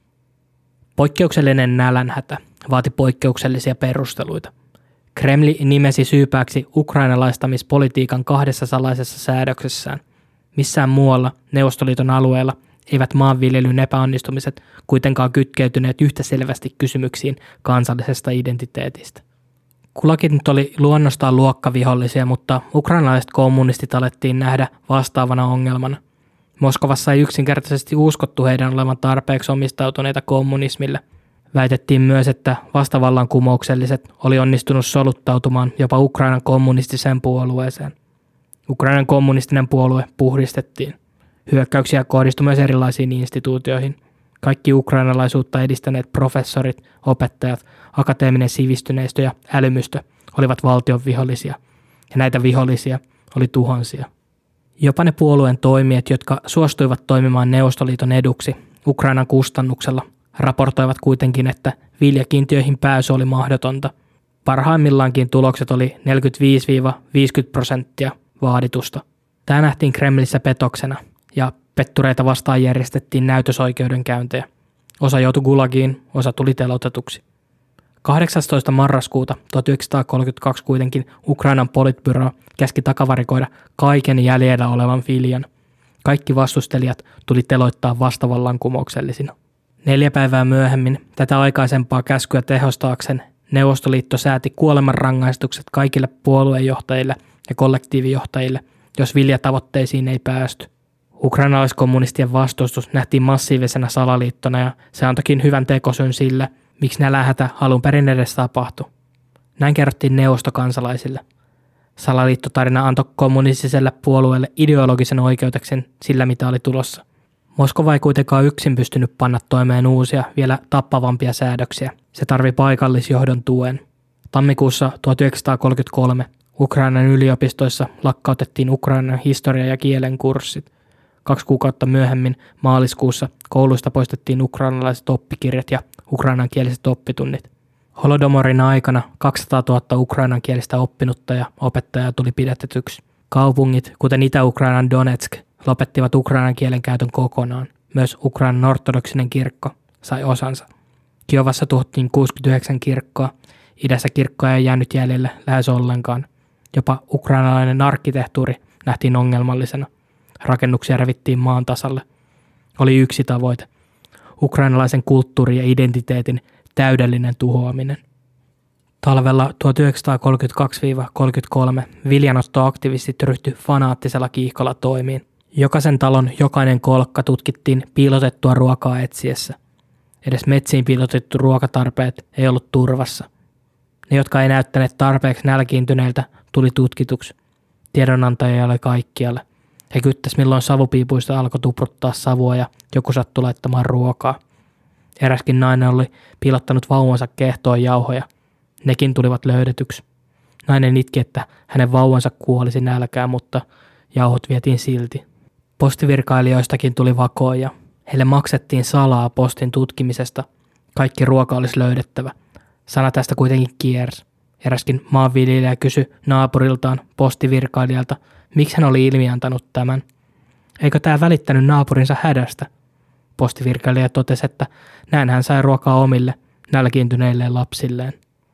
Speaker 1: Poikkeuksellinen nälänhätä vaati poikkeuksellisia perusteluita. Kremli nimesi syypääksi ukrainalaistamispolitiikan kahdessa salaisessa säädöksessään. Missään muualla Neuvostoliiton alueella eivät maanviljelyn epäonnistumiset kuitenkaan kytkeytyneet yhtä selvästi kysymyksiin kansallisesta identiteetistä. Kulakit nyt oli luonnostaan luokkavihollisia, mutta ukrainalaiset kommunistit alettiin nähdä vastaavana ongelmana. Moskovassa ei yksinkertaisesti uskottu heidän olevan tarpeeksi omistautuneita kommunismille. Väitettiin myös, että vastavallankumoukselliset oli onnistunut soluttautumaan jopa Ukrainan kommunistiseen puolueeseen. Ukrainan kommunistinen puolue puhdistettiin. Hyökkäyksiä kohdistui myös erilaisiin instituutioihin. Kaikki ukrainalaisuutta edistäneet professorit, opettajat, akateeminen sivistyneistö ja älymystö olivat valtion vihollisia, ja näitä vihollisia oli tuhansia. Jopa ne puolueen toimijat, jotka suostuivat toimimaan Neuvostoliiton eduksi Ukrainan kustannuksella, raportoivat kuitenkin, että viljakiintiöihin pääsy oli mahdotonta. Parhaimmillaankin tulokset oli neljäkymmentäviisi viisikymmentä prosenttia vaaditusta. Tämä nähtiin Kremlissä petoksena, ja pettureita vastaan järjestettiin näytösoikeudenkäyntejä. Osa joutui gulagiin, osa tuli telotetuksi. kahdeksastoista marraskuuta tuhatyhdeksänsataakolmekymmentäkaksi kuitenkin Ukrainan politbyro käski takavarikoida kaiken jäljellä olevan viljan. Kaikki vastustelijat tuli teloittaa vastavallankumouksellisina. Neljä päivää myöhemmin tätä aikaisempaa käskyä tehostaakseen Neuvostoliitto sääti kuolemanrangaistukset kaikille puoluejohtajille ja kollektiivijohtajille, jos viljatavoitteisiin ei päästy. Ukrainalaiskommunistien vastustus nähtiin massiivisena salaliittona ja se antoikin hyvän tekosyyn sille, miksi nälänhätä alun perin edes tapahtui. Näin kerrottiin neuvostokansalaisille. Salaliittotarina antoi kommunistiselle puolueelle ideologisen oikeuteksen sillä, mitä oli tulossa. Moskova ei kuitenkaan yksin pystynyt panna toimeen uusia, vielä tappavampia säädöksiä. Se tarvi paikallisjohdon tuen. Tammikuussa tuhatyhdeksänsataakolmekymmentäkolme Ukrainan yliopistoissa lakkautettiin Ukrainan historia- ja kielen kurssit. Kaksi kuukautta myöhemmin maaliskuussa kouluista poistettiin ukrainalaiset oppikirjat ja ukrainankieliset oppitunnit. Holodomorin aikana kaksisataatuhatta ukrainankielistä oppinutta ja opettajaa tuli pidätetyksi. Kaupungit, kuten Itä-Ukrainan Donetsk, lopettivat ukrainan kielen käytön kokonaan. Myös Ukrainan ortodoksinen kirkko sai osansa. Kiovassa tuhottiin kuusikymmentäyhdeksän kirkkoa. Idässä kirkkoja ei jäänyt jäljelle lähes ollenkaan. Jopa ukrainalainen arkkitehtuuri nähtiin ongelmallisena. Rakennuksia revittiin maan tasalle. Oli yksi tavoite. Ukrainalaisen kulttuurin ja identiteetin täydellinen tuhoaminen. Talvella tuhatyhdeksänsataakolmekymmentäkaksi kolmekymmentäkolme viljanottoaktivistit ryhtyivät fanaattisella kiihkolla toimiin. Jokaisen talon jokainen kolkka tutkittiin piilotettua ruokaa etsiessä. Edes metsiin piilotettu ruokatarpeet ei ollut turvassa. Ne, jotka ei näyttäneet tarpeeksi nälkiintyneiltä, tuli tutkituksi. Tiedonantajia oli kaikkialle. He kyttäs milloin savupiipuista alkoi tupruttaa savua ja joku sattui laittamaan ruokaa. Eräskin nainen oli piilottanut vauvansa kehtoon jauhoja. Nekin tulivat löydetyksi. Nainen itki, että hänen vauvansa kuolisi nälkään, mutta jauhot vietiin silti. Postivirkailijoistakin tuli vakoja. Heille maksettiin salaa postin tutkimisesta. Kaikki ruoka olisi löydettävä. Sana tästä kuitenkin kiersi. Eräskin maanviljelijä kysyi naapuriltaan postivirkailijalta, miksi hän oli ilmiantanut tämän. Eikö tämä välittänyt naapurinsa hädästä? Postivirkailija totesi, että näin hän sai ruokaa omille, nälkiintyneille lapsilleen.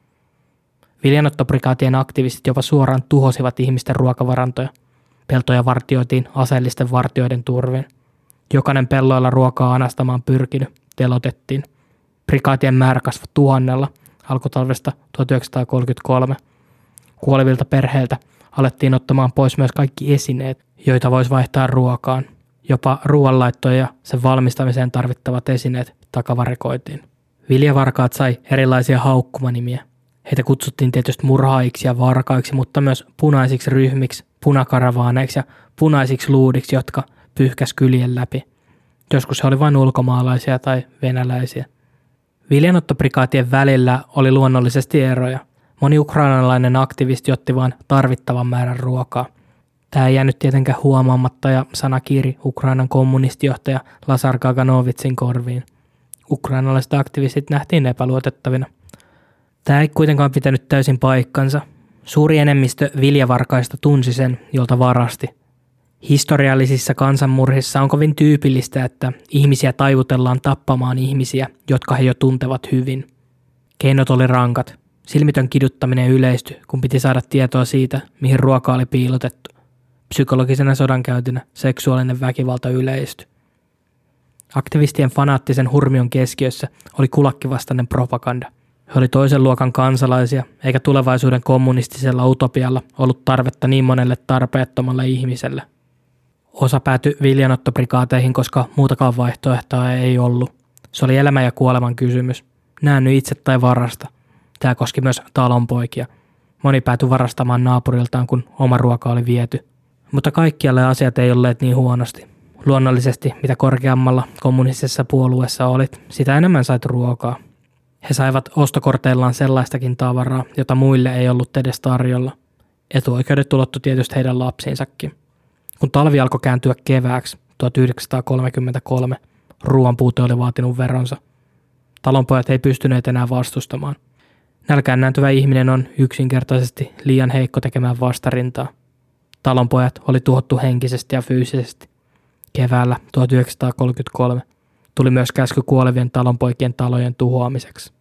Speaker 1: Viljanottoprikaatien aktivistit jopa suoraan tuhosivat ihmisten ruokavarantoja. Peltoja vartioitiin aseellisten vartioiden turvin. Jokainen pelloilla ruokaa anastamaan pyrkinyt telotettiin. Prikaatien määrä kasvoi tuhannella alkutalvesta tuhatyhdeksänsataakolmekymmentäkolme. Kuolevilta perheiltä alettiin ottamaan pois myös kaikki esineet, joita voisi vaihtaa ruokaan. Jopa ruoanlaittoja ja sen valmistamiseen tarvittavat esineet takavarikoitiin. Viljavarkaat sai erilaisia haukkumanimiä. Heitä kutsuttiin tietysti murhaajiksi ja varkaiksi, mutta myös punaisiksi ryhmiksi, punakaravaaneiksi ja punaisiksi luudiksi, jotka pyyhkäs kylien läpi. Joskus he oli vain ulkomaalaisia tai venäläisiä. Viljanottoprikaatien välillä oli luonnollisesti eroja. Moni ukrainalainen aktivisti otti vain tarvittavan määrän ruokaa. Tämä ei jäänyt tietenkään huomaamatta ja sana kiiri Ukrainan kommunistijohtaja Lazar Kaganovitsin korviin. Ukrainalaiset aktivistit nähtiin epäluotettavina. Tämä ei kuitenkaan pitänyt täysin paikkansa. Suuri enemmistö viljavarkaista tunsi sen, jolta varasti. Historiallisissa kansanmurhissa on kovin tyypillistä, että ihmisiä taivutellaan tappamaan ihmisiä, jotka he jo tuntevat hyvin. Keinot oli rankat. Silmitön kiduttaminen yleistyi, kun piti saada tietoa siitä, mihin ruoka oli piilotettu. Psykologisena sodankäyntinä seksuaalinen väkivalta yleistyi. Aktivistien fanaattisen hurmion keskiössä oli kulakkivastainen propaganda. He oli toisen luokan kansalaisia, eikä tulevaisuuden kommunistisella utopialla ollut tarvetta niin monelle tarpeettomalle ihmiselle. Osa päätyi viljanottoprikaateihin, koska muutakaan vaihtoehtoa ei ollut. Se oli elämän ja kuoleman kysymys. Näänny itse tai varasta. Tämä koski myös talonpoikia. Moni päätyi varastamaan naapuriltaan, kun oma ruoka oli viety. Mutta kaikkialle asiat ei olleet niin huonosti. Luonnollisesti, mitä korkeammalla kommunistisessa puolueessa olit, sitä enemmän sait ruokaa. He saivat ostokorteillaan sellaistakin tavaraa, jota muille ei ollut edes tarjolla. Etuoikeudet ulottu tietysti heidän lapsiinsakin. Kun talvi alkoi kääntyä kevääksi tuhatyhdeksänsataakolmekymmentäkolme, ruoanpuute oli vaatinut veronsa. Talonpojat ei pystyneet enää vastustamaan. Nälkään nääntyvä ihminen on yksinkertaisesti liian heikko tekemään vastarintaa. Talonpojat oli tuhottu henkisesti ja fyysisesti. Keväällä tuhatyhdeksänsataakolmekymmentäkolme tuli myös käsky kuolevien talonpoikien talojen tuhoamiseksi.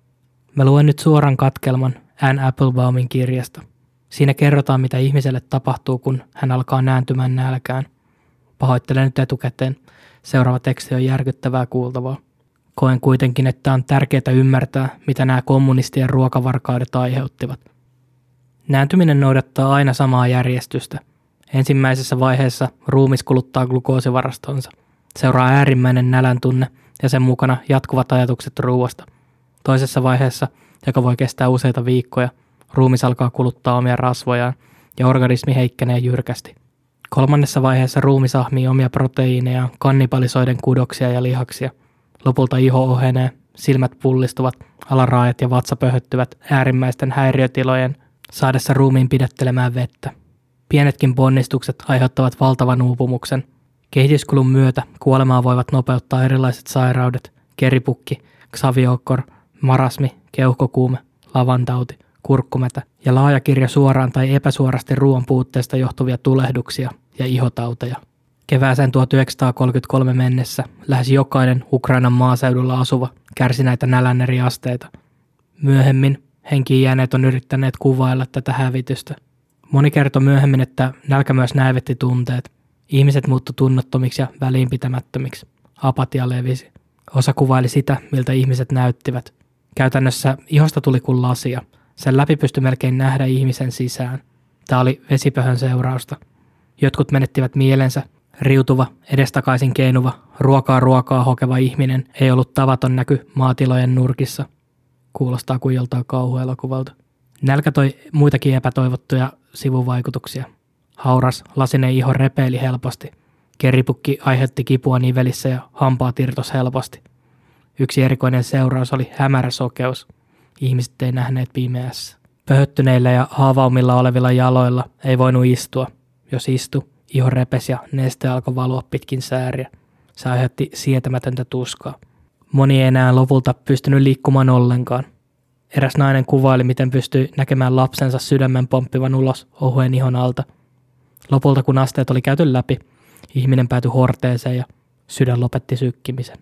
Speaker 1: Mä luen nyt suoran katkelman Anne Applebaumin kirjasta. Siinä kerrotaan, mitä ihmiselle tapahtuu, kun hän alkaa nääntymään nälkään. Pahoittelen nyt etukäteen. Seuraava teksti on järkyttävää kuultavaa. Koen kuitenkin, että on tärkeää ymmärtää, mitä nämä kommunistien ruokavarkaudet aiheuttivat. Nääntyminen noudattaa aina samaa järjestystä. Ensimmäisessä vaiheessa ruumis kuluttaa glukoosivarastonsa. Seuraa äärimmäinen nälän tunne ja sen mukana jatkuvat ajatukset ruuasta. Toisessa vaiheessa, joka voi kestää useita viikkoja, ruumis alkaa kuluttaa omia rasvojaan ja organismi heikkenee jyrkästi. Kolmannessa vaiheessa ruumis ahmii omia proteiineja, kannibalisoiden kudoksia ja lihaksia. Lopulta iho ohenee, silmät pullistuvat, alaraajat ja vatsa pöhöttyvät äärimmäisten häiriötilojen saadessa ruumiin pidättelemään vettä. Pienetkin ponnistukset aiheuttavat valtavan uupumuksen. Kehityskulun myötä kuolemaa voivat nopeuttaa erilaiset sairaudet, keripukki, xaviokor, marasmi, keuhkokuume, lavantauti, kurkkumätä ja laaja kirjo suoraan tai epäsuorasti ruoan puutteesta johtuvia tulehduksia ja ihotauteja. Kevääseen tuhatyhdeksänsataakolmekymmentäkolme mennessä lähes jokainen Ukrainan maaseudulla asuva kärsi näitä nälän eri asteita. Myöhemmin henkiin jääneet on yrittäneet kuvailla tätä hävitystä. Moni kertoi myöhemmin, että nälkä myös näivetti tunteet. Ihmiset muuttui tunnottomiksi ja väliinpitämättömiksi. Apatia levisi. Osa kuvaili sitä, miltä ihmiset näyttivät. Käytännössä ihosta tuli kuin lasia. Sen läpi pystyi melkein nähdä ihmisen sisään. Tämä oli vesipöhön seurausta. Jotkut menettivät mielensä. Riutuva, edestakaisin keinuva, ruokaa ruokaa hokeva ihminen ei ollut tavaton näky maatilojen nurkissa. Kuulostaa kuin joltain kauhuelokuvalta. Nälkä toi muitakin epätoivottuja sivuvaikutuksia. Hauras, lasinen iho repeili helposti. Keripukki aiheutti kipua nivelissä ja hampaat irtos helposti. Yksi erikoinen seuraus oli hämärä sokeus. Ihmiset ei nähneet pimeässä. Pöhöttyneillä ja haavaumilla olevilla jaloilla ei voinut istua. Jos istui, iho repesi ja neste alkoi valua pitkin sääriä. Se aiheutti sietämätöntä tuskaa. Moni ei enää lopulta pystynyt liikkumaan ollenkaan. Eräs nainen kuvaili, miten pystyi näkemään lapsensa sydämen pomppivan ulos ohuen ihon alta. Lopulta kun asteet oli käyty läpi, ihminen päätyi horteeseen ja sydän lopetti sykkimisen.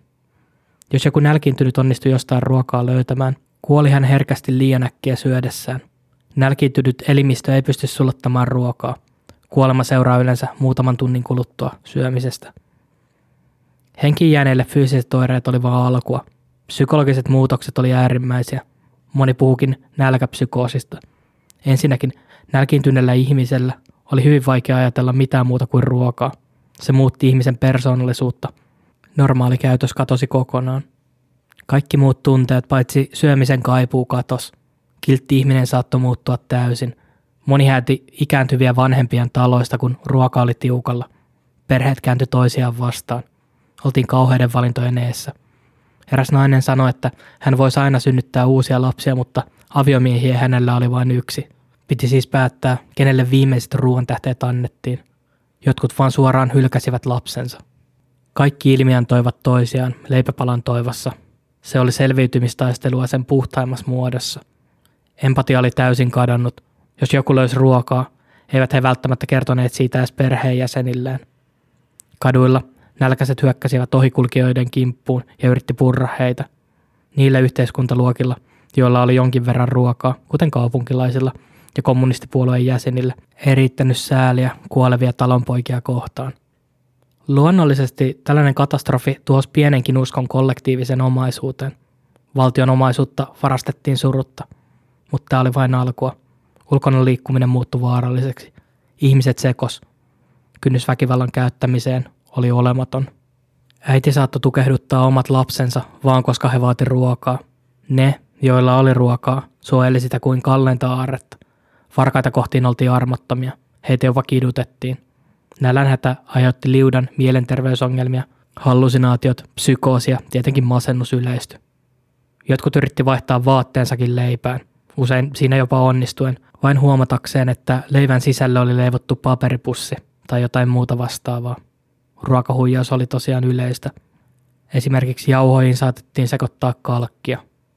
Speaker 1: Jos joku nälkiintynyt onnistui jostain ruokaa löytämään, kuoli hän herkästi liian äkkiä syödessään. Nälkiintynyt elimistö ei pysty sulattamaan ruokaa. Kuolema seuraa yleensä muutaman tunnin kuluttua syömisestä. Henkiin jääneille fyysiset oireet oli vain alkua. Psykologiset muutokset oli äärimmäisiä. Moni puhukin nälkäpsykoosista. Ensinnäkin nälkiintyneellä ihmisellä oli hyvin vaikea ajatella mitään muuta kuin ruokaa. Se muutti ihmisen persoonallisuutta. Normaali käytös katosi kokonaan. Kaikki muut tunteet paitsi syömisen kaipuu katos. Kiltti ihminen saattoi muuttua täysin. Moni hääti ikääntyviä vanhempien taloista, kun ruoka oli tiukalla. Perheet kääntyi toisiaan vastaan. Oltiin kauheiden valintojen eessä. Eräs nainen sanoi, että hän voisi aina synnyttää uusia lapsia, mutta aviomiehiä hänellä oli vain yksi. Piti siis päättää, kenelle viimeiset ruoantähteet annettiin. Jotkut vaan suoraan hylkäsivät lapsensa. Kaikki ilmiantoivat toisiaan leipäpalan toivossa. Se oli selviytymistaistelua sen puhtaimmassa muodossa. Empatia oli täysin kadonnut. Jos joku löysi ruokaa, eivät he välttämättä kertoneet siitä edes perheenjäsenilleen. Kaduilla nälkäiset hyökkäsivät ohikulkijoiden kimppuun ja yritti purra heitä. Niillä yhteiskuntaluokilla, joilla oli jonkin verran ruokaa, kuten kaupunkilaisilla ja kommunistipuolueen jäsenillä, ei riittänyt sääliä kuolevia talonpoikia kohtaan. Luonnollisesti tällainen katastrofi tuosi pienenkin uskon kollektiivisen omaisuuteen. Valtion omaisuutta varastettiin surutta, mutta tämä oli vain alkua. Ulkona liikkuminen muuttui vaaralliseksi. Ihmiset sekos. Kynnys väkivallan käyttämiseen oli olematon. Äiti saattoi tukehduttaa omat lapsensa vaan koska he vaati ruokaa. Ne, joilla oli ruokaa, suojeli sitä kuin kalleinta aarretta. Varkaita kohtiin oltiin armottomia. Heitä jopa kidutettiin. Nälänhätä aiheutti liudan mielenterveysongelmia, hallusinaatiot, psykoosia, tietenkin masennus yleistyi. Jotkut yritti vaihtaa vaatteensakin leipään, usein siinä jopa onnistuen, vain huomatakseen, että leivän sisällä oli leivottu paperipussi tai jotain muuta vastaavaa. Ruokahuijaus oli tosiaan yleistä. Esimerkiksi jauhoihin saatettiin sekoittaa kalkkia.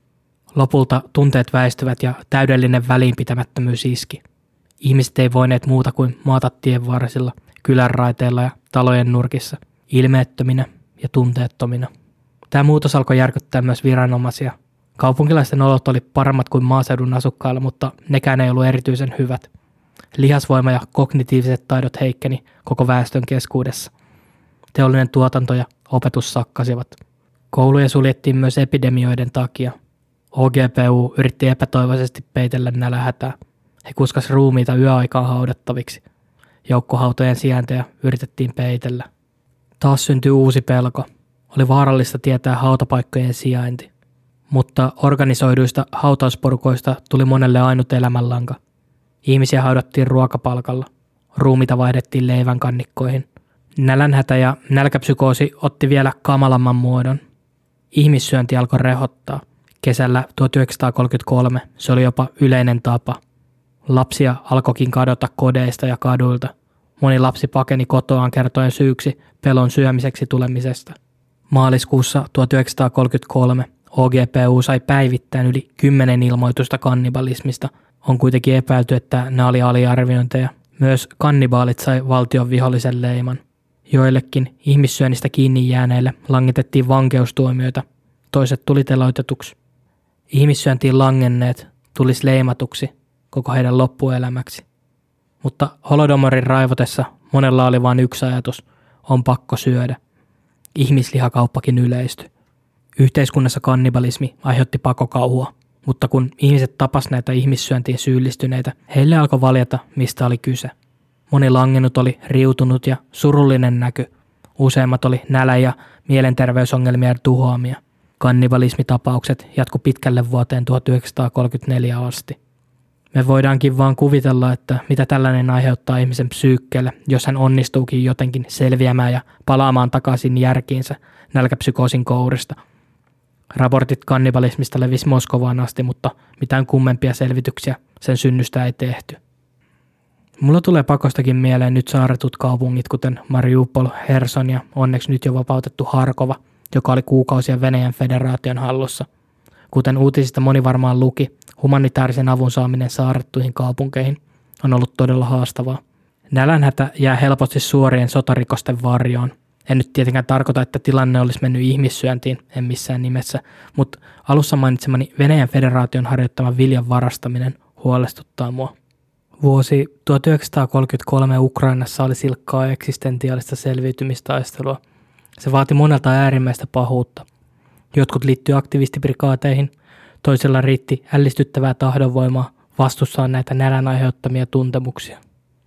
Speaker 1: Lopulta tunteet väistyvät ja täydellinen välinpitämättömyys iski. Ihmiset ei voineet muuta kuin maata tien varsilla, kylän raiteilla ja talojen nurkissa, ilmeettöminä ja tunteettomina. Tämä muutos alkoi järkyttää myös viranomaisia. Kaupunkilaisten olot oli paremmat kuin maaseudun asukkailla, mutta nekään ei ollut erityisen hyvät. Lihasvoima ja kognitiiviset taidot heikkeni koko väestön keskuudessa. Teollinen tuotanto ja opetus sakkasivat. Kouluja suljettiin myös epidemioiden takia. O G P U yritti epätoivoisesti peitellä nälänhätää. He kuskasi ruumiita yöaikaan haudattaviksi. Joukkohautojen sijainteja yritettiin peitellä. Taas syntyi uusi pelko. Oli vaarallista tietää hautapaikkojen sijainti. Mutta organisoiduista hautausporukoista tuli monelle ainut elämänlanka. Ihmisiä haudattiin ruokapalkalla. Ruumiita vaihdettiin leivän kannikkoihin. Nälänhätä ja nälkäpsykoosi otti vielä kamalamman muodon. Ihmissyönti alkoi rehottaa. Kesällä tuhatyhdeksänsataakolmekymmentäkolme se oli jopa yleinen tapa. Lapsia alkoikin kadota kodeista ja kaduilta. Moni lapsi pakeni kotoaan kertoen syyksi pelon syömiseksi tulemisesta. Maaliskuussa tuhatyhdeksänsataakolmekymmentäkolme O G P U sai päivittäin yli kymmenen ilmoitusta kannibalismista. On kuitenkin epäilty, että nämä oli aliarviointeja. Myös kannibaalit sai valtion vihollisen leiman. Joillekin ihmissyönnistä kiinni jääneille langitettiin vankeustuomioita. Toiset tuli teloitetuksi. Ihmissyöntiin langenneet tulisi leimatuksi koko heidän loppuelämäksi. Mutta holodomorin raivotessa monella oli vain yksi ajatus, on pakko syödä. Ihmislihakauppakin yleistyi. Yhteiskunnassa kannibalismi aiheutti pakokauhua, mutta kun ihmiset tapas näitä ihmissyöntiin syyllistyneitä, heille alkoi valjeta, mistä oli kyse. Moni langennut oli riutunut ja surullinen näky. Useimmat oli nälä- ja mielenterveysongelmien tuhoamia. Kannibalismitapaukset jatku pitkälle vuoteen tuhatyhdeksänsataakolmekymmentäneljä asti. Me voidaankin vaan kuvitella, että mitä tällainen aiheuttaa ihmisen psyykkeelle, jos hän onnistuukin jotenkin selviämään ja palaamaan takaisin järkiinsä nälkäpsykoosin kourista. Raportit kannibalismista levisi Moskovaan asti, mutta mitään kummempia selvityksiä sen synnystä ei tehty. Mulla tulee pakostakin mieleen nyt saarretut kaupungit, kuten Mariupol, Herson ja onneksi nyt jo vapautettu Harkova, joka oli kuukausia Venäjän federaation hallussa. Kuten uutisista moni varmaan luki, humanitaarisen avun saaminen saarrettuihin kaupunkeihin on ollut todella haastavaa. Nälänhätä jää helposti suorien sotarikosten varjoon. En nyt tietenkään tarkoita, että tilanne olisi mennyt ihmissyöntiin, en missään nimessä, mutta alussa mainitsemani Venäjän federaation harjoittama viljan varastaminen huolestuttaa mua. Vuosi tuhatyhdeksänsataakolmekymmentäkolme Ukrainassa oli silkkaa eksistentiaalista selviytymistaistelua. Se vaati monelta äärimmäistä pahuutta. Jotkut liittyi aktivistibrikaateihin, Toisella riitti ällistyttävää tahdonvoimaa vastussaan näitä nälän aiheuttamia tuntemuksia.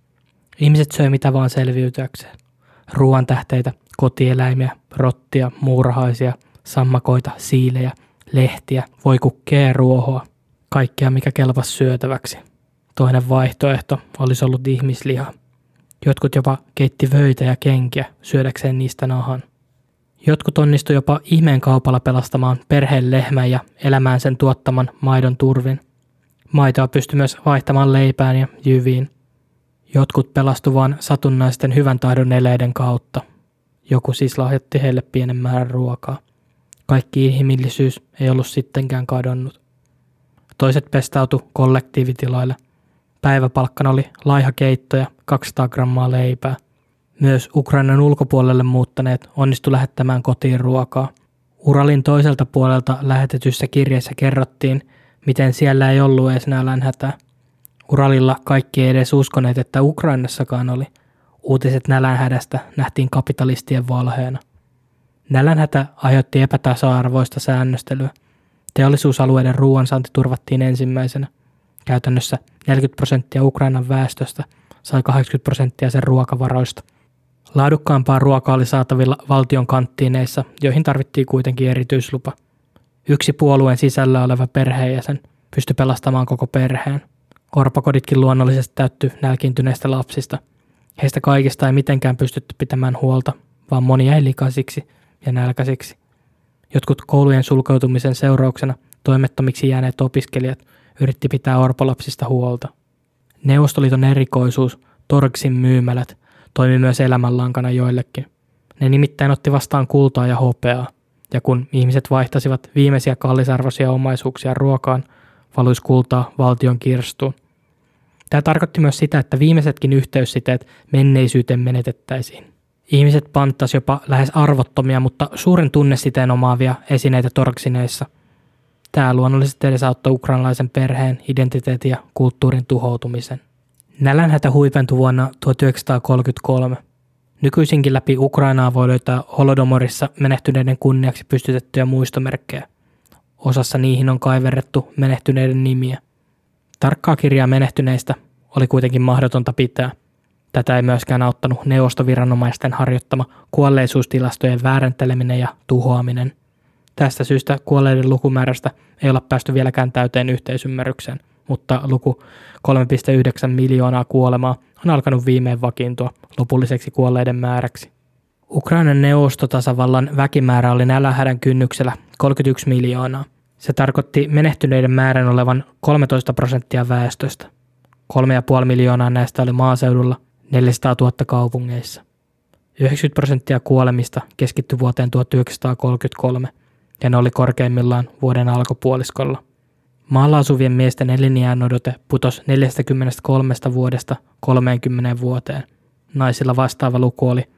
Speaker 1: Ihmiset söi mitä vaan selviytyäkseen. Ruoan tähteitä, kotieläimiä, rottia, muurahaisia, sammakoita, siilejä, lehtiä, voikukkeja ja ruohoa. Kaikkea mikä kelpasi syötäväksi. Toinen vaihtoehto olisi ollut ihmisliha. Jotkut jopa keitti vöitä ja kenkiä syödäkseen niistä nahan. Jotkut onnistu jopa ihmeen kaupalla pelastamaan perheen lehmän ja elämään sen tuottaman maidon turvin. Maitoa pystyi myös vaihtamaan leipään ja jyviin. Jotkut pelastu vain satunnaisten hyvän tahdon eleiden kautta. Joku siis lahjoitti heille pienen määrän ruokaa. Kaikki inhimillisyys ei ollut sittenkään kadonnut. Toiset pestautu kollektiivitiloille. Päiväpalkkana oli laiha keitto ja kaksisataa grammaa leipää. Myös Ukrainan ulkopuolelle muuttaneet onnistu lähettämään kotiin ruokaa. Uralin toiselta puolelta lähetetyssä kirjeessä kerrottiin, miten siellä ei ollut edes nälänhätää. Uralilla kaikki ei edes uskoneet, että Ukrainassakaan oli. Uutiset nälänhädästä nähtiin kapitalistien valheena. Nälänhätä aiheutti epätasa-arvoista säännöstelyä. Teollisuusalueiden ruoansaanti turvattiin ensimmäisenä. Käytännössä neljäkymmentä prosenttia Ukrainan väestöstä sai kahdeksankymmentä prosenttia sen ruokavaroista. Laadukkaampaa ruokaa oli saatavilla valtion kanttiineissa, joihin tarvittiin kuitenkin erityislupa. Yksi puolueen sisällä oleva perheenjäsen pystyi pelastamaan koko perheen. Orpokoditkin luonnollisesti täyttyi nälkiintyneistä lapsista. Heistä kaikista ei mitenkään pystytty pitämään huolta, vaan moni jäi likaisiksi ja nälkäisiksi. Jotkut koulujen sulkeutumisen seurauksena toimettomiksi jääneet opiskelijat yritti pitää orpolapsista huolta. Neuvostoliiton erikoisuus, Torgsin myymälät, toimi myös elämänlankana joillekin. Ne nimittäin otti vastaan kultaa ja hopeaa, ja kun ihmiset vaihtasivat viimeisiä kallisarvoisia omaisuuksia ruokaan, valuisi kultaa valtion kirstuun. Tämä tarkoitti myös sitä, että viimeisetkin yhteyssiteet menneisyyteen menetettäisiin. Ihmiset panttasi jopa lähes arvottomia, mutta suuren tunnesiteen omaavia esineitä torksineissa. Tämä luonnollisesti edesauttoi ukrainalaisen perheen, identiteetin ja kulttuurin tuhoutumisen. Nälänhätä huipentui vuonna tuhatyhdeksänsataakolmekymmentäkolme. Nykyisinkin läpi Ukrainaa voi löytää Holodomorissa menehtyneiden kunniaksi pystytettyjä muistomerkkejä. Osassa niihin on kaiverrettu menehtyneiden nimiä. Tarkkaa kirjaa menehtyneistä oli kuitenkin mahdotonta pitää. Tätä ei myöskään auttanut neuvostoviranomaisten harjoittama kuolleisuustilastojen väärenteleminen ja tuhoaminen. Tästä syystä kuolleiden lukumäärästä ei olla päästy vieläkään täyteen yhteisymmärrykseen, mutta luku kolme pilkku yhdeksän miljoonaa kuolemaa on alkanut viimein vakiintua lopulliseksi kuolleiden määräksi. Ukrainan neuvostotasavallan väkimäärä oli nälänhädän kynnyksellä kolmekymmentäyksi miljoonaa. Se tarkoitti menehtyneiden määrän olevan kolmetoista prosenttia väestöstä. kolme pilkku viisi miljoonaa näistä oli maaseudulla, neljäsataatuhatta kaupungeissa. yhdeksänkymmentä prosenttia kuolemista keskittyi vuoteen tuhatyhdeksänsataakolmekymmentäkolme, ja ne oli korkeimmillaan vuoden alkupuoliskolla. Maalla asuvien miesten eliniänodote putosi neljästäkymmenestäkolmesta vuodesta kolmeenkymmeneen vuoteen. Naisilla vastaava luku oli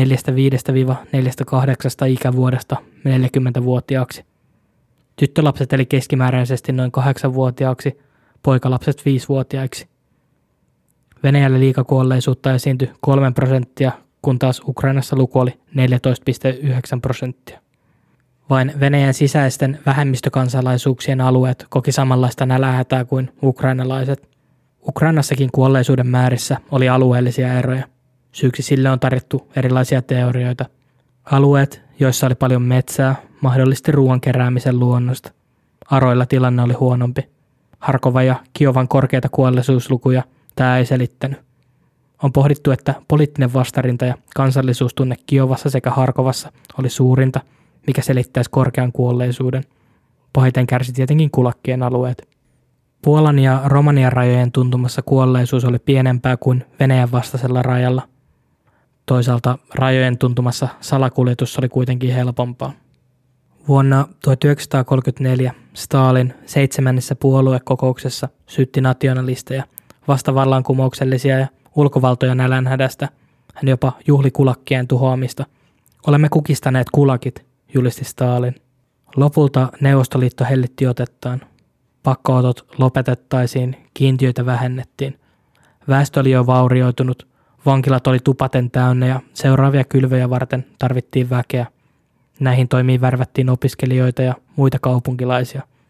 Speaker 1: neljästäviidestä–neljästäkahdeksasta ikävuodesta neljäkymmentävuotiaaksi. Tyttölapset eli keskimääräisesti noin kahdeksanvuotiaaksi, poikalapset viisivuotiaiksi. Venäjällä liikakuolleisuutta esiintyi kolme prosenttia, kun taas Ukrainassa luku oli neljätoista pilkku yhdeksän prosenttia. Vain Venäjän sisäisten vähemmistökansalaisuuksien alueet koki samanlaista nälänhätää kuin ukrainalaiset. Ukrainassakin kuolleisuuden määrissä oli alueellisia eroja. Syyksi sille on tarjottu erilaisia teorioita. Alueet, joissa oli paljon metsää, mahdollisti ruoan keräämisen luonnosta. Aroilla tilanne oli huonompi. Harkova ja Kiovan korkeita kuolleisuuslukuja tämä ei selittänyt. On pohdittu, että poliittinen vastarinta ja kansallisuustunne Kiovassa sekä Harkovassa oli suurinta, mikä selittäisi korkean kuolleisuuden. Pahiten kärsi tietenkin kulakkien alueet. Puolan ja Romanian rajojen tuntumassa kuolleisuus oli pienempää kuin Venäjän vastaisella rajalla. Toisaalta rajojen tuntumassa salakuljetus oli kuitenkin helpompaa. Vuonna tuhatyhdeksänsataakolmekymmentäneljä Stalin seitsemännessä puoluekokouksessa syytti nationalisteja, vastavallankumouksellisia ja ulkovaltoja nälänhädästä. Hän jopa juhli kulakkien tuhoamista. Olemme kukistaneet kulakit, julisti Stalin. Lopulta Neuvostoliitto hellitti otettaan. Pakkootot lopetettaisiin, kiintiöitä vähennettiin. Väestö oli jo vaurioitunut, vankilat oli tupaten täynnä ja seuraavia kylvöjä varten tarvittiin väkeä. Näihin toimiin värvättiin opiskelijoita ja muita kaupunkilaisia.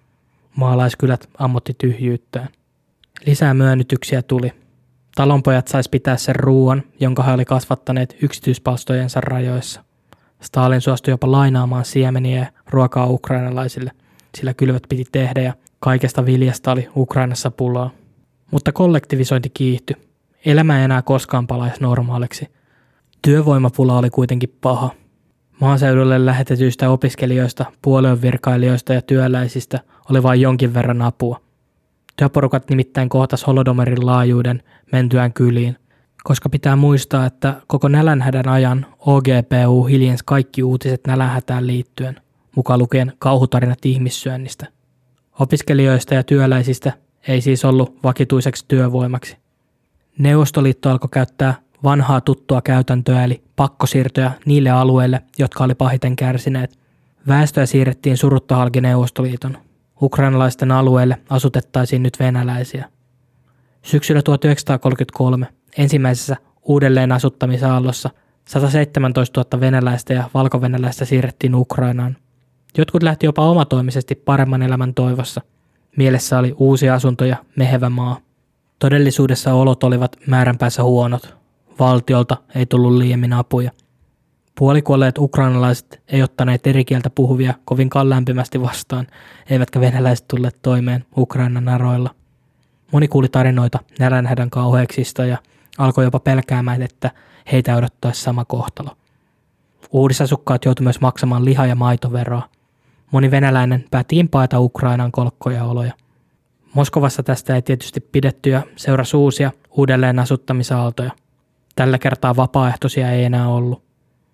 Speaker 1: Maalaiskylät ammotti tyhjyyttään. Lisää myönnytyksiä tuli. Talonpojat sais pitää sen ruuan, jonka he oli kasvattaneet yksityispalstojensa rajoissa. Stalin suostui jopa lainaamaan siemeniä ja ruokaa ukrainalaisille, sillä kylvöt piti tehdä ja kaikesta viljasta oli Ukrainassa pulaa. Mutta kollektivisointi kiihtyi. Elämä ei enää koskaan palaisi normaaliksi. Työvoimapula oli kuitenkin paha. Maaseudulle lähetetyistä opiskelijoista, puoluevirkailijoista ja työläisistä oli vain jonkin verran apua. Työporukat nimittäin kohtas Holodomorin laajuuden mentyään kyliin, koska pitää muistaa, että koko nälänhädän ajan O G P U hiljensi kaikki uutiset nälänhätään liittyen, mukaan lukien kauhutarinat ihmissyönnistä. Opiskelijoista ja työläisistä ei siis ollut vakituiseksi työvoimaksi. Neuvostoliitto alkoi käyttää vanhaa tuttua käytäntöä eli pakkosiirtoja niille alueille, jotka oli pahiten kärsineet. Väestöä siirrettiin surutta halki Neuvostoliiton. Ukrainalaisten alueelle asutettaisiin nyt venäläisiä. Syksyllä tuhatyhdeksänsataakolmekymmentäkolme ensimmäisessä uudelleen asuttamisaallossa sataseitsemäntoistatuhatta venäläistä ja valkovenäläistä siirrettiin Ukrainaan. Jotkut lähti jopa omatoimisesti paremman elämän toivossa. Mielessä oli uusi asunto ja mehevä maa. Todellisuudessa olot olivat määränpäässä huonot. Valtiolta ei tullut liiemmin apuja. Puolikuolleet ukrainalaiset ei ottaneet eri kieltä puhuvia kovinkaan lämpimästi vastaan, eivätkä venäläiset tulleet toimeen Ukrainan naroilla. Moni kuuli tarinoita nälänhädän kauheuksista ja alkoi jopa pelkäämään, että heitä odottaisi sama kohtalo. Uudisasukkaat joutuivat myös maksamaan liha- ja maitoveroa. Moni venäläinen päätti impaita Ukrainan kolkkoja oloja. Moskovassa tästä ei tietysti pidetty ja seurasi uusia uudelleen asuttamisaaltoja. Tällä kertaa vapaaehtoisia ei enää ollut.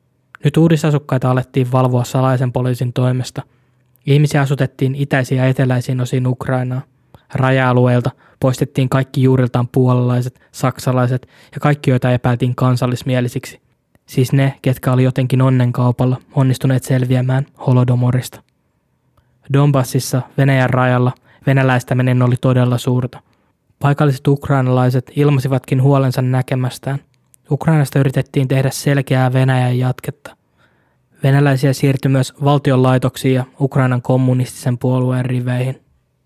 Speaker 1: Nyt uudisasukkaita alettiin valvoa salaisen poliisin toimesta. Ihmisiä asutettiin itäisiin ja eteläisiin osiin Ukrainaa. Raja-alueilta poistettiin kaikki juuriltaan puolalaiset, saksalaiset ja kaikki, joita epäiltiin kansallismielisiksi. Siis ne, ketkä oli jotenkin onnenkaupalla onnistuneet selviämään Holodomorista. Donbassissa Venäjän rajalla venäläistäminen oli todella suurta. Paikalliset ukrainalaiset ilmaisivatkin huolensa näkemästään. Ukrainasta yritettiin tehdä selkeää Venäjän jatketta. Venäläisiä siirtyi myös valtion laitoksiin ja Ukrainan kommunistisen puolueen riveihin.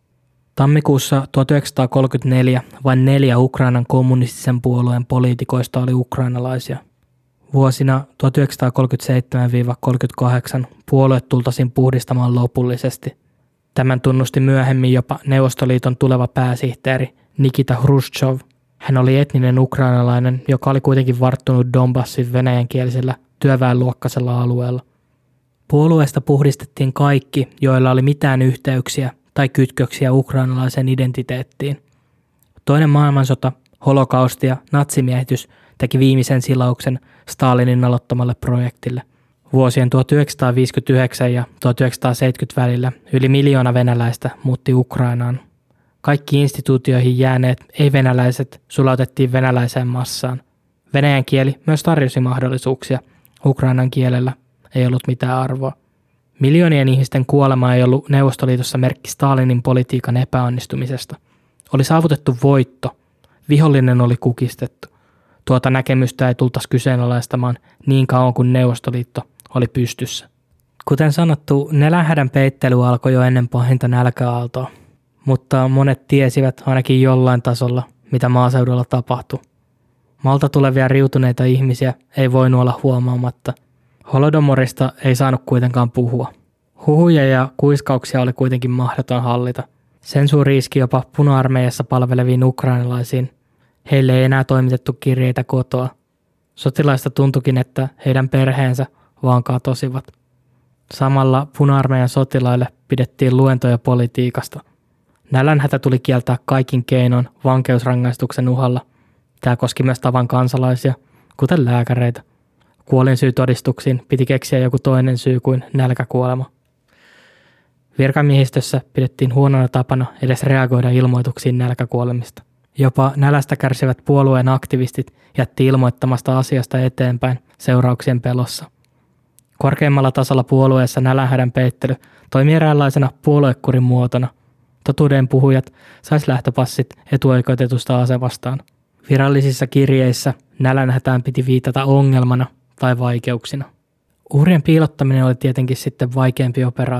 Speaker 1: Tammikuussa tuhatyhdeksänsataakolmekymmentäneljä vain neljä Ukrainan kommunistisen puolueen poliitikoista oli ukrainalaisia. Vuosina tuhatyhdeksänsataakolmekymmentäseitsemän kolmekymmentäkahdeksan puolue tultaisiin puhdistamaan lopullisesti. Tämän tunnusti myöhemmin jopa Neuvostoliiton tuleva pääsihteeri Nikita Hruštšov. Hän oli etninen ukrainalainen, joka oli kuitenkin varttunut Donbassin venäjänkielisellä työväenluokkaisella alueella. Puolueesta puhdistettiin kaikki, joilla oli mitään yhteyksiä tai kytköksiä ukrainalaiseen identiteettiin. Toinen maailmansota, holokausti ja natsimiehitys teki viimeisen silauksen Stalinin aloittamalle projektille. Vuosien tuhatyhdeksänsataaviisikymmentäyhdeksän ja tuhatyhdeksänsataaseitsemänkymmentä välillä yli miljoona venäläistä muutti Ukrainaan. Kaikki instituutioihin jääneet ei-venäläiset sulautettiin venäläiseen massaan. Venäjän kieli myös tarjosi mahdollisuuksia. Ukrainan kielellä ei ollut mitään arvoa. Miljoonien ihmisten kuolema ei ollut Neuvostoliitossa merkki Stalinin politiikan epäonnistumisesta. Oli saavutettu voitto. Vihollinen oli kukistettu. Tuota näkemystä ei tultaisi kyseenalaistamaan niin kauan kuin Neuvostoliitto oli pystyssä. Kuten sanottu, nälänhädän peittely alkoi jo ennen pahinta nälkäaaltoa, mutta monet tiesivät ainakin jollain tasolla, mitä maaseudulla tapahtui. Maalta tulevia riutuneita ihmisiä ei voinut olla huomaamatta. Holodomorista ei saanut kuitenkaan puhua. Huhuja ja kuiskauksia oli kuitenkin mahdoton hallita. Sensuuri iski jopa puna-armeijassa palveleviin ukrainalaisiin. Heille ei enää toimitettu kirjeitä kotoa. Sotilaista tuntuikin, että heidän perheensä vaan katosivat. Samalla puna-armeijan sotilaille pidettiin luentoja politiikasta. Nälänhätä tuli kieltää kaikin keinoin vankeusrangaistuksen uhalla. Tämä koski myös tavan kansalaisia, kuten lääkäreitä. Kuolinsyytodistuksiin piti keksiä joku toinen syy kuin nälkäkuolema. Virkamiehistössä pidettiin huonona tapana edes reagoida ilmoituksiin nälkäkuolemista. Jopa nälästä kärsivät puolueen aktivistit jätti ilmoittamasta asiasta eteenpäin seurauksien pelossa. Korkeimmalla tasolla puolueessa nälänhädän peittely toimi eräänlaisena puoluekurin muotona. Totuuden puhujat sais lähtöpassit etuoikeutetusta asemastaan. Virallisissa kirjeissä nälänhätään piti viitata ongelmana tai vaikeuksina. Uhrien piilottaminen oli tietenkin sitten vaikeampi operaatio.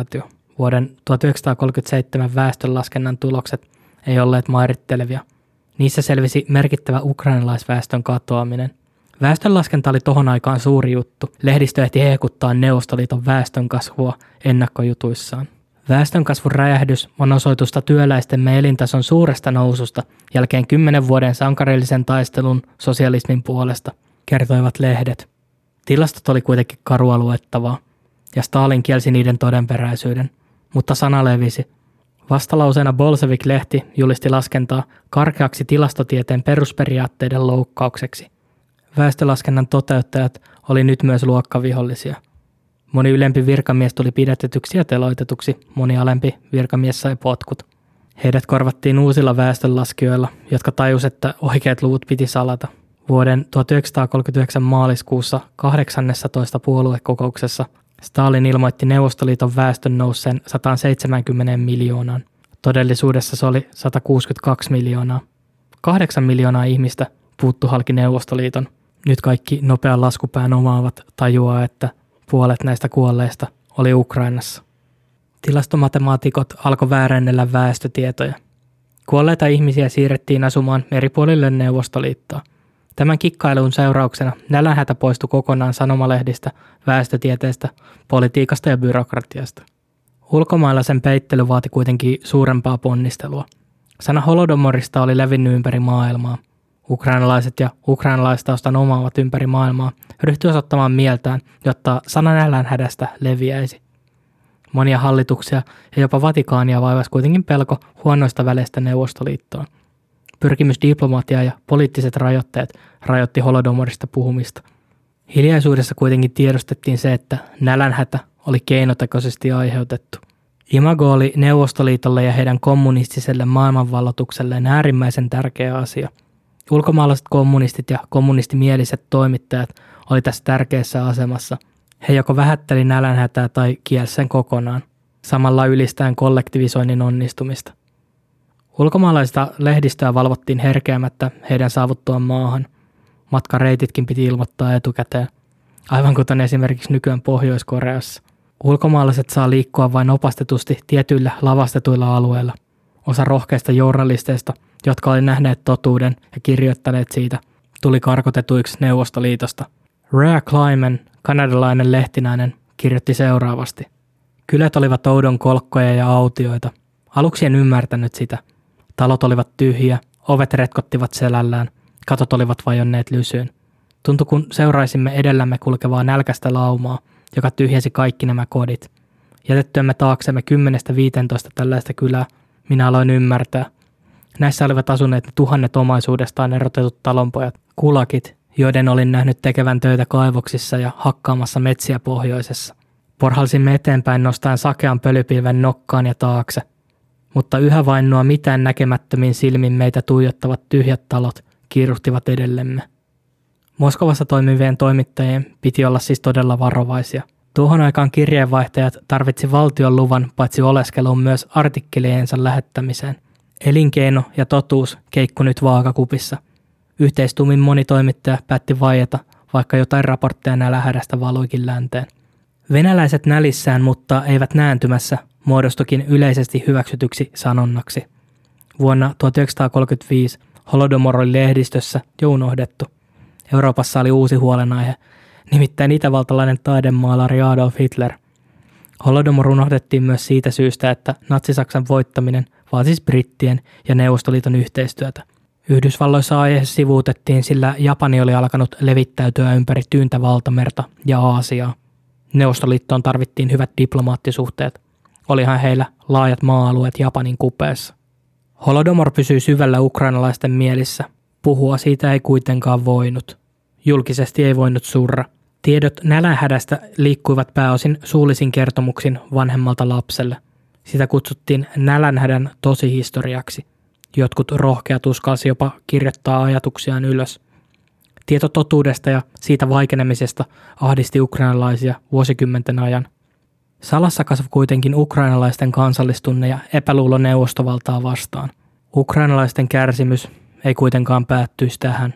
Speaker 1: Vuoden tuhatyhdeksänsataakolmekymmentäseitsemän väestönlaskennan tulokset ei olleet mairittelevia. Niissä selvisi merkittävä ukrainalaisväestön katoaminen. Väestönlaskenta oli tohon aikaan suuri juttu. Lehdistö ehti hehkuttaa Neuvostoliiton väestönkasvua ennakkojutuissaan. Väestönkasvun räjähdys on osoitusta työläistemme elintason suuresta noususta jälkeen kymmenen vuoden sankarillisen taistelun sosialismin puolesta, kertoivat lehdet. Tilastot oli kuitenkin karua luettavaa, ja Stalin kielsi niiden todenperäisyyden, mutta sana levisi. Vastalauseena Bolševik-lehti julisti laskentaa karkeaksi tilastotieteen perusperiaatteiden loukkaukseksi. Väestölaskennan toteuttajat oli nyt myös luokkavihollisia. Moni ylempi virkamies tuli pidätetyksi ja teloitetuksi, moni alempi virkamies sai potkut. Heidät korvattiin uusilla väestönlaskijoilla, jotka tajus, että oikeat luvut piti salata. Vuoden tuhatyhdeksänsataakolmekymmentäyhdeksän maaliskuussa kahdeksannessatoista puoluekokouksessa Stalin ilmoitti Neuvostoliiton väestön nousseen sata seitsemänkymmentä miljoonaan. Todellisuudessa se oli sata kuusikymmentäkaksi miljoonaa. Kahdeksan miljoonaa ihmistä puuttu halki Neuvostoliiton. Nyt kaikki nopean laskupään omaavat tajuaa, että puolet näistä kuolleista oli Ukrainassa. Tilastomatemaatikot alkoi väärännellä väestötietoja. Kuolleita ihmisiä siirrettiin asumaan eri puolille Neuvostoliittoa. Tämän kikkailun seurauksena nälänhätä poistui kokonaan sanomalehdistä, väestötieteestä, politiikasta ja byrokratiasta. Ulkomailla sen peittely vaati kuitenkin suurempaa ponnistelua. Sana holodomorista oli levinnyt ympäri maailmaa. Ukrainalaiset ja ukrainalaistaustan omaavat ympäri maailmaa ryhtyivät osoittamaan mieltään, jotta sana nälänhädästä leviäisi. Monia hallituksia ja jopa Vatikaania vaivasi kuitenkin pelko huonoista väleistä Neuvostoliittoon. Pyrkimys diplomatia ja poliittiset rajoitteet rajoitti holodomorista puhumista. Hiljaisuudessa kuitenkin tiedostettiin se, että nälänhätä oli keinotekoisesti aiheutettu. Imago oli Neuvostoliitolle ja heidän kommunistiselle maailmanvalloitukselleen äärimmäisen tärkeä asia. Ulkomaalaiset kommunistit ja kommunistimieliset toimittajat oli tässä tärkeässä asemassa. He joko vähätteli nälänhätää tai kielsi sen kokonaan, samalla ylistäen kollektivisoinnin onnistumista. Ulkomaalaista lehdistöä valvottiin herkeämättä heidän saavuttuaan maahan. Matkareititkin piti ilmoittaa etukäteen, aivan kuten esimerkiksi nykyään Pohjois-Koreassa. Ulkomaalaiset saa liikkua vain opastetusti tietyillä lavastetuilla alueilla. Osa rohkeista journalisteista, jotka oli nähneet totuuden ja kirjoittaneet siitä, tuli karkotetuiksi Neuvostoliitosta. Rhea Kleiman, kanadalainen lehtinäinen, kirjoitti seuraavasti. Kylät olivat oudon kolkkoja ja autioita. Aluksi en ymmärtänyt sitä. Talot olivat tyhjiä, ovet retkottivat selällään, katot olivat vajonneet lysyyn. Tuntui kun seuraisimme edellämme kulkevaa nälkästä laumaa, joka tyhjäsi kaikki nämä kodit. Jätettyämme taaksemme kymmenestä viiteentoista tällaista kylää, minä aloin ymmärtää. Näissä olivat asuneet ne tuhannet omaisuudestaan erotetut talonpojat, kulakit, joiden olin nähnyt tekevän töitä kaivoksissa ja hakkaamassa metsiä pohjoisessa. Porhalsimme eteenpäin nostaen sakean pölypilven nokkaan ja taakse. Mutta yhä vain nuo mitään näkemättömin silmin meitä tuijottavat tyhjät talot kiiruhtivat edellemme. Moskovassa toimivien toimittajien piti olla siis todella varovaisia. Tuohon aikaan kirjeenvaihtajat tarvitsi valtion luvan paitsi oleskeluun myös artikkeliensa lähettämiseen. Elinkeino ja totuus keikku nyt vaakakupissa. Yhteistuumin moni toimittaja päätti vaieta, vaikka jotain raportteja nälänhädästä valuikin länteen. Venäläiset nälissään, mutta eivät nääntymässä, muodostukin yleisesti hyväksytyksi sanonnaksi. Vuonna tuhatyhdeksänsataakolmekymmentäviisi Holodomor oli lehdistössä jo unohdettu. Euroopassa oli uusi huolenaihe, nimittäin itävaltalainen taidemaalari Adolf Hitler. Holodomor unohdettiin myös siitä syystä, että Natsi-Saksan voittaminen vaatisi brittien ja Neuvostoliiton yhteistyötä. Yhdysvalloissa aihe sivuutettiin, sillä Japani oli alkanut levittäytyä ympäri tyyntä valtamerta ja Aasiaa. Neuvostoliittoon tarvittiin hyvät diplomaattisuhteet. Olihan heillä laajat maa-alueet Japanin kupeessa. Holodomor pysyi syvällä ukrainalaisten mielissä. Puhua siitä ei kuitenkaan voinut. Julkisesti ei voinut surra. Tiedot nälänhädästä liikkuivat pääosin suullisin kertomuksin vanhemmalta lapselle. Sitä kutsuttiin nälänhädän tosihistoriaksi. Jotkut rohkeat uskalsi jopa kirjoittaa ajatuksiaan ylös. Tieto totuudesta ja siitä vaikenemisesta ahdisti ukrainalaisia vuosikymmenten ajan. Salassa kasvoi kuitenkin ukrainalaisten kansallistunne ja epäluulo neuvostovaltaa vastaan. Ukrainalaisten kärsimys ei kuitenkaan päättyisi tähän.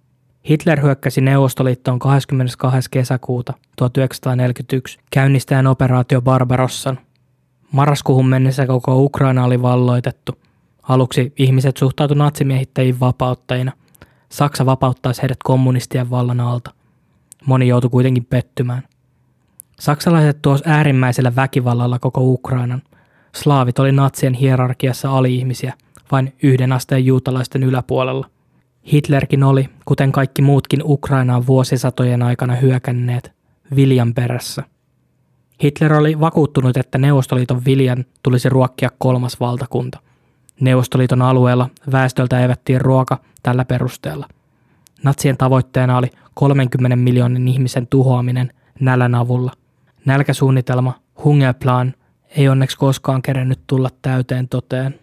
Speaker 1: Hitler hyökkäsi Neuvostoliittoon kahdeskymmenestoinen kesäkuuta tuhatyhdeksänsataaneljäkymmentäyksi käynnistäen operaatio Barbarossan. Marraskuuhun mennessä koko Ukraina oli valloitettu. Aluksi ihmiset suhtautuivat natsimiehittäjiin vapauttajina. Saksa vapauttaisi heidät kommunistien vallan alta. Moni joutui kuitenkin pettymään. Saksalaiset tuos äärimmäisellä väkivallalla koko Ukrainan. Slaavit oli natsien hierarkiassa ali-ihmisiä, vain yhden asteen juutalaisten yläpuolella. Hitlerkin oli, kuten kaikki muutkin Ukrainaan vuosisatojen aikana hyökänneet, viljan perässä. Hitler oli vakuuttunut, että Neuvostoliiton viljan tulisi ruokkia kolmas valtakunta. Neuvostoliiton alueella väestöltä evättiin ruoka tällä perusteella. Natsien tavoitteena oli kolmenkymmenen miljoonan ihmisen tuhoaminen nälän avulla. Nälkäsuunnitelma, Hungerplan, ei onneksi koskaan kerennyt tulla täyteen toteen.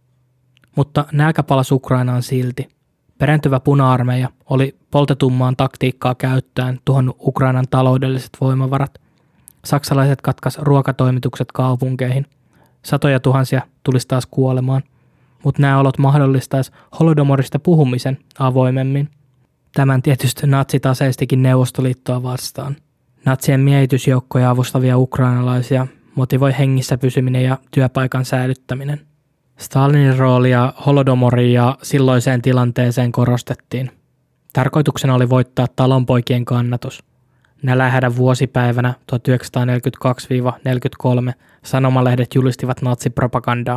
Speaker 1: Mutta nälkä palasi Ukrainaan silti. Perääntyvä puna-armeija oli poltetummaan taktiikkaa käyttäen tuhonnut Ukrainan taloudelliset voimavarat. Saksalaiset katkas ruokatoimitukset kaupunkeihin. Satoja tuhansia tulisi taas kuolemaan, mutta nämä olot mahdollistaisi holodomorista puhumisen avoimemmin. Tämän tietysti natsit aseistikin Neuvostoliittoa vastaan. Natsien miehitysjoukkoja avustavia ukrainalaisia motivoi hengissä pysyminen ja työpaikan säilyttäminen. Stalinin roolia holodomoria ja silloiseen tilanteeseen korostettiin. Tarkoituksena oli voittaa talonpoikien kannatus. Nälähädän vuosipäivänä tuhatyhdeksänsataaneljäkymmentäkaksi neljäkymmentäkolme sanomalehdet julistivat natsipropagandaa.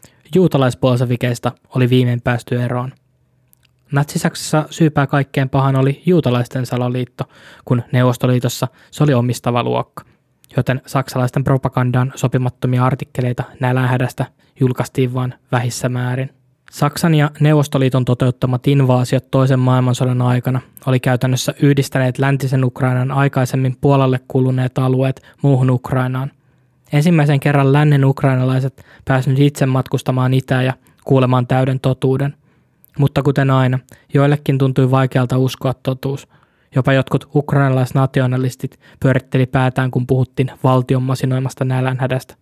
Speaker 1: Juutalaisbolsevikeista oli viimein päästy eroon. Natsi-Saksassa syypää kaikkeen pahan oli juutalaisten salaliitto, kun Neuvostoliitossa se oli omistava luokka, joten saksalaisten propagandaan sopimattomia artikkeleita nälänhädästä julkaistiin vain vähissä määrin. Saksan ja Neuvostoliiton toteuttamat invaasiot toisen maailmansodan aikana oli käytännössä yhdistäneet läntisen Ukrainan aikaisemmin Puolalle kuluneet alueet muuhun Ukrainaan. Ensimmäisen kerran lännen ukrainalaiset pääsivät itse matkustamaan itään ja kuulemaan täyden totuuden. Mutta kuten aina, joillekin tuntui vaikealta uskoa totuus. Jopa jotkut ukrainalaisnationalistit pyöritteli päätään, kun puhuttiin valtion masinoimasta nälänhädästä.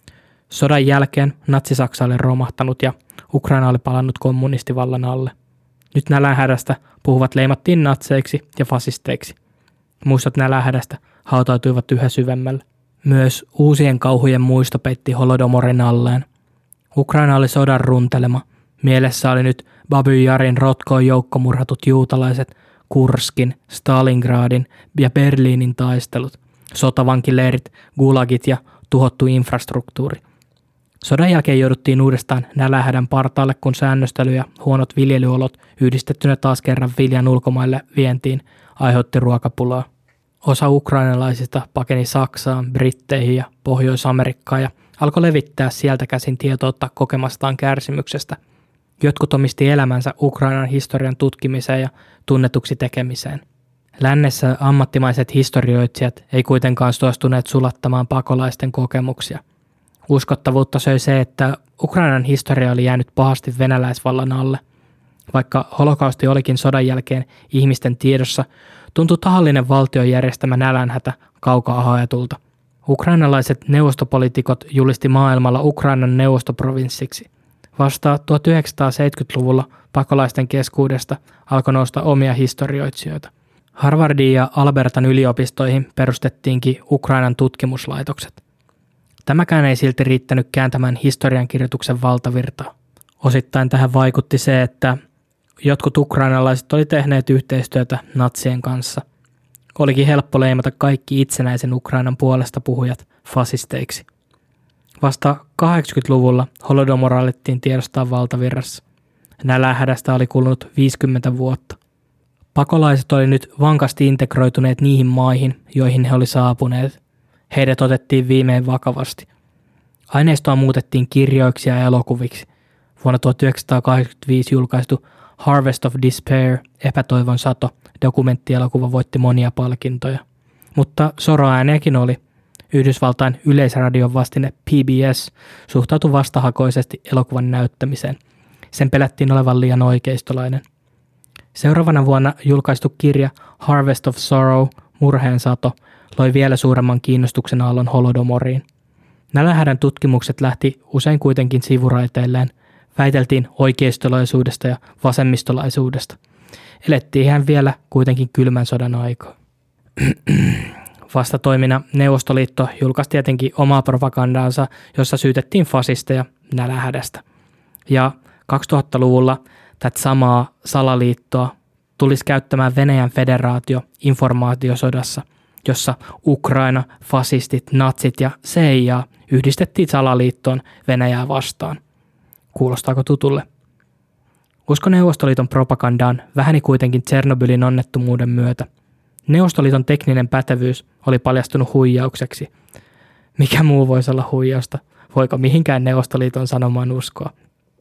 Speaker 1: Sodan jälkeen Natsi-Saksa oli romahtanut ja Ukraina oli palannut kommunistivallan alle. Nyt nälänhädästä puhuvat leimattiin natseiksi ja fasisteiksi. Muistot nälänhädästä hautautuivat yhä syvemmälle. Myös uusien kauhujen muisto peitti holodomorin alleen. Ukraina oli sodan runtelema. Mielessä oli nyt Baby Jarin rotkoon joukkomurhatut juutalaiset, Kurskin, Stalingradin ja Berliinin taistelut, sotavankileirit, gulagit ja tuhottu infrastruktuuri. Sodan jälkeen jouduttiin uudestaan nälänhädän partaalle, kun säännöstely ja huonot viljelyolot yhdistettynä taas kerran viljan ulkomaille vientiin aiheutti ruokapulaa. Osa ukrainalaisista pakeni Saksaan, Britteihin ja Pohjois-Amerikkaan ja alkoi levittää sieltä käsin tietoutta kokemastaan kärsimyksestä. Jotkut omisti elämänsä Ukrainan historian tutkimiseen ja tunnetuksi tekemiseen. Lännessä ammattimaiset historioitsijat ei kuitenkaan suostuneet sulattamaan pakolaisten kokemuksia. Uskottavuutta söi se, että Ukrainan historia oli jäänyt pahasti venäläisvallan alle. Vaikka holokausti olikin sodan jälkeen ihmisten tiedossa, tuntui tahallinen valtion järjestämä nälänhätä kaukaa haetulta. Ukrainalaiset neuvostopoliitikot julisti maailmalla Ukrainan neuvostoprovinssiksi. Vasta tuhatyhdeksänsataaseitsemänkymmentäluvulla pakolaisten keskuudesta alkoi nousta omia historioitsijoita. Harvardin ja Albertan yliopistoihin perustettiinkin Ukrainan tutkimuslaitokset. Tämäkään ei silti riittänyt kääntämään historiankirjoituksen valtavirtaa. Osittain tähän vaikutti se, että jotkut ukrainalaiset oli tehneet yhteistyötä natsien kanssa. Olikin helppo leimata kaikki itsenäisen Ukrainan puolesta puhujat fasisteiksi. Vasta kahdeksankymmentäluvulla holodomor alettiin tiedostaa valtavirrassa. Nälänhädästä oli kulunut viisikymmentä vuotta. Pakolaiset oli nyt vankasti integroituneet niihin maihin, joihin he oli saapuneet. Heidät otettiin viimein vakavasti. Aineistoa muutettiin kirjoiksi ja elokuviksi. Vuonna tuhatyhdeksänsataakahdeksankymmentäviisi julkaistu Harvest of Despair, epätoivon sato, dokumenttielokuva voitti monia palkintoja. Mutta soroääniäkin oli. Yhdysvaltain yleisradion vastine P B S suhtautui vastahakoisesti elokuvan näyttämiseen. Sen pelättiin olevan liian oikeistolainen. Seuraavana vuonna julkaistu kirja Harvest of Sorrow, murheen sato, loi vielä suuremman kiinnostuksen aallon holodomoriin. Nälänhädän tutkimukset lähti usein kuitenkin sivuraiteilleen. Väiteltiin oikeistolaisuudesta ja vasemmistolaisuudesta. Elettiin hän vielä kuitenkin kylmän sodan aikaa. vastatoimina Neuvostoliitto julkaisi tietenkin omaa propagandaansa, jossa syytettiin fasisteja nälänhädästä. Ja kaksituhattaluvulla tätä samaa salaliittoa tulisi käyttämään Venäjän federaatio informaatiosodassa, jossa Ukraina, fasistit, natsit ja C I A yhdistettiin salaliittoon Venäjää vastaan. Kuulostaako tutulle? Usko Neuvostoliiton propagandaan väheni kuitenkin Tšernobylin onnettomuuden myötä. Neuvostoliiton tekninen pätevyys oli paljastunut huijaukseksi. Mikä muu voisi olla huijausta? Voiko mihinkään Neuvostoliiton sanomaan uskoa?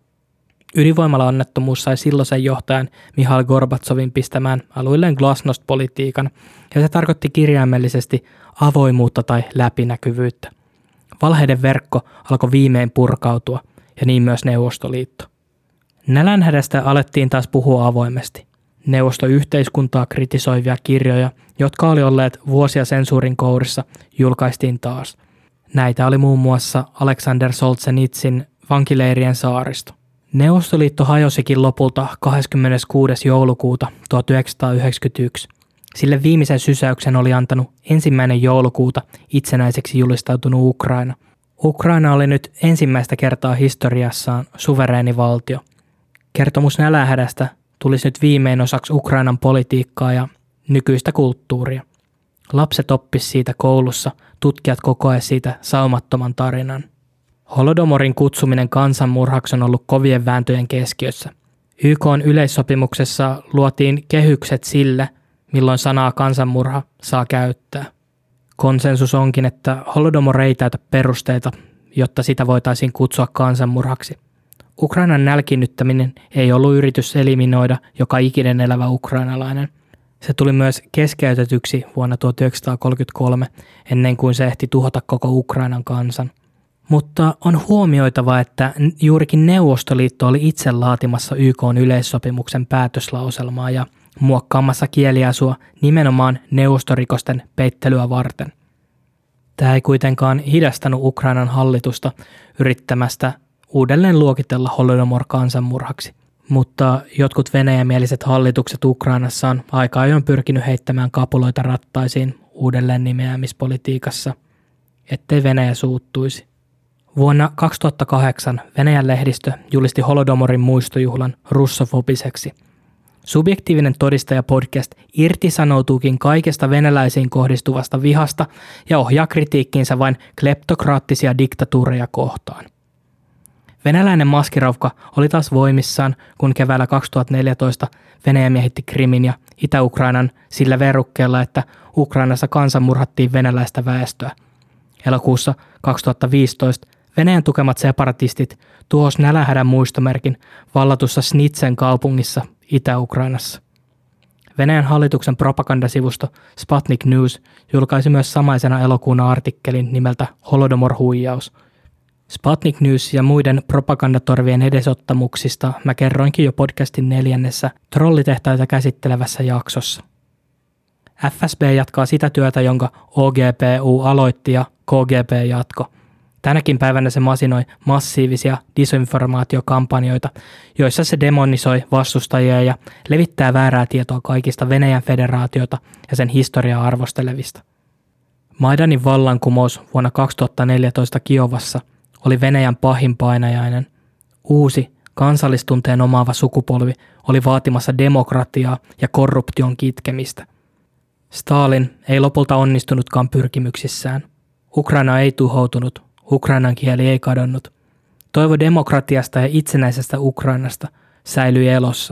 Speaker 1: Ydinvoimala-onnettomuus sai silloisen johtajan Mihail Gorbatsovin pistämään aluilleen glasnost-politiikan, ja se tarkoitti kirjaimellisesti avoimuutta tai läpinäkyvyyttä. Valheiden verkko alkoi viimein purkautua, ja niin myös Neuvostoliitto. Nälänhädästä alettiin taas puhua avoimesti. Neuvostoyhteiskuntaa kritisoivia kirjoja, jotka oli olleet vuosia sensuurin kourissa, julkaistiin taas. Näitä oli muun muassa Aleksander Solzhenitsin Vankileirien saaristo. Neuvostoliitto hajosikin lopulta kahdeskymmeneskuudes joulukuuta tuhatyhdeksänsataayhdeksänkymmentäyksi. Sille viimeisen sysäyksen oli antanut ensimmäinen joulukuuta itsenäiseksi julistautunut Ukraina. Ukraina oli nyt ensimmäistä kertaa historiassaan suvereeni valtio. Kertomus nälänhädästä tulisi nyt viimein osaksi Ukrainan politiikkaa ja nykyistä kulttuuria. Lapset oppis siitä koulussa, tutkijat kokoaisivat siitä saumattoman tarinan. Holodomorin kutsuminen kansanmurhaksi on ollut kovien vääntöjen keskiössä. Y K:n yleissopimuksessa luotiin kehykset sille, milloin sanaa kansanmurha saa käyttää. Konsensus onkin, että Holodomor ei täytä perusteita, jotta sitä voitaisiin kutsua kansanmurhaksi. Ukrainan nälkiinnyttäminen ei ollut yritys eliminoida joka ikinen elävä ukrainalainen. Se tuli myös keskeytetyksi vuonna tuhatyhdeksänsataakolmekymmentäkolme ennen kuin se ehti tuhota koko Ukrainan kansan. Mutta on huomioitava, että juurikin Neuvostoliitto oli itse laatimassa Y K:n yleissopimuksen päätöslauselmaa ja muokkaamassa kieliasua nimenomaan neuvostorikosten peittelyä varten. Tämä ei kuitenkaan hidastanut Ukrainan hallitusta yrittämästä uudelleen luokitella Holodomor kansanmurhaksi, mutta jotkut venäjämieliset hallitukset Ukrainassa on aika ajoin pyrkinyt heittämään kapuloita rattaisiin uudelleen nimeämispolitiikassa, ettei Venäjä suuttuisi. Vuonna kaksituhattakahdeksan Venäjän lehdistö julisti Holodomorin muistojuhlan russofobiseksi. Subjektiivinen todistaja podcast irtisanoutuukin kaikesta venäläisiin kohdistuvasta vihasta ja ohjaa kritiikkiinsä vain kleptokraattisia diktatuureja kohtaan. Venäläinen maskirauhka oli taas voimissaan, kun keväällä kaksituhattaneljätoista Venäjä miehitti Krimin ja Itä-Ukrainan sillä verukkeella, että Ukrainassa kansanmurhattiin venäläistä väestöä. Elokuussa kaksituhattaviisitoista Venäjän tukemat separatistit tuhos nälänhädän muistomerkin vallatussa Snitsen kaupungissa Itä-Ukrainassa. Venäjän hallituksen propagandasivusto Sputnik News julkaisi myös samaisena elokuuna artikkelin nimeltä Holodomor-huijaus. Sputnik News ja muiden propagandatorvien edesottamuksista mä kerroinkin jo podcastin neljännessä trollitehtaita käsittelevässä jaksossa. F S B jatkaa sitä työtä, jonka O G P U aloitti ja K G B jatko. Tänäkin päivänä se masinoi massiivisia disinformaatiokampanjoita, joissa se demonisoi vastustajia ja levittää väärää tietoa kaikista Venäjän federaatiota ja sen historiaa arvostelevista. Maidanin vallankumous vuonna kaksituhattaneljätoista Kiovassa oli Venäjän pahin painajainen. Uusi, kansallistunteen omaava sukupolvi oli vaatimassa demokratiaa ja korruption kitkemistä. Stalin ei lopulta onnistunutkaan pyrkimyksissään. Ukraina ei tuhoutunut, Ukrainan kieli ei kadonnut. Toivo demokratiasta ja itsenäisestä Ukrainasta säilyi elossa.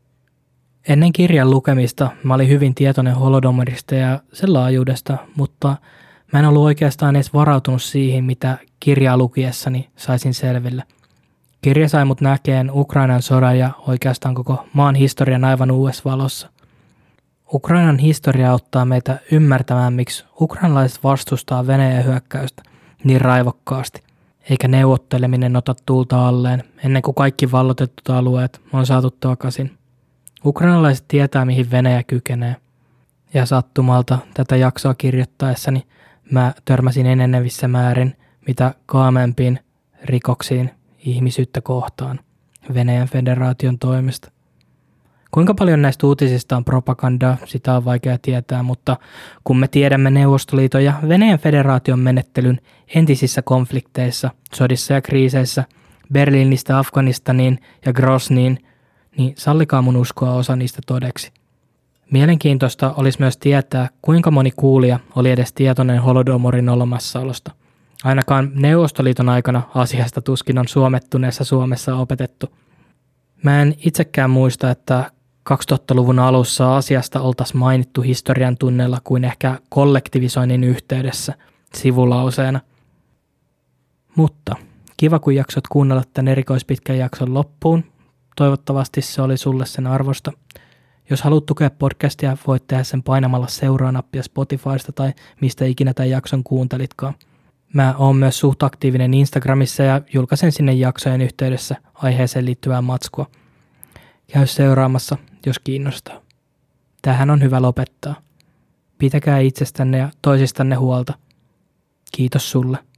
Speaker 1: Ennen kirjan lukemista mä olin hyvin tietoinen Holodomorista ja sen laajuudesta, mutta mä en ollut oikeastaan edes varautunut siihen, mitä kirjaa lukiessani saisin selville. Kirja sai mut näkeen Ukrainan sodan ja oikeastaan koko maan historian aivan uudessa valossa. Ukrainan historia auttaa meitä ymmärtämään, miksi ukrainalaiset vastustaa Venäjän hyökkäystä niin raivokkaasti, eikä neuvotteleminen ota tulta alleen ennen kuin kaikki vallotetut alueet on saatu takaisin. Ukrainalaiset tietää, mihin Venäjä kykenee. Ja sattumalta tätä jaksoa kirjoittaessani mä törmäsin enenevissä määrin mitä kaameampiin rikoksiin ihmisyyttä kohtaan Venäjän federaation toimesta. Kuinka paljon näistä uutisista on propagandaa, sitä on vaikea tietää, mutta kun me tiedämme Neuvostoliiton ja Venäjän federaation menettelyn entisissä konflikteissa, sodissa ja kriiseissä, Berliinistä Afganistaniin ja Grozniin, niin sallikaa mun uskoa osa niistä todeksi. Mielenkiintoista olisi myös tietää, kuinka moni kuulija oli edes tietoinen Holodomorin olemassaolosta. Ainakaan Neuvostoliiton aikana asiasta tuskin on suomettuneessa Suomessa opetettu. Mä en itsekään muista, että kaksituhattaluvun alussa asiasta oltaisiin mainittu historian tunnella kuin ehkä kollektivisoinnin yhteydessä sivulauseena. Mutta kiva, kun jaksot kuunnella tämän erikoispitkän jakson loppuun. Toivottavasti se oli sulle sen arvosta. Jos haluat tukea podcastia, voit tehdä sen painamalla seuraa-nappia Spotifysta tai mistä ikinä tämän jakson kuuntelitkaan. Mä oon myös suht aktiivinen Instagramissa ja julkaisen sinne jaksojen yhteydessä aiheeseen liittyvää matskua. Käy seuraamassa, jos kiinnostaa. Tähän on hyvä lopettaa. Pitäkää itsestänne ja toisistanne huolta. Kiitos sulle.